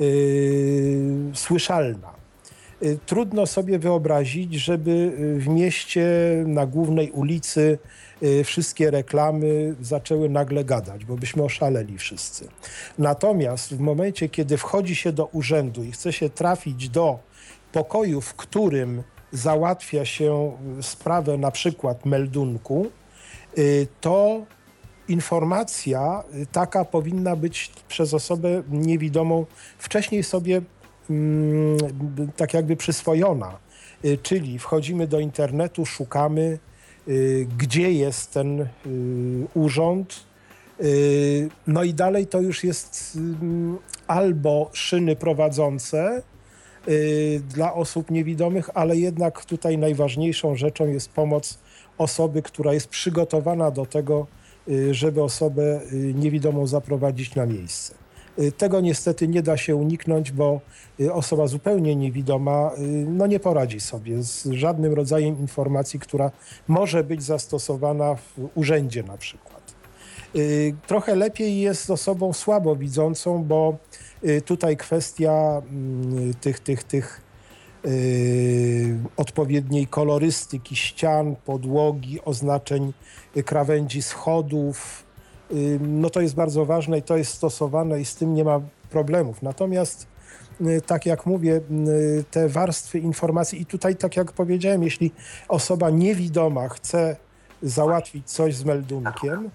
słyszalna. Trudno sobie wyobrazić, żeby w mieście na głównej ulicy wszystkie reklamy zaczęły nagle gadać, bo byśmy oszaleli wszyscy. Natomiast w momencie, kiedy wchodzi się do urzędu i chce się trafić do pokoju, w którym załatwia się sprawę na przykład meldunku, to informacja taka powinna być przez osobę niewidomą wcześniej sobie tak jakby przyswojona. Czyli wchodzimy do internetu, szukamy, gdzie jest ten urząd. No i dalej to już jest albo szyny prowadzące dla osób niewidomych, ale jednak tutaj najważniejszą rzeczą jest pomoc osoby, która jest przygotowana do tego, żeby osobę niewidomą zaprowadzić na miejsce. Tego niestety nie da się uniknąć, bo osoba zupełnie niewidoma no nie poradzi sobie z żadnym rodzajem informacji, która może być zastosowana w urzędzie na przykład. Trochę lepiej jest z osobą słabowidzącą, bo tutaj kwestia tych, tych, tych odpowiedniej kolorystyki ścian, podłogi, oznaczeń krawędzi schodów, no to jest bardzo ważne i to jest stosowane i z tym nie ma problemów. Natomiast tak jak mówię, te warstwy informacji i tutaj tak jak powiedziałem, jeśli osoba niewidoma chce załatwić coś z meldunkiem,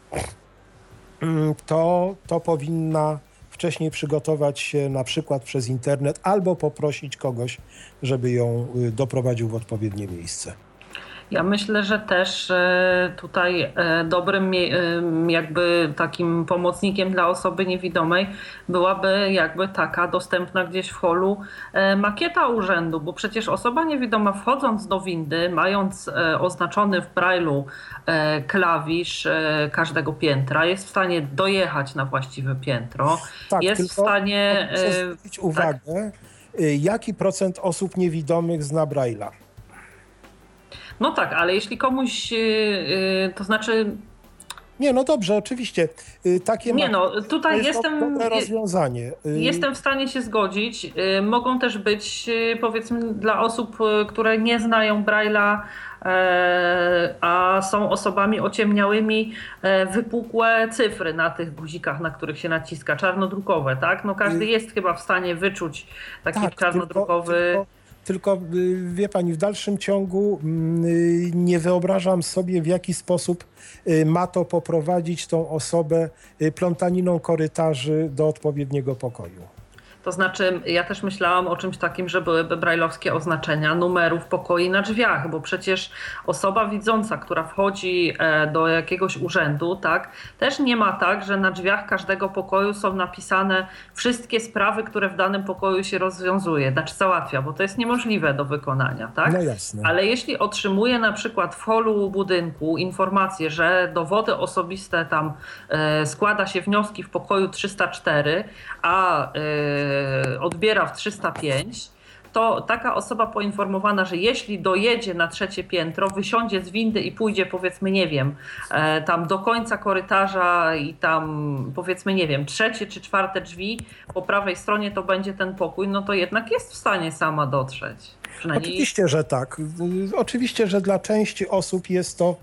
to, to powinna wcześniej przygotować się na przykład przez internet albo poprosić kogoś, żeby ją doprowadził w odpowiednie miejsce. Ja myślę, że też tutaj dobrym jakby takim pomocnikiem dla osoby niewidomej byłaby jakby taka dostępna gdzieś w holu makieta urzędu, bo przecież osoba niewidoma wchodząc do windy, mając oznaczony w Braille'u klawisz każdego piętra, jest w stanie dojechać na właściwe piętro, tak, jest w stanie... zwrócić uwagę, tak? Jaki procent osób niewidomych zna Braille'a? No tak, ale jeśli komuś, yy, to znaczy... Nie, no dobrze, oczywiście. Takie Nie no, tutaj to jest jestem... dobre rozwiązanie. Jestem w stanie się zgodzić. Yy, mogą też być, yy, powiedzmy, dla osób, yy, które nie znają Braille'a, yy, a są osobami ociemniałymi, yy, wypukłe cyfry na tych guzikach, na których się naciska, czarnodrukowe, tak? No każdy jest chyba w stanie wyczuć taki tak, czarnodrukowy... Tylko, tylko... Tylko wie pani, w dalszym ciągu nie wyobrażam sobie, w jaki sposób ma to poprowadzić tą osobę plątaniną korytarzy do odpowiedniego pokoju. To znaczy, ja też myślałam o czymś takim, że byłyby brajlowskie oznaczenia numerów pokoi na drzwiach, bo przecież osoba widząca, która wchodzi do jakiegoś urzędu, tak, też nie ma tak, że na drzwiach każdego pokoju są napisane wszystkie sprawy, które w danym pokoju się rozwiązuje, znaczy załatwia, bo to jest niemożliwe do wykonania, tak? No jasne. Ale jeśli otrzymuje na przykład w holu budynku informację, że dowody osobiste tam e, składa się wnioski w pokoju trzysta cztery, a e, odbiera w trzysta pięć, to taka osoba poinformowana, że jeśli dojedzie na trzecie piętro, wysiądzie z windy i pójdzie, powiedzmy, nie wiem, tam do końca korytarza i tam, powiedzmy, nie wiem, trzecie czy czwarte drzwi po prawej stronie to będzie ten pokój, no to jednak jest w stanie sama dotrzeć. Przynajmniej... Oczywiście, że tak. Oczywiście, że dla części osób jest to,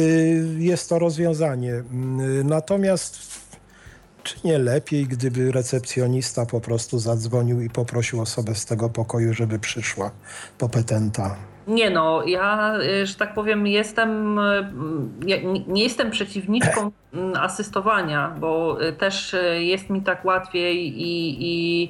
jest to rozwiązanie. Natomiast czy nie lepiej, gdyby recepcjonista po prostu zadzwonił i poprosił osobę z tego pokoju, żeby przyszła po petenta? Nie no, ja, że tak powiem, jestem, ja nie jestem przeciwniczką asystowania, bo też jest mi tak łatwiej i, i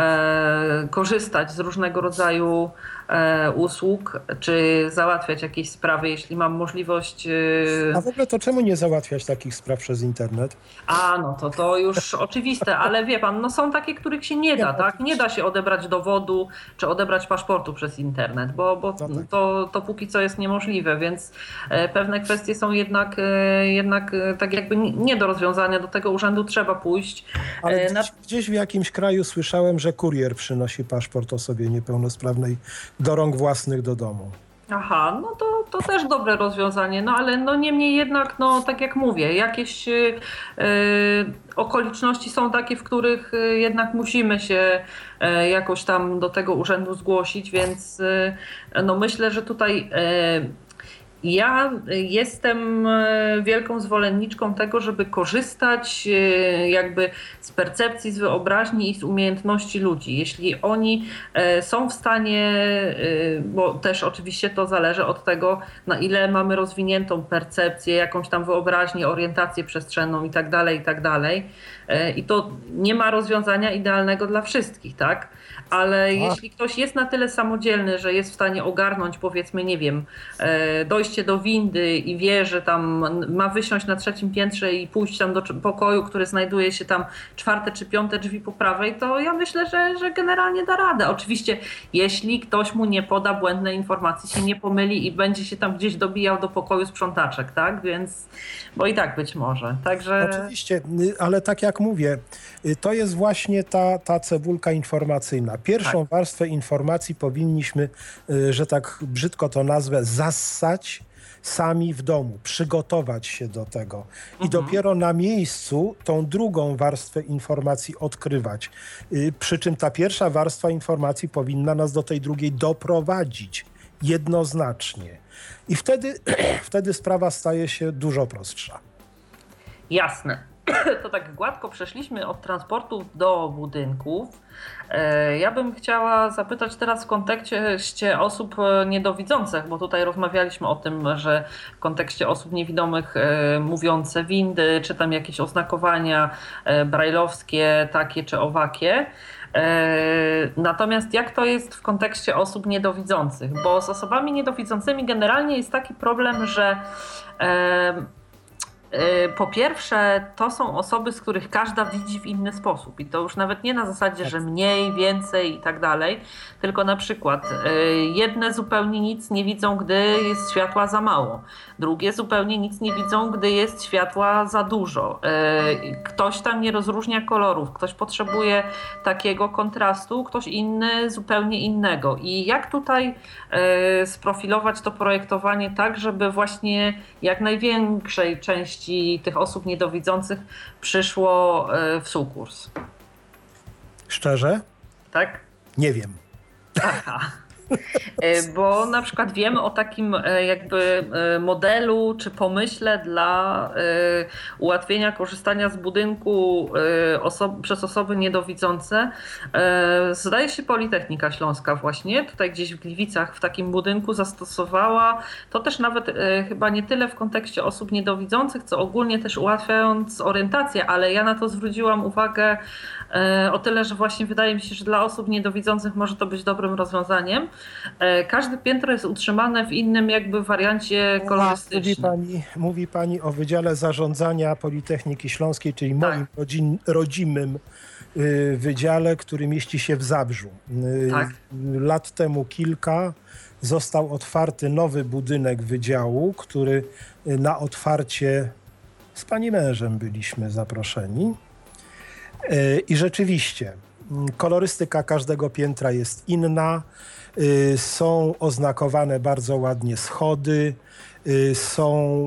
e, korzystać z różnego rodzaju e, usług, czy załatwiać jakieś sprawy, jeśli mam możliwość. E... A w ogóle to czemu nie załatwiać takich spraw przez internet? A, no to to już oczywiste, ale wie pan, no są takie, których się nie da, tak? Nie da się odebrać dowodu, czy odebrać paszportu przez internet, bo, bo no tak. to, to póki co jest niemożliwe, więc pewne kwestie są jednak, jednak tak jakby nie do rozwiązania, do tego urzędu trzeba pójść. Ale gdzieś, Na... gdzieś w jakimś kraju słyszałem, że kurier przynosi paszport osobie niepełnosprawnej do rąk własnych do domu. Aha, no to, to też dobre rozwiązanie, no ale no niemniej jednak, no tak jak mówię, jakieś yy, okoliczności są takie, w których yy, jednak musimy się yy, jakoś tam do tego urzędu zgłosić, więc yy, no myślę, że tutaj yy, ja jestem wielką zwolenniczką tego, żeby korzystać jakby z percepcji, z wyobraźni i z umiejętności ludzi. Jeśli oni są w stanie, bo też oczywiście to zależy od tego, na ile mamy rozwiniętą percepcję, jakąś tam wyobraźnię, orientację przestrzenną i tak dalej, i tak dalej. I to nie ma rozwiązania idealnego dla wszystkich, tak? Ale A. jeśli ktoś jest na tyle samodzielny, że jest w stanie ogarnąć, powiedzmy, nie wiem, dojście do windy i wie, że tam ma wysiąść na trzecim piętrze i pójść tam do pokoju, który znajduje się tam czwarte czy piąte drzwi po prawej, to ja myślę, że, że generalnie da radę. Oczywiście, jeśli ktoś mu nie poda błędnej informacji, się nie pomyli i będzie się tam gdzieś dobijał do pokoju sprzątaczek, tak? Więc, bo i tak być może. Także... Oczywiście, ale tak jak mówię, to jest właśnie ta, ta cebulka informacyjna. Pierwszą tak. warstwę informacji powinniśmy, że tak brzydko to nazwę, zassać sami w domu, przygotować się do tego i mhm. dopiero na miejscu tą drugą warstwę informacji odkrywać. Przy czym ta pierwsza warstwa informacji powinna nas do tej drugiej doprowadzić jednoznacznie. I wtedy, wtedy sprawa staje się dużo prostsza. Jasne. to tak gładko przeszliśmy od transportu do budynków. Ja bym chciała zapytać teraz w kontekście osób niedowidzących, bo tutaj rozmawialiśmy o tym, że w kontekście osób niewidomych mówiące windy, czy tam jakieś oznakowania brajlowskie, takie czy owakie. Natomiast jak to jest w kontekście osób niedowidzących? Bo z osobami niedowidzącymi generalnie jest taki problem, że po pierwsze, to są osoby, z których każda widzi w inny sposób i to już nawet nie na zasadzie, że mniej, więcej i tak dalej, tylko na przykład jedne zupełnie nic nie widzą, gdy jest światła za mało, drugie zupełnie nic nie widzą, gdy jest światła za dużo. Ktoś tam nie rozróżnia kolorów, ktoś potrzebuje takiego kontrastu, ktoś inny zupełnie innego. I jak tutaj sprofilować to projektowanie tak, żeby właśnie jak największej części tych osób niedowidzących przyszło w sukurs? Szczerze? Tak? Nie wiem. Aha. Bo na przykład wiemy o takim jakby modelu czy pomyśle dla ułatwienia korzystania z budynku oso- przez osoby niedowidzące. Zdaje się Politechnika Śląska właśnie tutaj gdzieś w Gliwicach w takim budynku zastosowała to też nawet chyba nie tyle w kontekście osób niedowidzących, co ogólnie też ułatwiając orientację, ale ja na to zwróciłam uwagę o tyle, że właśnie wydaje mi się, że dla osób niedowidzących może to być dobrym rozwiązaniem. Każde piętro jest utrzymane w innym jakby wariancie kolorystycznym. Mówi pani, mówi pani o Wydziale Zarządzania Politechniki Śląskiej, czyli tak. moim rodzin, rodzimym y, wydziale, który mieści się w Zabrzu. Y, tak. Lat temu kilka został otwarty nowy budynek wydziału, który na otwarcie z pani mężem byliśmy zaproszeni. I rzeczywiście kolorystyka każdego piętra jest inna, są oznakowane bardzo ładnie schody, są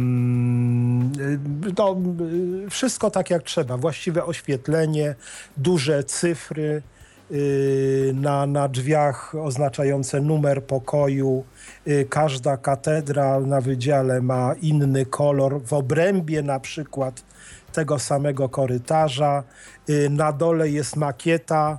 no, wszystko tak jak trzeba, właściwe oświetlenie, duże cyfry na, na drzwiach oznaczające numer pokoju, każda katedra na wydziale ma inny kolor, w obrębie na przykład tego samego korytarza. Na dole jest makieta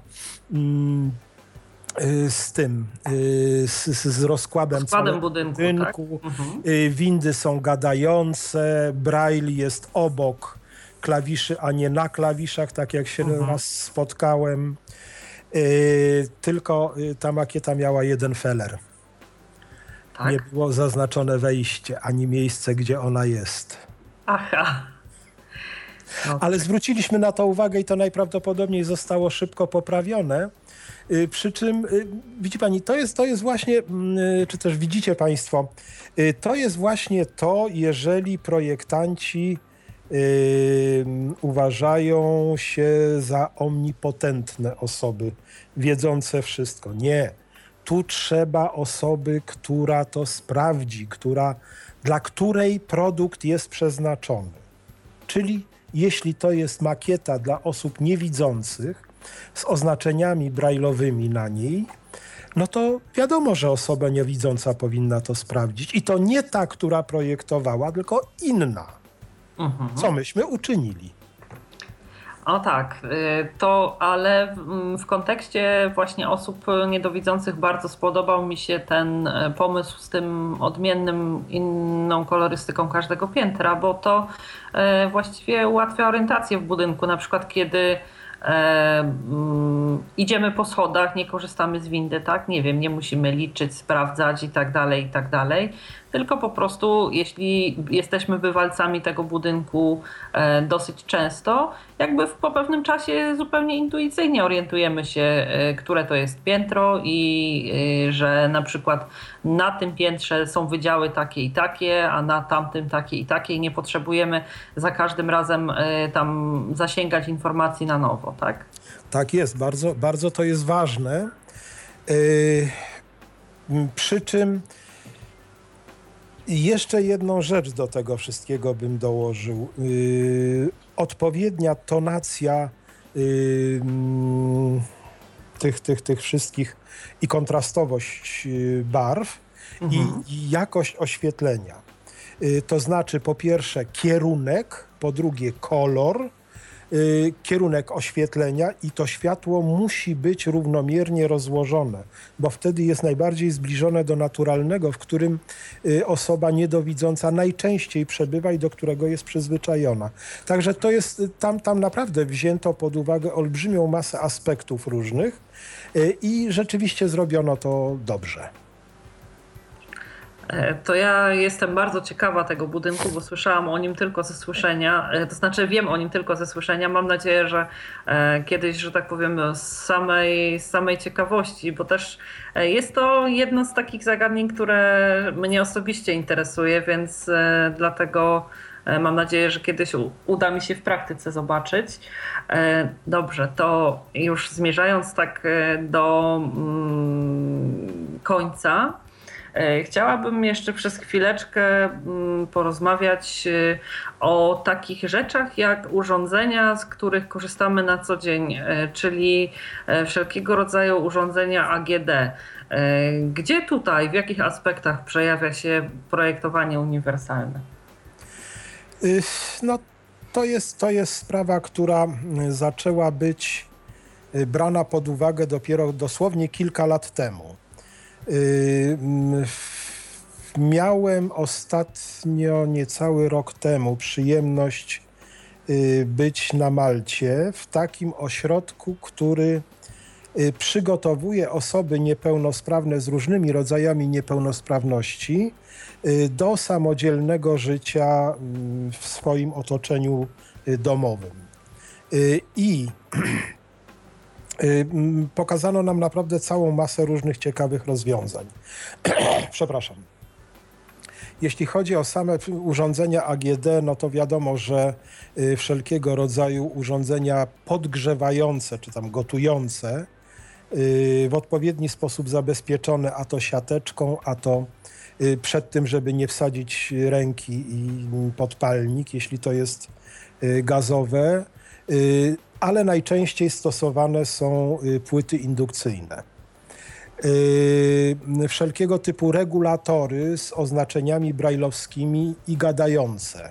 z tym, z, z rozkładem, rozkładem budynku. budynku. Tak? Mhm. Windy są gadające, braille jest obok klawiszy, a nie na klawiszach, tak jak się mhm. raz spotkałem. Tylko ta makieta miała jeden feller. Tak? Nie było zaznaczone wejście, ani miejsce, gdzie ona jest. Aha. Okay. Ale zwróciliśmy na to uwagę i to najprawdopodobniej zostało szybko poprawione. Przy czym, widzi pani, to jest, to jest właśnie, czy też widzicie państwo, to jest właśnie to, jeżeli projektanci yy, uważają się za omnipotentne osoby, wiedzące wszystko. Nie. Tu trzeba osoby, która to sprawdzi, która, dla której produkt jest przeznaczony. Czyli jeśli to jest makieta dla osób niewidzących z oznaczeniami brajlowymi na niej, no to wiadomo, że osoba niewidząca powinna to sprawdzić. I to nie ta, która projektowała, tylko inna. Mhm. Co myśmy uczynili. O tak, to ale w kontekście właśnie osób niedowidzących bardzo spodobał mi się ten pomysł z tym odmiennym, inną kolorystyką każdego piętra, bo to właściwie ułatwia orientację w budynku, na przykład kiedy E, mm, idziemy po schodach, nie korzystamy z windy, tak? Nie wiem, nie musimy liczyć, sprawdzać i tak dalej, i tak dalej. Tylko po prostu, jeśli jesteśmy bywalcami tego budynku e, dosyć często, jakby w, po pewnym czasie zupełnie intuicyjnie orientujemy się, e, które to jest piętro i e, że na przykład na tym piętrze są wydziały takie i takie, a na tamtym takie i takie i nie potrzebujemy za każdym razem e, tam zasięgać informacji na nowo, tak? Tak jest, bardzo, bardzo to jest ważne. Yy, przy czym jeszcze jedną rzecz do tego wszystkiego bym dołożył. Yy, odpowiednia tonacja yy, tych, tych, tych wszystkich i kontrastowość barw mhm. i, i jakość oświetlenia. To znaczy po pierwsze kierunek, po drugie kolor, kierunek oświetlenia i to światło musi być równomiernie rozłożone, bo wtedy jest najbardziej zbliżone do naturalnego, w którym osoba niedowidząca najczęściej przebywa i do którego jest przyzwyczajona. Także to jest, tam, tam naprawdę wzięto pod uwagę olbrzymią masę aspektów różnych i rzeczywiście zrobiono to dobrze. To ja jestem bardzo ciekawa tego budynku, bo słyszałam o nim tylko ze słyszenia, to znaczy wiem o nim tylko ze słyszenia. Mam nadzieję, że kiedyś, że tak powiem, z samej, z samej ciekawości, bo też jest to jedno z takich zagadnień, które mnie osobiście interesuje, więc dlatego mam nadzieję, że kiedyś uda mi się w praktyce zobaczyć. Dobrze, to już zmierzając tak do końca, chciałabym jeszcze przez chwileczkę porozmawiać o takich rzeczach jak urządzenia, z których korzystamy na co dzień, czyli wszelkiego rodzaju urządzenia A G D. Gdzie tutaj, w jakich aspektach przejawia się projektowanie uniwersalne? No, to jest, to jest sprawa, która zaczęła być brana pod uwagę dopiero dosłownie kilka lat temu. Miałem ostatnio, niecały rok temu, przyjemność być na Malcie w takim ośrodku, który przygotowuje osoby niepełnosprawne z różnymi rodzajami niepełnosprawności do samodzielnego życia w swoim otoczeniu domowym. I pokazano nam naprawdę całą masę różnych ciekawych rozwiązań. Przepraszam. Jeśli chodzi o same urządzenia A G D, no to wiadomo, że wszelkiego rodzaju urządzenia podgrzewające czy tam gotujące w odpowiedni sposób zabezpieczone, a to siateczką, a to przed tym, żeby nie wsadzić ręki i podpalnik, jeśli to jest gazowe, ale najczęściej stosowane są płyty indukcyjne. Wszelkiego typu regulatory z oznaczeniami brajlowskimi i gadające.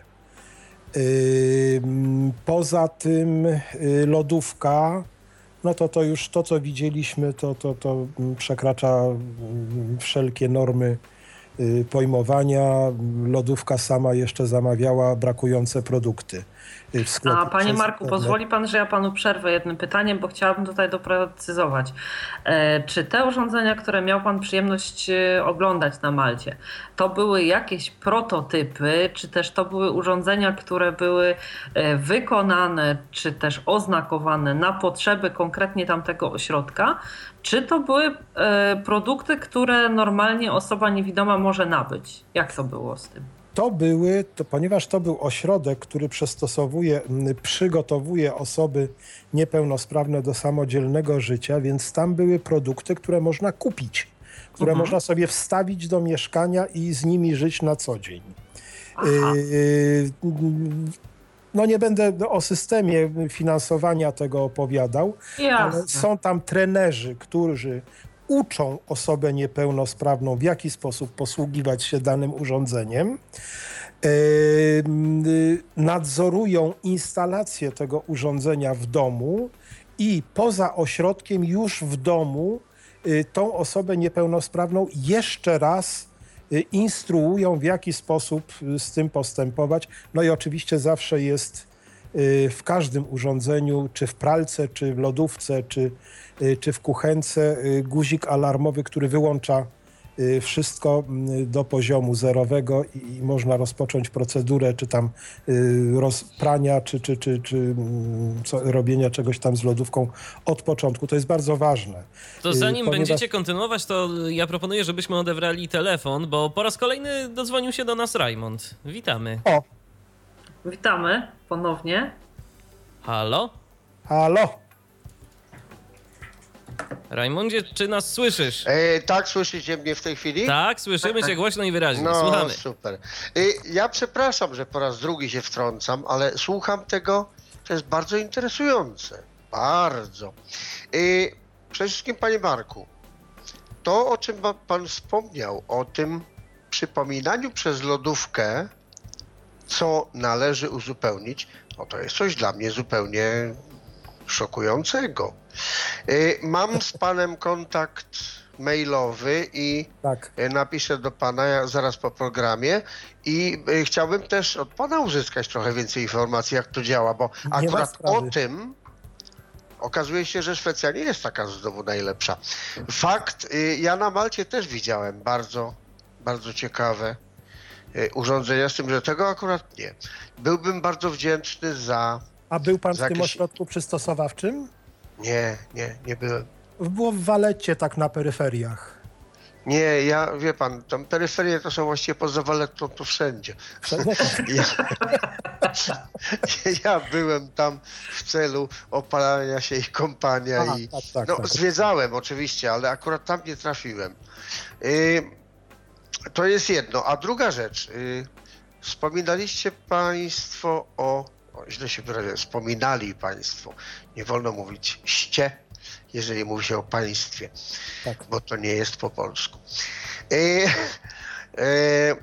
Poza tym lodówka, no to to już to, co widzieliśmy, to, to, to przekracza wszelkie normy pojmowania. Lodówka sama jeszcze zamawiała brakujące produkty w sklepie. A panie Marku, pozwoli pan, że ja panu przerwę jednym pytaniem, bo chciałabym tutaj doprecyzować. Czy te urządzenia, które miał pan przyjemność oglądać na Malcie, to były jakieś prototypy, czy też to były urządzenia, które były wykonane, czy też oznakowane na potrzeby konkretnie tamtego ośrodka, czy to były produkty, które normalnie osoba niewidoma może nabyć? Jak to było z tym? To były, to, ponieważ to był ośrodek, który przystosowuje, przygotowuje osoby niepełnosprawne do samodzielnego życia, więc tam były produkty, które można kupić, które mhm. można sobie wstawić do mieszkania i z nimi żyć na co dzień. Yy, no nie będę o systemie finansowania tego opowiadał, Jasne. ale są tam trenerzy, którzy uczą osobę niepełnosprawną, w jaki sposób posługiwać się danym urządzeniem, nadzorują instalację tego urządzenia w domu i poza ośrodkiem już w domu tą osobę niepełnosprawną jeszcze raz instruują, w jaki sposób z tym postępować. No i oczywiście zawsze jest w każdym urządzeniu, czy w pralce, czy w lodówce, czy, czy w kuchence, guzik alarmowy, który wyłącza wszystko do poziomu zerowego i, i można rozpocząć procedurę, czy tam rozprania, czy, czy, czy, czy co, robienia czegoś tam z lodówką od początku. To jest bardzo ważne. To zanim Ponieważ... będziecie kontynuować, to ja proponuję, żebyśmy odebrali telefon, bo po raz kolejny dodzwonił się do nas Rajmond. Witamy. O! Witamy ponownie. Halo? Halo? Rajmundzie, czy nas słyszysz? E, tak, słyszycie mnie w tej chwili? Tak, słyszymy cię głośno i wyraźnie. No, Słuchamy. super. E, ja przepraszam, że po raz drugi się wtrącam, ale słucham tego, to jest bardzo interesujące. Bardzo. E, przede wszystkim, panie Marku, to, o czym pan wspomniał, o tym przypominaniu przez lodówkę, co należy uzupełnić, no to jest coś dla mnie zupełnie szokującego. Mam z panem kontakt mailowy i tak. napiszę do pana zaraz po programie i chciałbym też od pana uzyskać trochę więcej informacji, jak to działa, bo nie akurat o tym okazuje się, że Szwecja nie jest taka znowu najlepsza. Fakt, ja na Malcie też widziałem bardzo, bardzo ciekawe urządzenia, z tym, że tego akurat nie. Byłbym bardzo wdzięczny za... A był pan w jakieś... tym ośrodku przystosowawczym? Nie, nie, nie byłem. Było w Walecie, tak na peryferiach. Nie, ja, wie pan, tam peryferie to są właściwie poza Waletą to wszędzie. Ja, ja byłem tam w celu opalania się i kąpania. Aha, i, tak, tak, no, tak. Zwiedzałem oczywiście, ale akurat tam nie trafiłem. Y, to jest jedno. A druga rzecz. Y, wspominaliście państwo o... o źle się wyrażę. Wspominali państwo. Nie wolno mówić ście, jeżeli mówi się o państwie, tak. Bo to nie jest po polsku. E, e,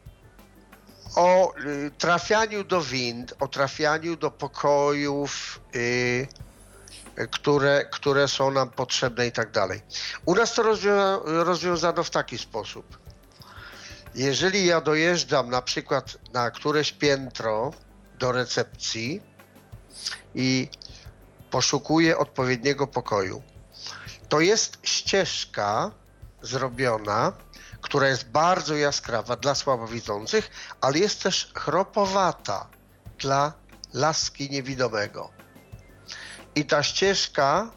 o trafianiu do wind, o trafianiu do pokojów, e, które, które są nam potrzebne i tak dalej. U nas to rozwią- rozwiązano w taki sposób. Jeżeli ja dojeżdżam na przykład na któreś piętro do recepcji i poszukuję odpowiedniego pokoju, to jest ścieżka zrobiona, która jest bardzo jaskrawa dla słabowidzących, ale jest też chropowata dla laski niewidomego. I ta ścieżka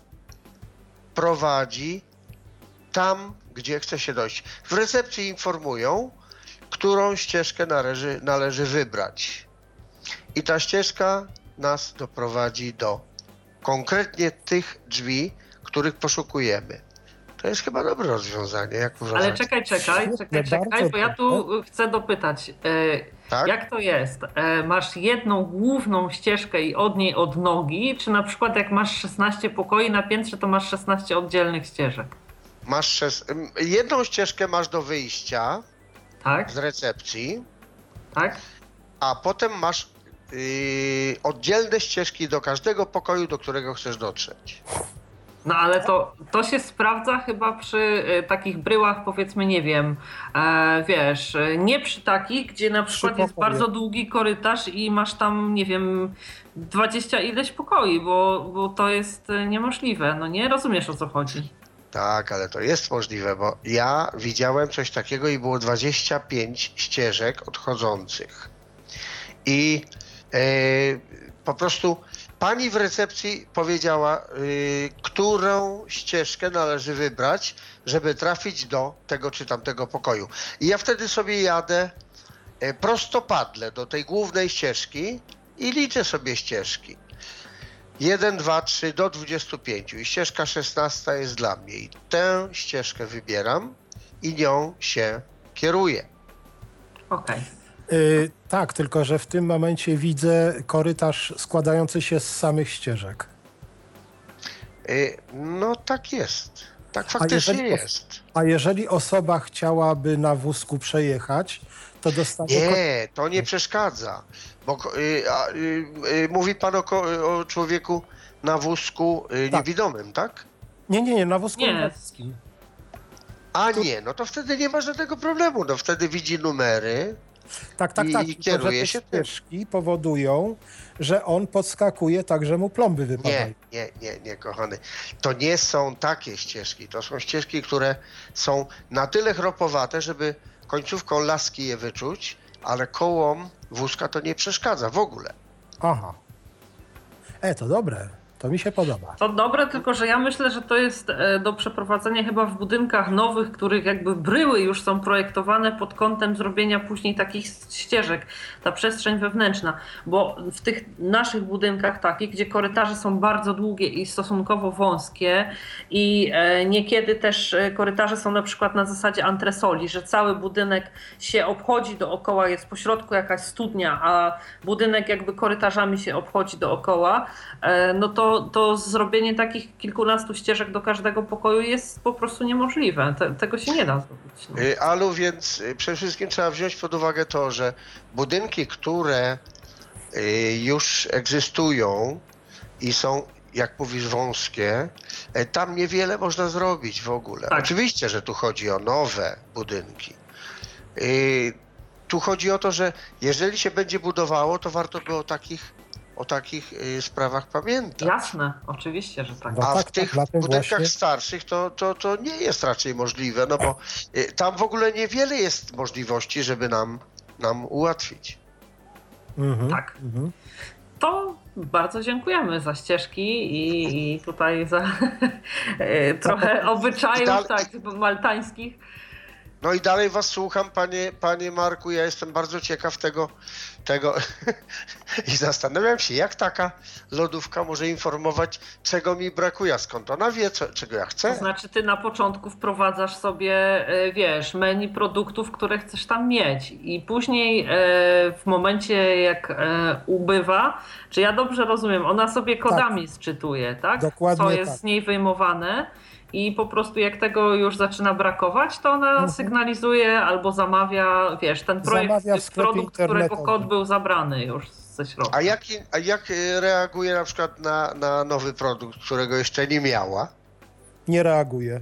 prowadzi tam, gdzie chce się dojść. W recepcji informują, którą ścieżkę należy, należy wybrać. I ta ścieżka nas doprowadzi do konkretnie tych drzwi, których poszukujemy. To jest chyba dobre rozwiązanie, jak uważacie? Ale czekaj, czekaj, czekaj, czekaj, bo ja tu chcę dopytać. Tak? Jak to jest? Masz jedną główną ścieżkę i od niej odnogi, czy na przykład jak masz szesnaście pokoi na piętrze, to masz szesnaście oddzielnych ścieżek? Masz szes... jedną ścieżkę masz do wyjścia, tak? Z recepcji, tak? A potem masz yy, oddzielne ścieżki do każdego pokoju, do którego chcesz dotrzeć. No ale to, to się sprawdza chyba przy y, takich bryłach, powiedzmy, nie wiem, e, wiesz, nie przy takich, gdzie na przykład jest bardzo długi korytarz i masz tam, nie wiem, dwadzieścia ileś pokoi, bo, bo to jest niemożliwe. No nie rozumiesz, o co chodzi. Tak, ale to jest możliwe, bo ja widziałem coś takiego i było dwadzieścia pięć ścieżek odchodzących. I e, po prostu pani w recepcji powiedziała, y, którą ścieżkę należy wybrać, żeby trafić do tego czy tamtego pokoju. I ja wtedy sobie jadę y, prostopadle do tej głównej ścieżki i liczę sobie ścieżki. jeden, dwa, trzy do dwudziestu pięciu i ścieżka szesnasta jest dla mnie. I tę ścieżkę wybieram i nią się kieruję. Okej. Okay. Yy, tak, tylko że w tym momencie widzę korytarz składający się z samych ścieżek. Yy, no tak jest. Tak faktycznie a jest. A jeżeli osoba chciałaby na wózku przejechać, to dostanie... Nie, to nie przeszkadza. Bo yy, yy, yy, mówi pan o, o człowieku na wózku yy, tak. niewidomym, tak? Nie, nie, nie, na wózku inwalidzkim. A tu... nie, no to wtedy nie ma żadnego problemu. No wtedy widzi numery. Tak, tak, tak. I kieruje te się ścieżki tym. Powodują, że on podskakuje tak, że mu plomby wypadają. Nie, nie, nie, nie, kochany. To nie są takie ścieżki. To są ścieżki, które są na tyle chropowate, żeby końcówką laski je wyczuć, ale kołom wózka to nie przeszkadza w ogóle. Aha. E, to dobre. To mi się podoba. To dobre, tylko że ja myślę, że to jest do przeprowadzenia chyba w budynkach nowych, których jakby bryły już są projektowane pod kątem zrobienia później takich ścieżek, ta przestrzeń wewnętrzna, bo w tych naszych budynkach takich, gdzie korytarze są bardzo długie i stosunkowo wąskie i niekiedy też korytarze są na przykład na zasadzie antresoli, że cały budynek się obchodzi dookoła, jest po środku jakaś studnia, a budynek jakby korytarzami się obchodzi dookoła, no to to, to zrobienie takich kilkunastu ścieżek do każdego pokoju jest po prostu niemożliwe. Te, tego się nie da zrobić. No. Alu, więc przede wszystkim trzeba wziąć pod uwagę to, że budynki, które już egzystują i są, jak mówisz, wąskie, tam niewiele można zrobić w ogóle. Tak. Oczywiście, że tu chodzi o nowe budynki. Tu chodzi o to, że jeżeli się będzie budowało, to warto by o takich, o takich sprawach pamiętać. Jasne, oczywiście, że tak. No A tak, w tych tak, budynkach właśnie... starszych to, to, to nie jest raczej możliwe, no bo tam w ogóle niewiele jest możliwości, żeby nam, nam ułatwić. Mhm, tak. Mhm. To bardzo dziękujemy za ścieżki i, i tutaj za trochę obyczajów dalej, tak, maltańskich. No i dalej was słucham, panie, panie Marku, ja jestem bardzo ciekaw tego, tego i zastanawiam się, jak taka lodówka może informować, czego mi brakuje, skąd ona wie, co, czego ja chcę. To znaczy ty na początku wprowadzasz sobie, wiesz, menu produktów, które chcesz tam mieć i później w momencie jak ubywa, czy ja dobrze rozumiem, ona sobie kodami tak. sczytuje, tak? Dokładnie co jest tak. z niej wyjmowane. I po prostu jak tego już zaczyna brakować, to ona mhm. sygnalizuje albo zamawia, wiesz, ten projekt, produkt, którego kod był zabrany już ze środka. A jak, a jak reaguje na przykład na, na nowy produkt, którego jeszcze nie miała? Nie reaguje.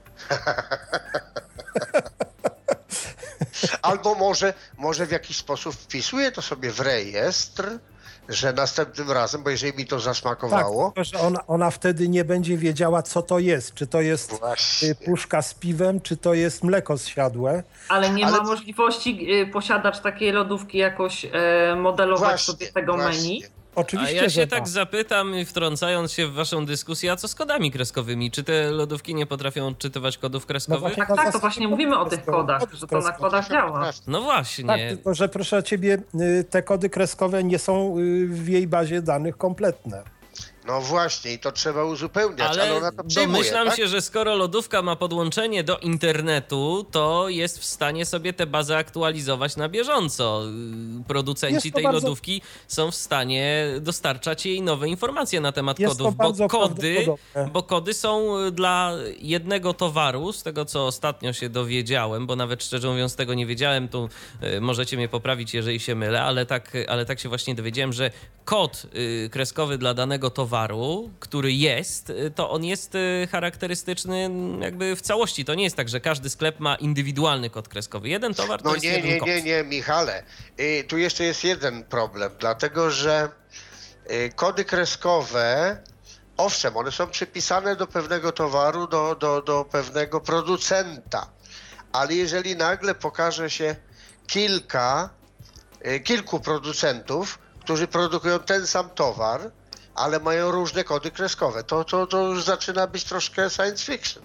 Albo może, może w jakiś sposób wpisuje to sobie w rejestr, że następnym razem, bo jeżeli mi to zasmakowało... Tak, że ona, ona wtedy nie będzie wiedziała, co to jest. Czy to jest Właśnie. puszka z piwem, czy to jest mleko zsiadłe. Ale nie Ale... ma możliwości posiadacz takiej lodówki jakoś e, modelować właśnie, sobie tego właśnie. menu? Oczywiście, a ja się że tak ma. zapytam, wtrącając się w waszą dyskusję, a co z kodami kreskowymi? Czy te lodówki nie potrafią odczytywać kodów kreskowych? No tak, tak, to właśnie mówimy o tych kodach, że to na kodach działa. No właśnie. Tak, tylko że proszę ciebie, te kody kreskowe nie są w jej bazie danych kompletne. No właśnie, i to trzeba uzupełniać, ale, ale ona to przyjmuje, domyślam tak? się, że skoro lodówka ma podłączenie do internetu, to jest w stanie sobie te bazy aktualizować na bieżąco. Producenci tej bardzo... lodówki są w stanie dostarczać jej nowe informacje na temat jest kodów, bo kody, prawdopodobne. bo kody są dla jednego towaru, z tego co ostatnio się dowiedziałem, bo nawet szczerze mówiąc tego nie wiedziałem, tu możecie mnie poprawić, jeżeli się mylę, ale tak, ale tak się właśnie dowiedziałem, że kod kreskowy dla danego towaru, który jest, to on jest charakterystyczny jakby w całości. To nie jest tak, że każdy sklep ma indywidualny kod kreskowy. Jeden towar to no jest nie, jeden nie, kod. nie, nie, Michale. Y, tu jeszcze jest jeden problem, dlatego że y, kody kreskowe, owszem, one są przypisane do pewnego towaru, do, do, do pewnego producenta, ale jeżeli nagle pokaże się kilka, y, kilku producentów, którzy produkują ten sam towar, ale mają różne kody kreskowe. To, to, to już zaczyna być troszkę science fiction.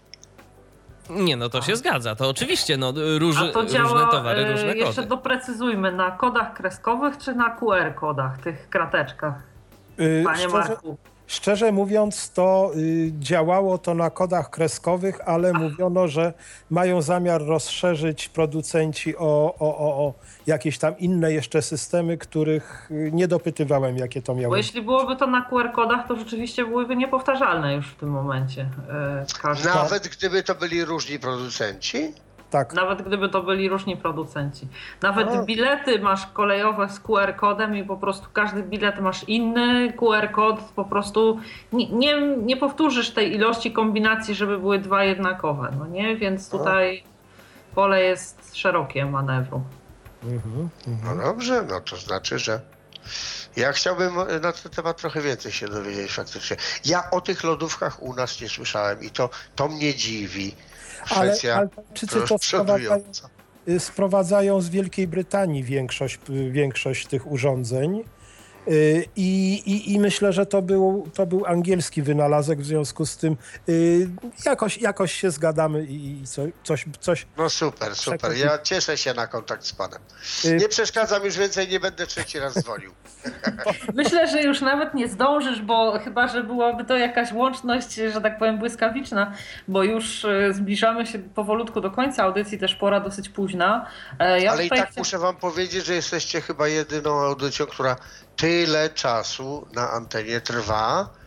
Nie, no to się zgadza. To oczywiście, no róż, to działa, różne towary, różne kody. Jeszcze doprecyzujmy, na kodach kreskowych czy na Q R kodach, tych krateczkach? Panie Szczerze, Marku. Szczerze mówiąc, to y, działało to na kodach kreskowych, ale mówiono, że mają zamiar rozszerzyć producenci o, o, o, o jakieś tam inne jeszcze systemy, których nie dopytywałem, jakie to miało. Bo jeśli byłoby to na Q R kodach, to rzeczywiście byłyby niepowtarzalne już w tym momencie. Każdy... Nawet gdyby to byli różni producenci? Tak. Nawet gdyby to byli różni producenci. Nawet no. bilety masz kolejowe z Q R kodem i po prostu każdy bilet masz inny Q R kod, po prostu nie, nie, nie powtórzysz tej ilości kombinacji, żeby były dwa jednakowe, no nie? Więc tutaj no. pole jest szerokie manewru. Mhm, mhm. No dobrze, no to znaczy, że ja chciałbym na ten temat trochę więcej się dowiedzieć faktycznie. Ja o tych lodówkach u nas nie słyszałem i to, to mnie dziwi. Ale Albańczycy to sprowadzają, sprowadzają z Wielkiej Brytanii większość, większość tych urządzeń i, i, i myślę, że to był, to był angielski wynalazek, w związku z tym jakoś, jakoś się zgadamy i co, coś, coś... No super, super. Ja cieszę się na kontakt z panem. Nie przeszkadzam już więcej, nie będę trzeci raz dzwonił. Myślę, że już nawet nie zdążysz, bo chyba, że byłaby to jakaś łączność, że tak powiem, błyskawiczna, bo już zbliżamy się powolutku do końca audycji, też pora dosyć późna. Ja Ale i tak chcę... muszę wam powiedzieć, że jesteście chyba jedyną audycją, która tyle czasu na antenie trwa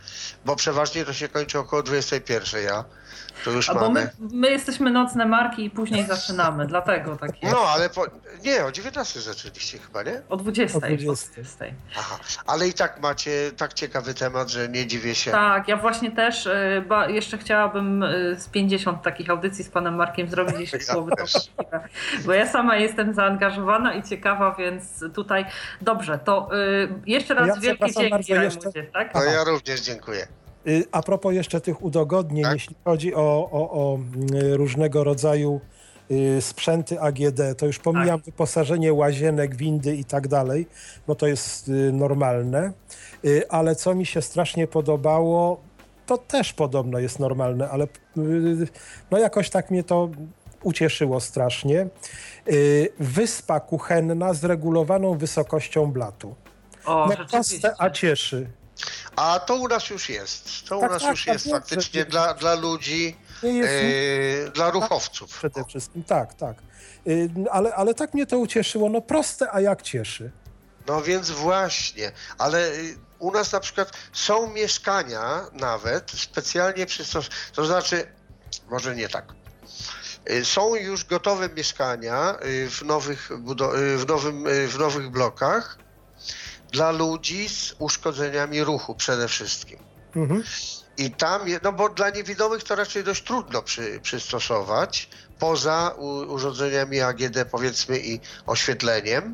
bo przeważnie to się kończy około dwudziestej pierwszej, ja. To już A bo mamy... my, my jesteśmy nocne marki i później zaczynamy, dlatego tak jest. No, ale po... nie, o dziewiętnastej zaczęliście chyba, nie? O dwudziestej. O dwudziestej. Aha, ale i tak macie tak ciekawy temat, że nie dziwię się. Tak, ja właśnie też y, ba, jeszcze chciałabym y, z pięćdziesiąt takich audycji z panem Markiem zrobić, jeśli Ja byłoby to możliwe. Bo ja sama jestem zaangażowana i ciekawa, więc tutaj dobrze, to y, jeszcze raz Ja wielkie dzięki, bardzo Rajmundzie, jeszcze- tak? No ja również dziękuję. Y, A propos jeszcze tych udogodnień, Tak? jeśli chodzi o, o, o y, różnego rodzaju y, sprzęty A G D, to już pomijam wyposażenie łazienek, windy i tak dalej, bo to jest y, normalne, y, ale co mi się strasznie podobało, to też podobno jest normalne, ale y, no jakoś tak mnie to ucieszyło strasznie. Y, Wyspa kuchenna z regulowaną wysokością blatu. O, No rzeczywiście. proste, a cieszy. A to u nas już jest. To Tak, u nas tak, już tak, jest wiem, faktycznie że- dla, dla ludzi, Nie jest e, dla ruchowców. przede wszystkim, tak, tak. Y, Ale, ale tak mnie to ucieszyło, no proste, a jak cieszy. No więc właśnie, ale y, u nas na przykład są mieszkania nawet specjalnie przystosowane, to znaczy, może nie tak. Y, Są już gotowe mieszkania y, w nowych, budo- y, w nowym, y, w nowych blokach dla ludzi z uszkodzeniami ruchu przede wszystkim. Mhm. I tam, je- no bo dla niewidomych to raczej dość trudno przy, przystosować, poza u, urządzeniami A G D powiedzmy i oświetleniem,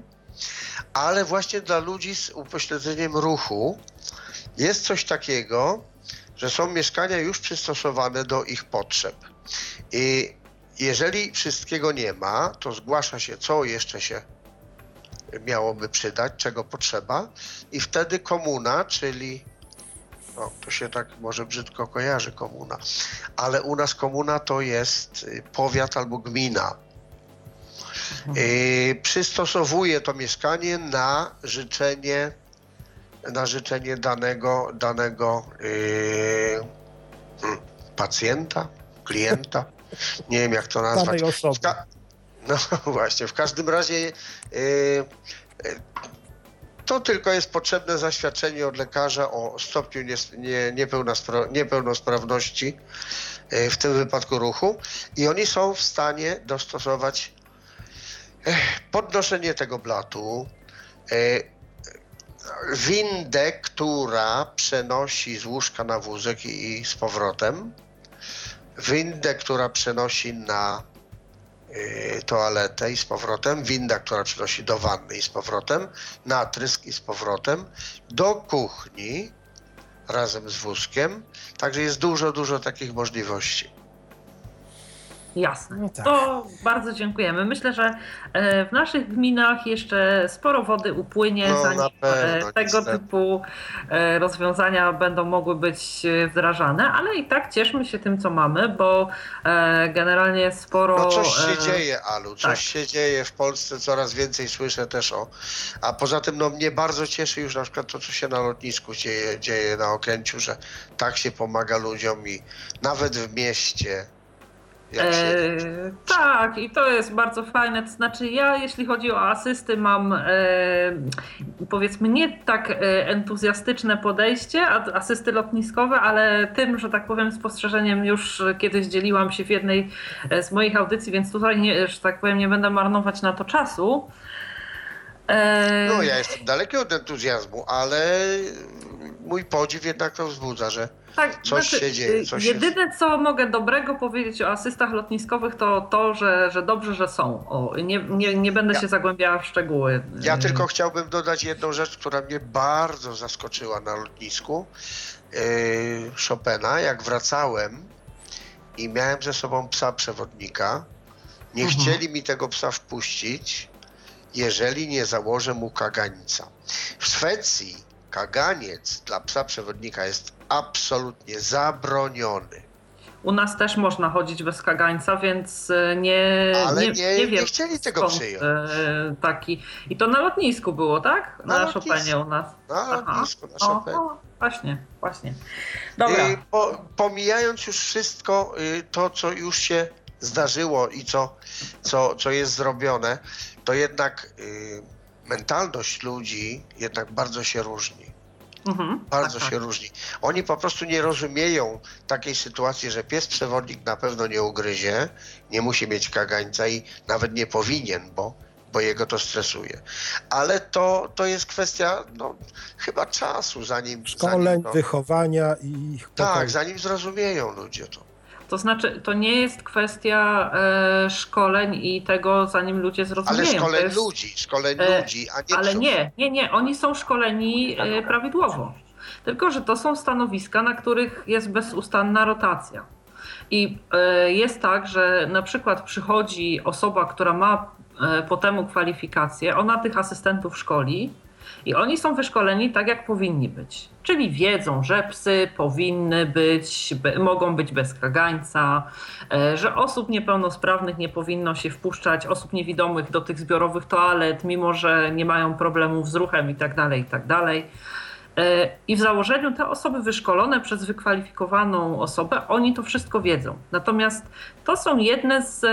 ale właśnie dla ludzi z upośledzeniem ruchu jest coś takiego, że są mieszkania już przystosowane do ich potrzeb. I jeżeli wszystkiego nie ma, to zgłasza się, co jeszcze się miałoby przydać, czego potrzeba i wtedy komuna, czyli no, to się tak może brzydko kojarzy komuna, ale u nas komuna to jest y, powiat albo gmina. Y, przystosowuje to mieszkanie na życzenie, na życzenie danego, danego y, hmm, pacjenta, klienta. Nie wiem jak to nazwać. Danej osoby. W ka- no właśnie, w każdym razie y, y, to tylko jest potrzebne zaświadczenie od lekarza o stopniu nies- nie, niepełnospra- niepełnosprawności, y, w tym wypadku ruchu, i oni są w stanie dostosować eh, podnoszenie tego blatu, y, windę, która przenosi z łóżka na wózek i, i z powrotem, windę, która przenosi na y, toaletę i z powrotem, winda, która przenosi do wanny i z powrotem, na trysk i z powrotem, do kuchni razem z wózkiem. Także jest dużo, dużo takich możliwości. Jasne. No tak. To bardzo dziękujemy. Myślę, że e, w naszych gminach jeszcze sporo wody upłynie, No, zanim na pewno, e, tego niestety. typu e, rozwiązania będą mogły być e, wdrażane, ale i tak cieszmy się tym, co mamy, bo e, generalnie sporo... No coś się e, dzieje, Alu, coś tak. się dzieje w Polsce, coraz więcej słyszę też o... A poza tym no, mnie bardzo cieszy już na przykład to, co się na lotnisku dzieje, dzieje na Okęciu, że tak się pomaga ludziom i nawet w mieście. Jak się... E, tak, i to jest bardzo fajne. To znaczy, ja, jeśli chodzi o asysty, mam e, powiedzmy nie tak e, entuzjastyczne podejście, a- asysty lotniskowe, ale tym, że tak powiem, spostrzeżeniem już kiedyś dzieliłam się w jednej z moich audycji, więc tutaj, nie, że tak powiem, nie będę marnować na to czasu. E, No ja jestem daleki od entuzjazmu, ale mój podziw jednak to wzbudza, że Tak, coś się dzieje, coś się- jedyne, co mogę dobrego powiedzieć o asystach lotniskowych, to to, że, że dobrze, że są. O, nie, nie, nie będę Ja- się zagłębiała w szczegóły. Ja tylko chciałbym dodać jedną rzecz, która mnie bardzo zaskoczyła na lotnisku yy, Chopina. Jak wracałem i miałem ze sobą psa przewodnika, nie Mhm. chcieli mi tego psa wpuścić, jeżeli nie założę mu kagańca. W Szwecji kaganiec dla psa przewodnika jest absolutnie zabroniony. U nas też można chodzić bez kagańca, więc e, nie, Ale nie, nie- nie nie wiem. chcieli tego skąd, przyjąć. e, taki. I to na lotnisku było, tak? Na, Na lotnisku. Chopinie u nas. Na Aha. lotnisku, na O, Chopinie. o, właśnie, właśnie. Dobra. Y, po, pomijając już wszystko y, to, co już się zdarzyło i co, co, co jest zrobione, to jednak y, mentalność ludzi jednak bardzo się różni. Mhm, bardzo tak, się tak. różni. Oni po prostu nie rozumieją takiej sytuacji, że pies przewodnik na pewno nie ugryzie, nie musi mieć kagańca i nawet nie powinien, bo, bo jego to stresuje. Ale to, to jest kwestia no, chyba czasu, zanim... Szkoleń, zanim, no, wychowania i... Tak, potem... zanim zrozumieją ludzie to. To znaczy, to nie jest kwestia e, szkoleń i tego, zanim ludzie zrozumieją. Ale szkoleń jest, ludzi, szkoleń e, ludzi, a nie Ale psów. nie, nie, nie, oni są szkoleni e, prawidłowo. Tylko że to są stanowiska, na których jest bezustanna rotacja. I e, jest tak, że na przykład przychodzi osoba, która ma e, po temu kwalifikacje, ona tych asystentów szkoli i oni są wyszkoleni tak, jak powinni być. Czyli wiedzą, że psy powinny być, be, mogą być bez kagańca, e, że osób niepełnosprawnych nie powinno się wpuszczać, osób niewidomych do tych zbiorowych toalet, mimo że nie mają problemów z ruchem i tak dalej, i tak dalej. I w założeniu te osoby wyszkolone przez wykwalifikowaną osobę, oni to wszystko wiedzą. Natomiast to są jedne z,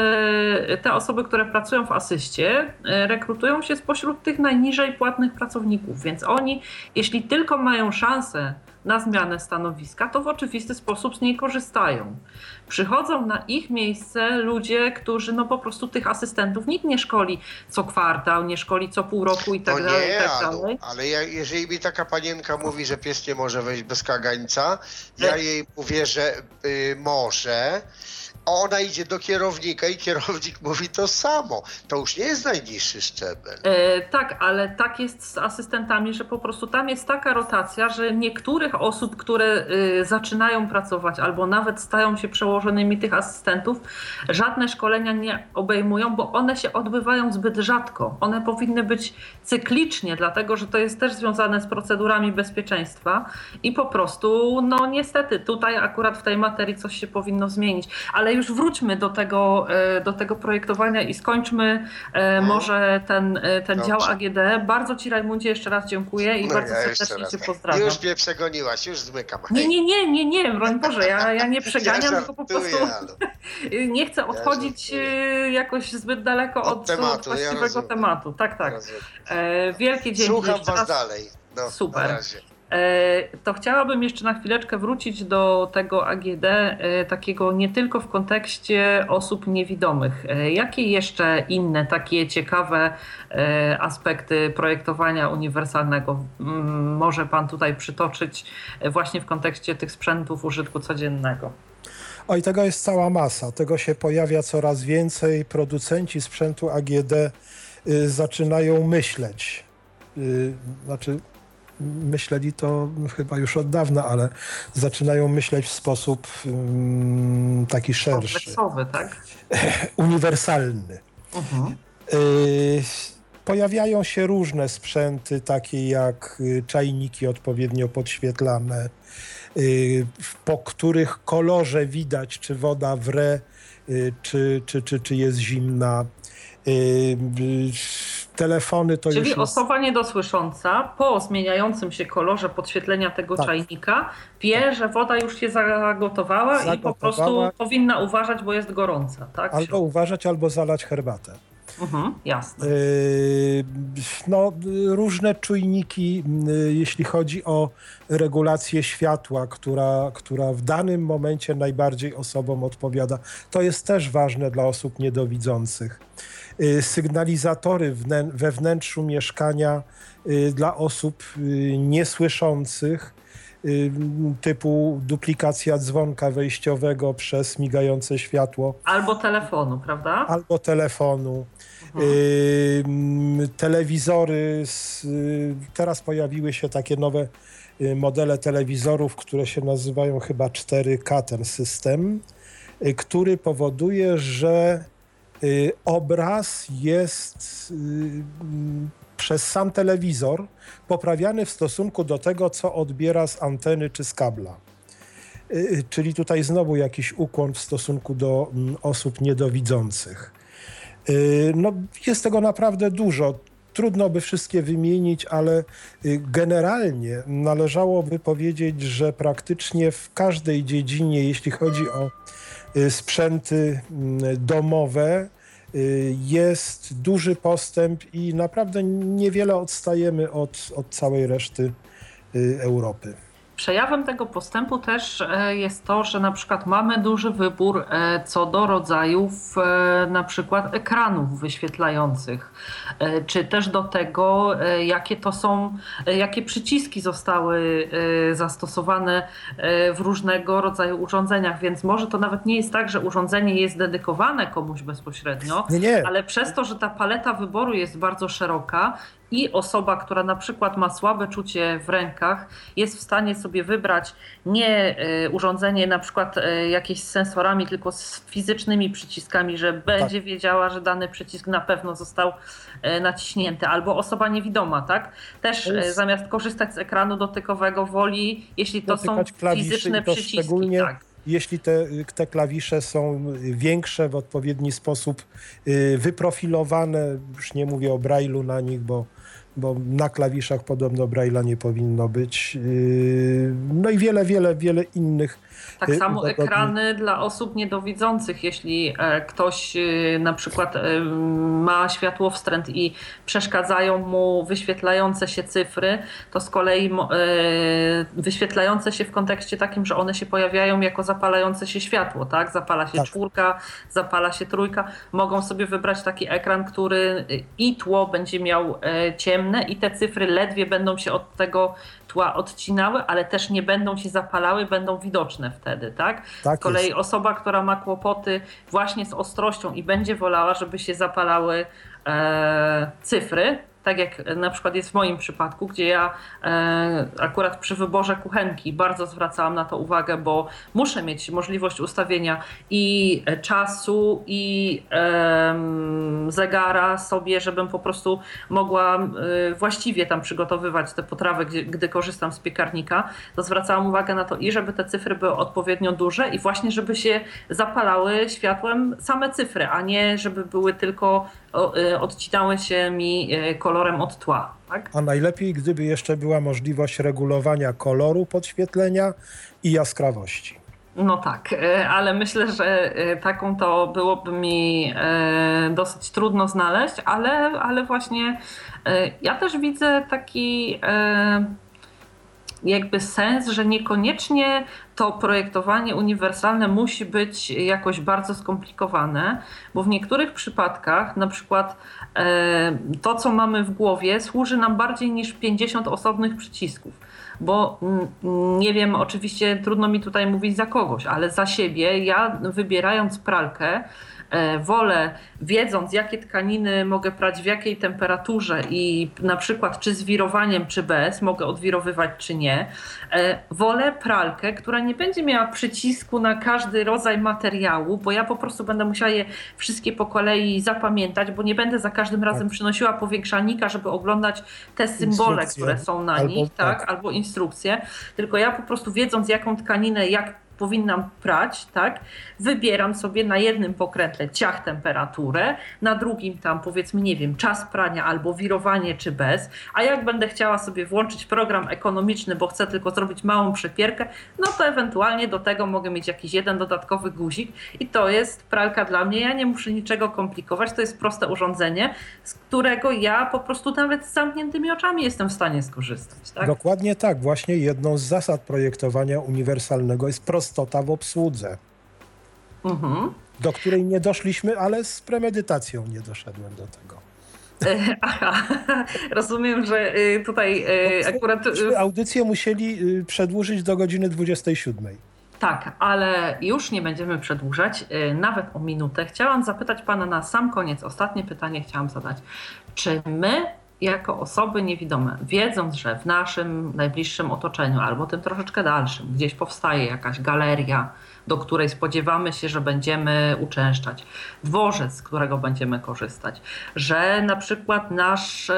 te osoby, które pracują w asyście, rekrutują się spośród tych najniżej płatnych pracowników, więc oni, jeśli tylko mają szansę na zmianę stanowiska, to w oczywisty sposób z niej korzystają. Przychodzą na ich miejsce ludzie, którzy no po prostu tych asystentów nikt nie szkoli co kwartał, nie szkoli co pół roku i tak no dalej. Nie, i tak Adu, dalej. ale ja, jeżeli mi taka panienka mówi, że pies nie może wejść bez kagańca, ja jej mówię, że y, może, a ona idzie do kierownika i kierownik mówi to samo. To już nie jest najniższy szczebel. E, tak, ale tak jest z asystentami, że po prostu tam jest taka rotacja, że niektórych osób, które y, zaczynają pracować albo nawet stają się przełożonymi tych asystentów, żadne szkolenia nie obejmują, bo one się odbywają zbyt rzadko. One powinny być cyklicznie, dlatego że to jest też związane z procedurami bezpieczeństwa i po prostu, no niestety, tutaj akurat w tej materii coś się powinno zmienić. Ale już wróćmy do tego, do tego projektowania i skończmy hmm. może ten, ten dział A G D. Bardzo Ci, Rajmundzie, jeszcze raz dziękuję i no bardzo ja serdecznie Cię pozdrawiam. Już mnie przegoniłaś, już zmykam. Nie, nie, nie, nie, nie, broń Boże, ja, ja nie przeganiam, ja tylko po prostu nie chcę odchodzić ja jakoś zbyt daleko od, od tematu, właściwego ja tematu. Tak, tak. E, wielkie dzięki. Słucham Was raz. dalej. No, super. To chciałabym jeszcze na chwileczkę wrócić do tego A G D, takiego nie tylko w kontekście osób niewidomych. Jakie jeszcze inne takie ciekawe aspekty projektowania uniwersalnego może Pan tutaj przytoczyć właśnie w kontekście tych sprzętów użytku codziennego? Oj, tego jest cała masa. Tego się pojawia coraz więcej. Producenci sprzętu A G D y, zaczynają myśleć. Y, znaczy... Myśleli to chyba już od dawna, ale zaczynają myśleć w sposób um, taki szerszy. Kompleksowy, tak? Uniwersalny. Uh-huh. y, pojawiają się różne sprzęty, takie jak czajniki odpowiednio podświetlane, y, po których kolorze widać, czy woda wre, y, czy, czy, czy, czy jest zimna. Y, y, Telefony to Czyli już jest... osoba niedosłysząca po zmieniającym się kolorze podświetlenia tego tak. czajnika wie, tak. że woda już się zagotowała, zagotowała i po prostu powinna uważać, bo jest gorąca. Tak? Albo uważać, albo zalać herbatę. Mhm, jasne. Yy, no, różne czujniki, yy, jeśli chodzi o regulację światła, która, która w danym momencie najbardziej osobom odpowiada. To jest też ważne dla osób niedowidzących. Yy, sygnalizatory wnę- we wnętrzu mieszkania yy, dla osób yy, niesłyszących, yy, typu duplikacja dzwonka wejściowego przez migające światło. Albo telefonu, prawda? Albo telefonu. Y, telewizory, z, y, teraz pojawiły się takie nowe y, modele telewizorów, które się nazywają chyba cztery K ten system, y, który powoduje, że y, obraz jest y, y, przez sam telewizor poprawiany w stosunku do tego, co odbiera z anteny czy z kabla. Y, czyli tutaj znowu jakiś ukłon w stosunku do y, osób niedowidzących. No, jest tego naprawdę dużo. Trudno by wszystkie wymienić, ale generalnie należałoby powiedzieć, że praktycznie w każdej dziedzinie, jeśli chodzi o sprzęty domowe, jest duży postęp i naprawdę niewiele odstajemy od, od całej reszty Europy. Przejawem tego postępu też jest to, że na przykład mamy duży wybór co do rodzajów na przykład ekranów wyświetlających, czy też do tego, jakie to są, jakie przyciski zostały zastosowane w różnego rodzaju urządzeniach, więc może to nawet nie jest tak, że urządzenie jest dedykowane komuś bezpośrednio, nie, nie. ale przez to, że ta paleta wyboru jest bardzo szeroka, i osoba, która na przykład ma słabe czucie w rękach, jest w stanie sobie wybrać nie urządzenie na przykład jakieś z sensorami, tylko z fizycznymi przyciskami, że będzie tak. wiedziała, że dany przycisk na pewno został naciśnięty. Albo osoba niewidoma, tak? Też jest... zamiast korzystać z ekranu dotykowego woli, jeśli to są fizyczne to przyciski. Szczególnie... Tak. Jeśli te, te klawisze są większe, w odpowiedni sposób wyprofilowane, już nie mówię o Braille'u na nich, bo, bo na klawiszach podobno Braille'a nie powinno być. No i wiele, wiele, wiele innych. Tak samo udogodni... ekrany dla osób niedowidzących. Jeśli ktoś na przykład ma światłowstręt i przeszkadzają mu wyświetlające się cyfry, to z kolei wyświetlające się w kontekście takim, że one się pojawiają jako zapalające się światło, tak? Zapala się tak. czwórka, zapala się trójka. Mogą sobie wybrać taki ekran, który i tło będzie miał ciemne i te cyfry ledwie będą się od tego tła odcinały, ale też nie będą się zapalały, będą widoczne wtedy, tak? tak Z kolei jest. osoba, która ma kłopoty właśnie z ostrością i będzie wolała, żeby się zapalały e, cyfry, tak jak na przykład jest w moim przypadku, gdzie ja e, akurat przy wyborze kuchenki bardzo zwracałam na to uwagę, bo muszę mieć możliwość ustawienia i czasu, i e, zegara sobie, żebym po prostu mogła e, właściwie tam przygotowywać te potrawy, gdy, gdy korzystam z piekarnika, to zwracałam uwagę na to i żeby te cyfry były odpowiednio duże i właśnie żeby się zapalały światłem same cyfry, a nie żeby były tylko odcinały się mi kolorem od tła. Tak? A najlepiej, gdyby jeszcze była możliwość regulowania koloru podświetlenia i jaskrawości. No tak, ale myślę, że taką to byłoby mi dosyć trudno znaleźć, ale, ale właśnie ja też widzę taki jakby sens, że niekoniecznie to projektowanie uniwersalne musi być jakoś bardzo skomplikowane, bo w niektórych przypadkach na przykład e, to, co mamy w głowie, służy nam bardziej niż pięćdziesiąt osobnych przycisków. Bo m, nie wiem, oczywiście trudno mi tutaj mówić za kogoś, ale za siebie ja wybierając pralkę, wolę, wiedząc jakie tkaniny mogę prać w jakiej temperaturze i na przykład czy z wirowaniem, czy bez, mogę odwirowywać, czy nie, wolę pralkę, która nie będzie miała przycisku na każdy rodzaj materiału, bo ja po prostu będę musiała je wszystkie po kolei zapamiętać, bo nie będę za każdym razem tak. przynosiła powiększalnika, żeby oglądać te symbole, które są na albo, nich, tak, tak. albo instrukcje, tylko ja po prostu wiedząc jaką tkaninę, jak powinnam prać, tak? Wybieram sobie na jednym pokrętle ciach temperaturę, na drugim tam powiedzmy, nie wiem, czas prania albo wirowanie czy bez, a jak będę chciała sobie włączyć program ekonomiczny, bo chcę tylko zrobić małą przepierkę, no to ewentualnie do tego mogę mieć jakiś jeden dodatkowy guzik i to jest pralka dla mnie, ja nie muszę niczego komplikować, to jest proste urządzenie, z którego ja po prostu nawet z zamkniętymi oczami jestem w stanie skorzystać. Tak? Dokładnie tak, właśnie jedną z zasad projektowania uniwersalnego jest prostota w obsłudze, mhm. do której nie doszliśmy, ale z premedytacją nie doszedłem do tego. Aha, rozumiem, że tutaj akurat... Audycję musieli przedłużyć do godziny dwudziestej siódmej. Tak, ale już nie będziemy przedłużać, nawet o minutę. Chciałam zapytać pana na sam koniec, ostatnie pytanie chciałam zadać. Czy my jako osoby niewidome, wiedząc, że w naszym najbliższym otoczeniu albo tym troszeczkę dalszym gdzieś powstaje jakaś galeria, do której spodziewamy się, że będziemy uczęszczać, dworzec, z którego będziemy korzystać, że na przykład nasz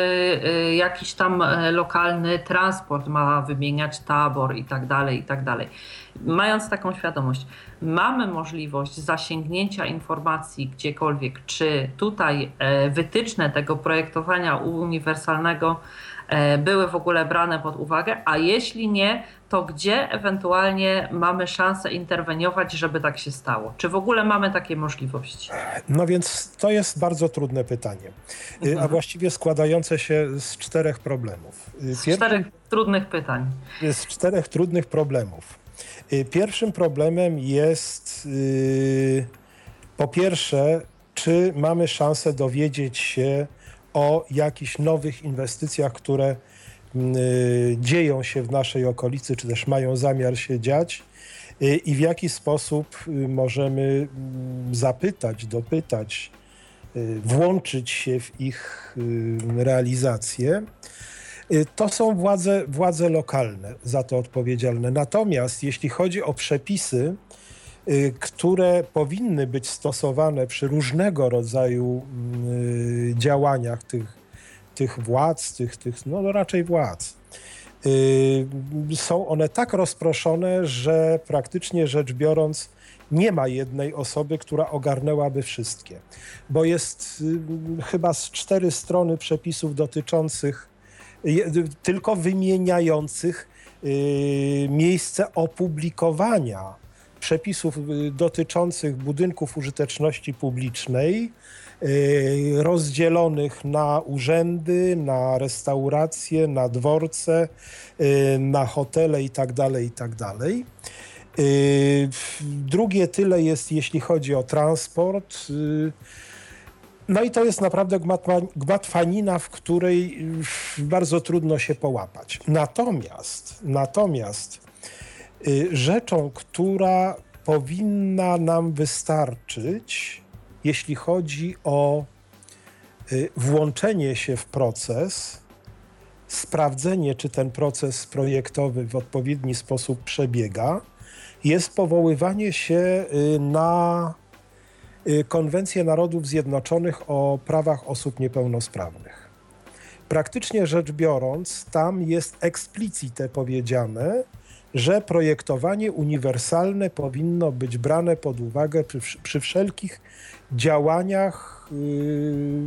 y, jakiś tam lokalny transport ma wymieniać tabor i tak dalej, i tak dalej. Mając taką świadomość, mamy możliwość zasięgnięcia informacji gdziekolwiek, czy tutaj wytyczne tego projektowania uniwersalnego były w ogóle brane pod uwagę, a jeśli nie, to gdzie ewentualnie mamy szansę interweniować, żeby tak się stało? Czy w ogóle mamy takie możliwości? No więc to jest bardzo trudne pytanie, mhm. a właściwie składające się z czterech problemów. Z Pierwszy... czterech trudnych pytań. Z czterech trudnych problemów. Pierwszym problemem jest yy, po pierwsze, czy mamy szansę dowiedzieć się o jakichś nowych inwestycjach, które y, dzieją się w naszej okolicy, czy też mają zamiar się dziać y, i w jaki sposób y, możemy y, zapytać, dopytać, y, włączyć się w ich y, realizację. Y, to są władze, władze lokalne za to odpowiedzialne. Natomiast jeśli chodzi o przepisy, które powinny być stosowane przy różnego rodzaju y, działaniach tych, tych władz, tych, tych, no raczej władz. Y, są one tak rozproszone, że praktycznie rzecz biorąc nie ma jednej osoby, która ogarnęłaby wszystkie. Bo jest y, chyba z cztery strony przepisów dotyczących, y, tylko wymieniających y, miejsce opublikowania przepisów dotyczących budynków użyteczności publicznej, rozdzielonych na urzędy, na restauracje, na dworce, na hotele itd., itd. Drugie tyle jest, jeśli chodzi o transport. No i to jest naprawdę gmatwanina, w której bardzo trudno się połapać. Natomiast, natomiast rzeczą, która powinna nam wystarczyć, jeśli chodzi o włączenie się w proces, sprawdzenie, czy ten proces projektowy w odpowiedni sposób przebiega, jest powoływanie się na Konwencję Narodów Zjednoczonych o prawach osób niepełnosprawnych. Praktycznie rzecz biorąc, tam jest eksplicite powiedziane, że projektowanie uniwersalne powinno być brane pod uwagę przy, przy wszelkich działaniach yy,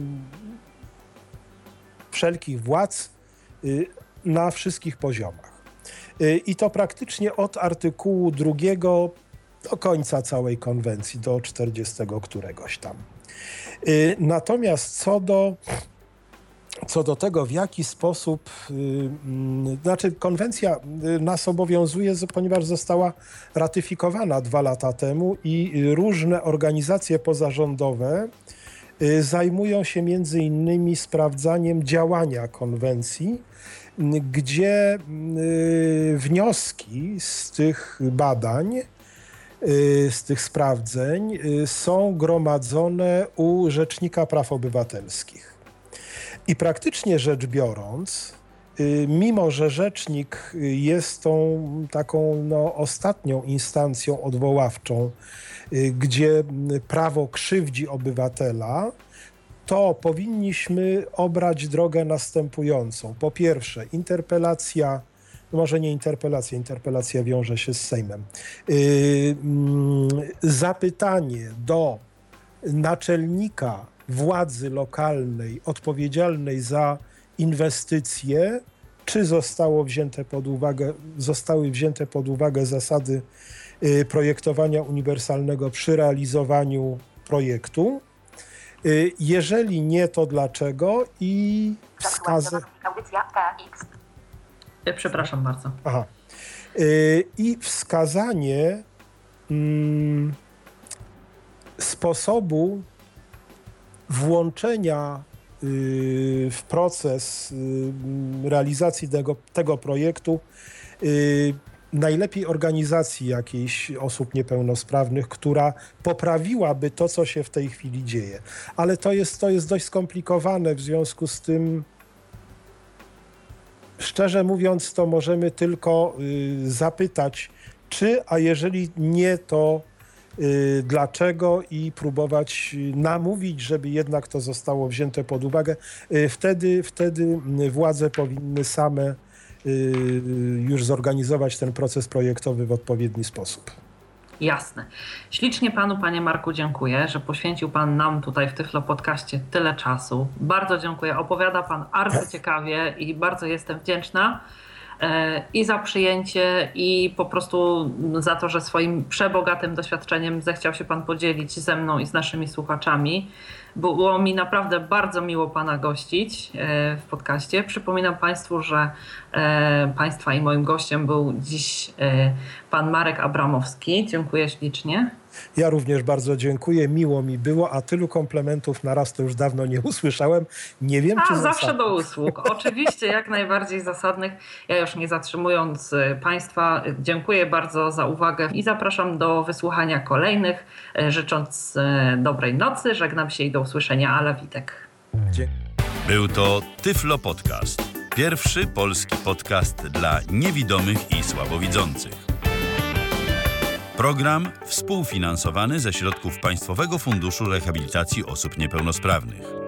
wszelkich władz yy, na wszystkich poziomach. Yy, I to praktycznie od artykułu drugiego do końca całej konwencji, do czterdziestego któregoś tam. Yy, natomiast co do Co do tego, w jaki sposób, yy, znaczy konwencja nas obowiązuje, ponieważ została ratyfikowana dwa lata temu i różne organizacje pozarządowe yy, zajmują się między innymi sprawdzaniem działania konwencji, yy, gdzie yy, wnioski z tych badań, yy, z tych sprawdzeń yy, są gromadzone u Rzecznika Praw Obywatelskich. I praktycznie rzecz biorąc, mimo że rzecznik jest tą taką no, ostatnią instancją odwoławczą, gdzie prawo krzywdzi obywatela, to powinniśmy obrać drogę następującą. Po pierwsze, interpelacja, no może nie interpelacja, interpelacja wiąże się z Sejmem, zapytanie do naczelnika władzy lokalnej odpowiedzialnej za inwestycje, czy zostało wzięte pod uwagę, zostały wzięte pod uwagę zasady projektowania uniwersalnego przy realizowaniu projektu. Jeżeli nie, to dlaczego? I wskazać. Przepraszam bardzo. Aha. I wskazanie mm, sposobu włączenia y, w proces y, realizacji tego, tego projektu y, najlepiej organizacji jakiejś osób niepełnosprawnych, która poprawiłaby to, co się w tej chwili dzieje. Ale to jest, to jest dość skomplikowane, w związku z tym, szczerze mówiąc, to możemy tylko y, zapytać, czy, a jeżeli nie, to y, dlaczego i próbować namówić, żeby jednak to zostało wzięte pod uwagę. Y, wtedy, wtedy władze powinny same y, już zorganizować ten proces projektowy w odpowiedni sposób. jasne. Ślicznie panu, panie Marku, dziękuję, że poświęcił pan nam tutaj w Tyflo Podcaście tyle czasu. Bardzo dziękuję. Opowiada pan arcyciekawie i bardzo jestem wdzięczna i za przyjęcie, i po prostu za to, że swoim przebogatym doświadczeniem zechciał się pan podzielić ze mną i z naszymi słuchaczami. Było mi naprawdę bardzo miło pana gościć w podcaście. Przypominam państwu, że państwa i moim gościem był dziś pan Marek Abramowski. Dziękuję ślicznie. Ja również bardzo dziękuję, miło mi było, a tylu komplementów na raz to już dawno nie usłyszałem. Nie wiem, a, czy zawsze zasadnych. do usług. Oczywiście, jak najbardziej zasadnych. Ja już nie zatrzymując państwa, dziękuję bardzo za uwagę i zapraszam do wysłuchania kolejnych. Życząc dobrej nocy, żegnam się i do usłyszenia. Ala Witek. Był to Tyflo Podcast. Pierwszy polski podcast dla niewidomych i słabowidzących. Program współfinansowany ze środków Państwowego Funduszu Rehabilitacji Osób Niepełnosprawnych.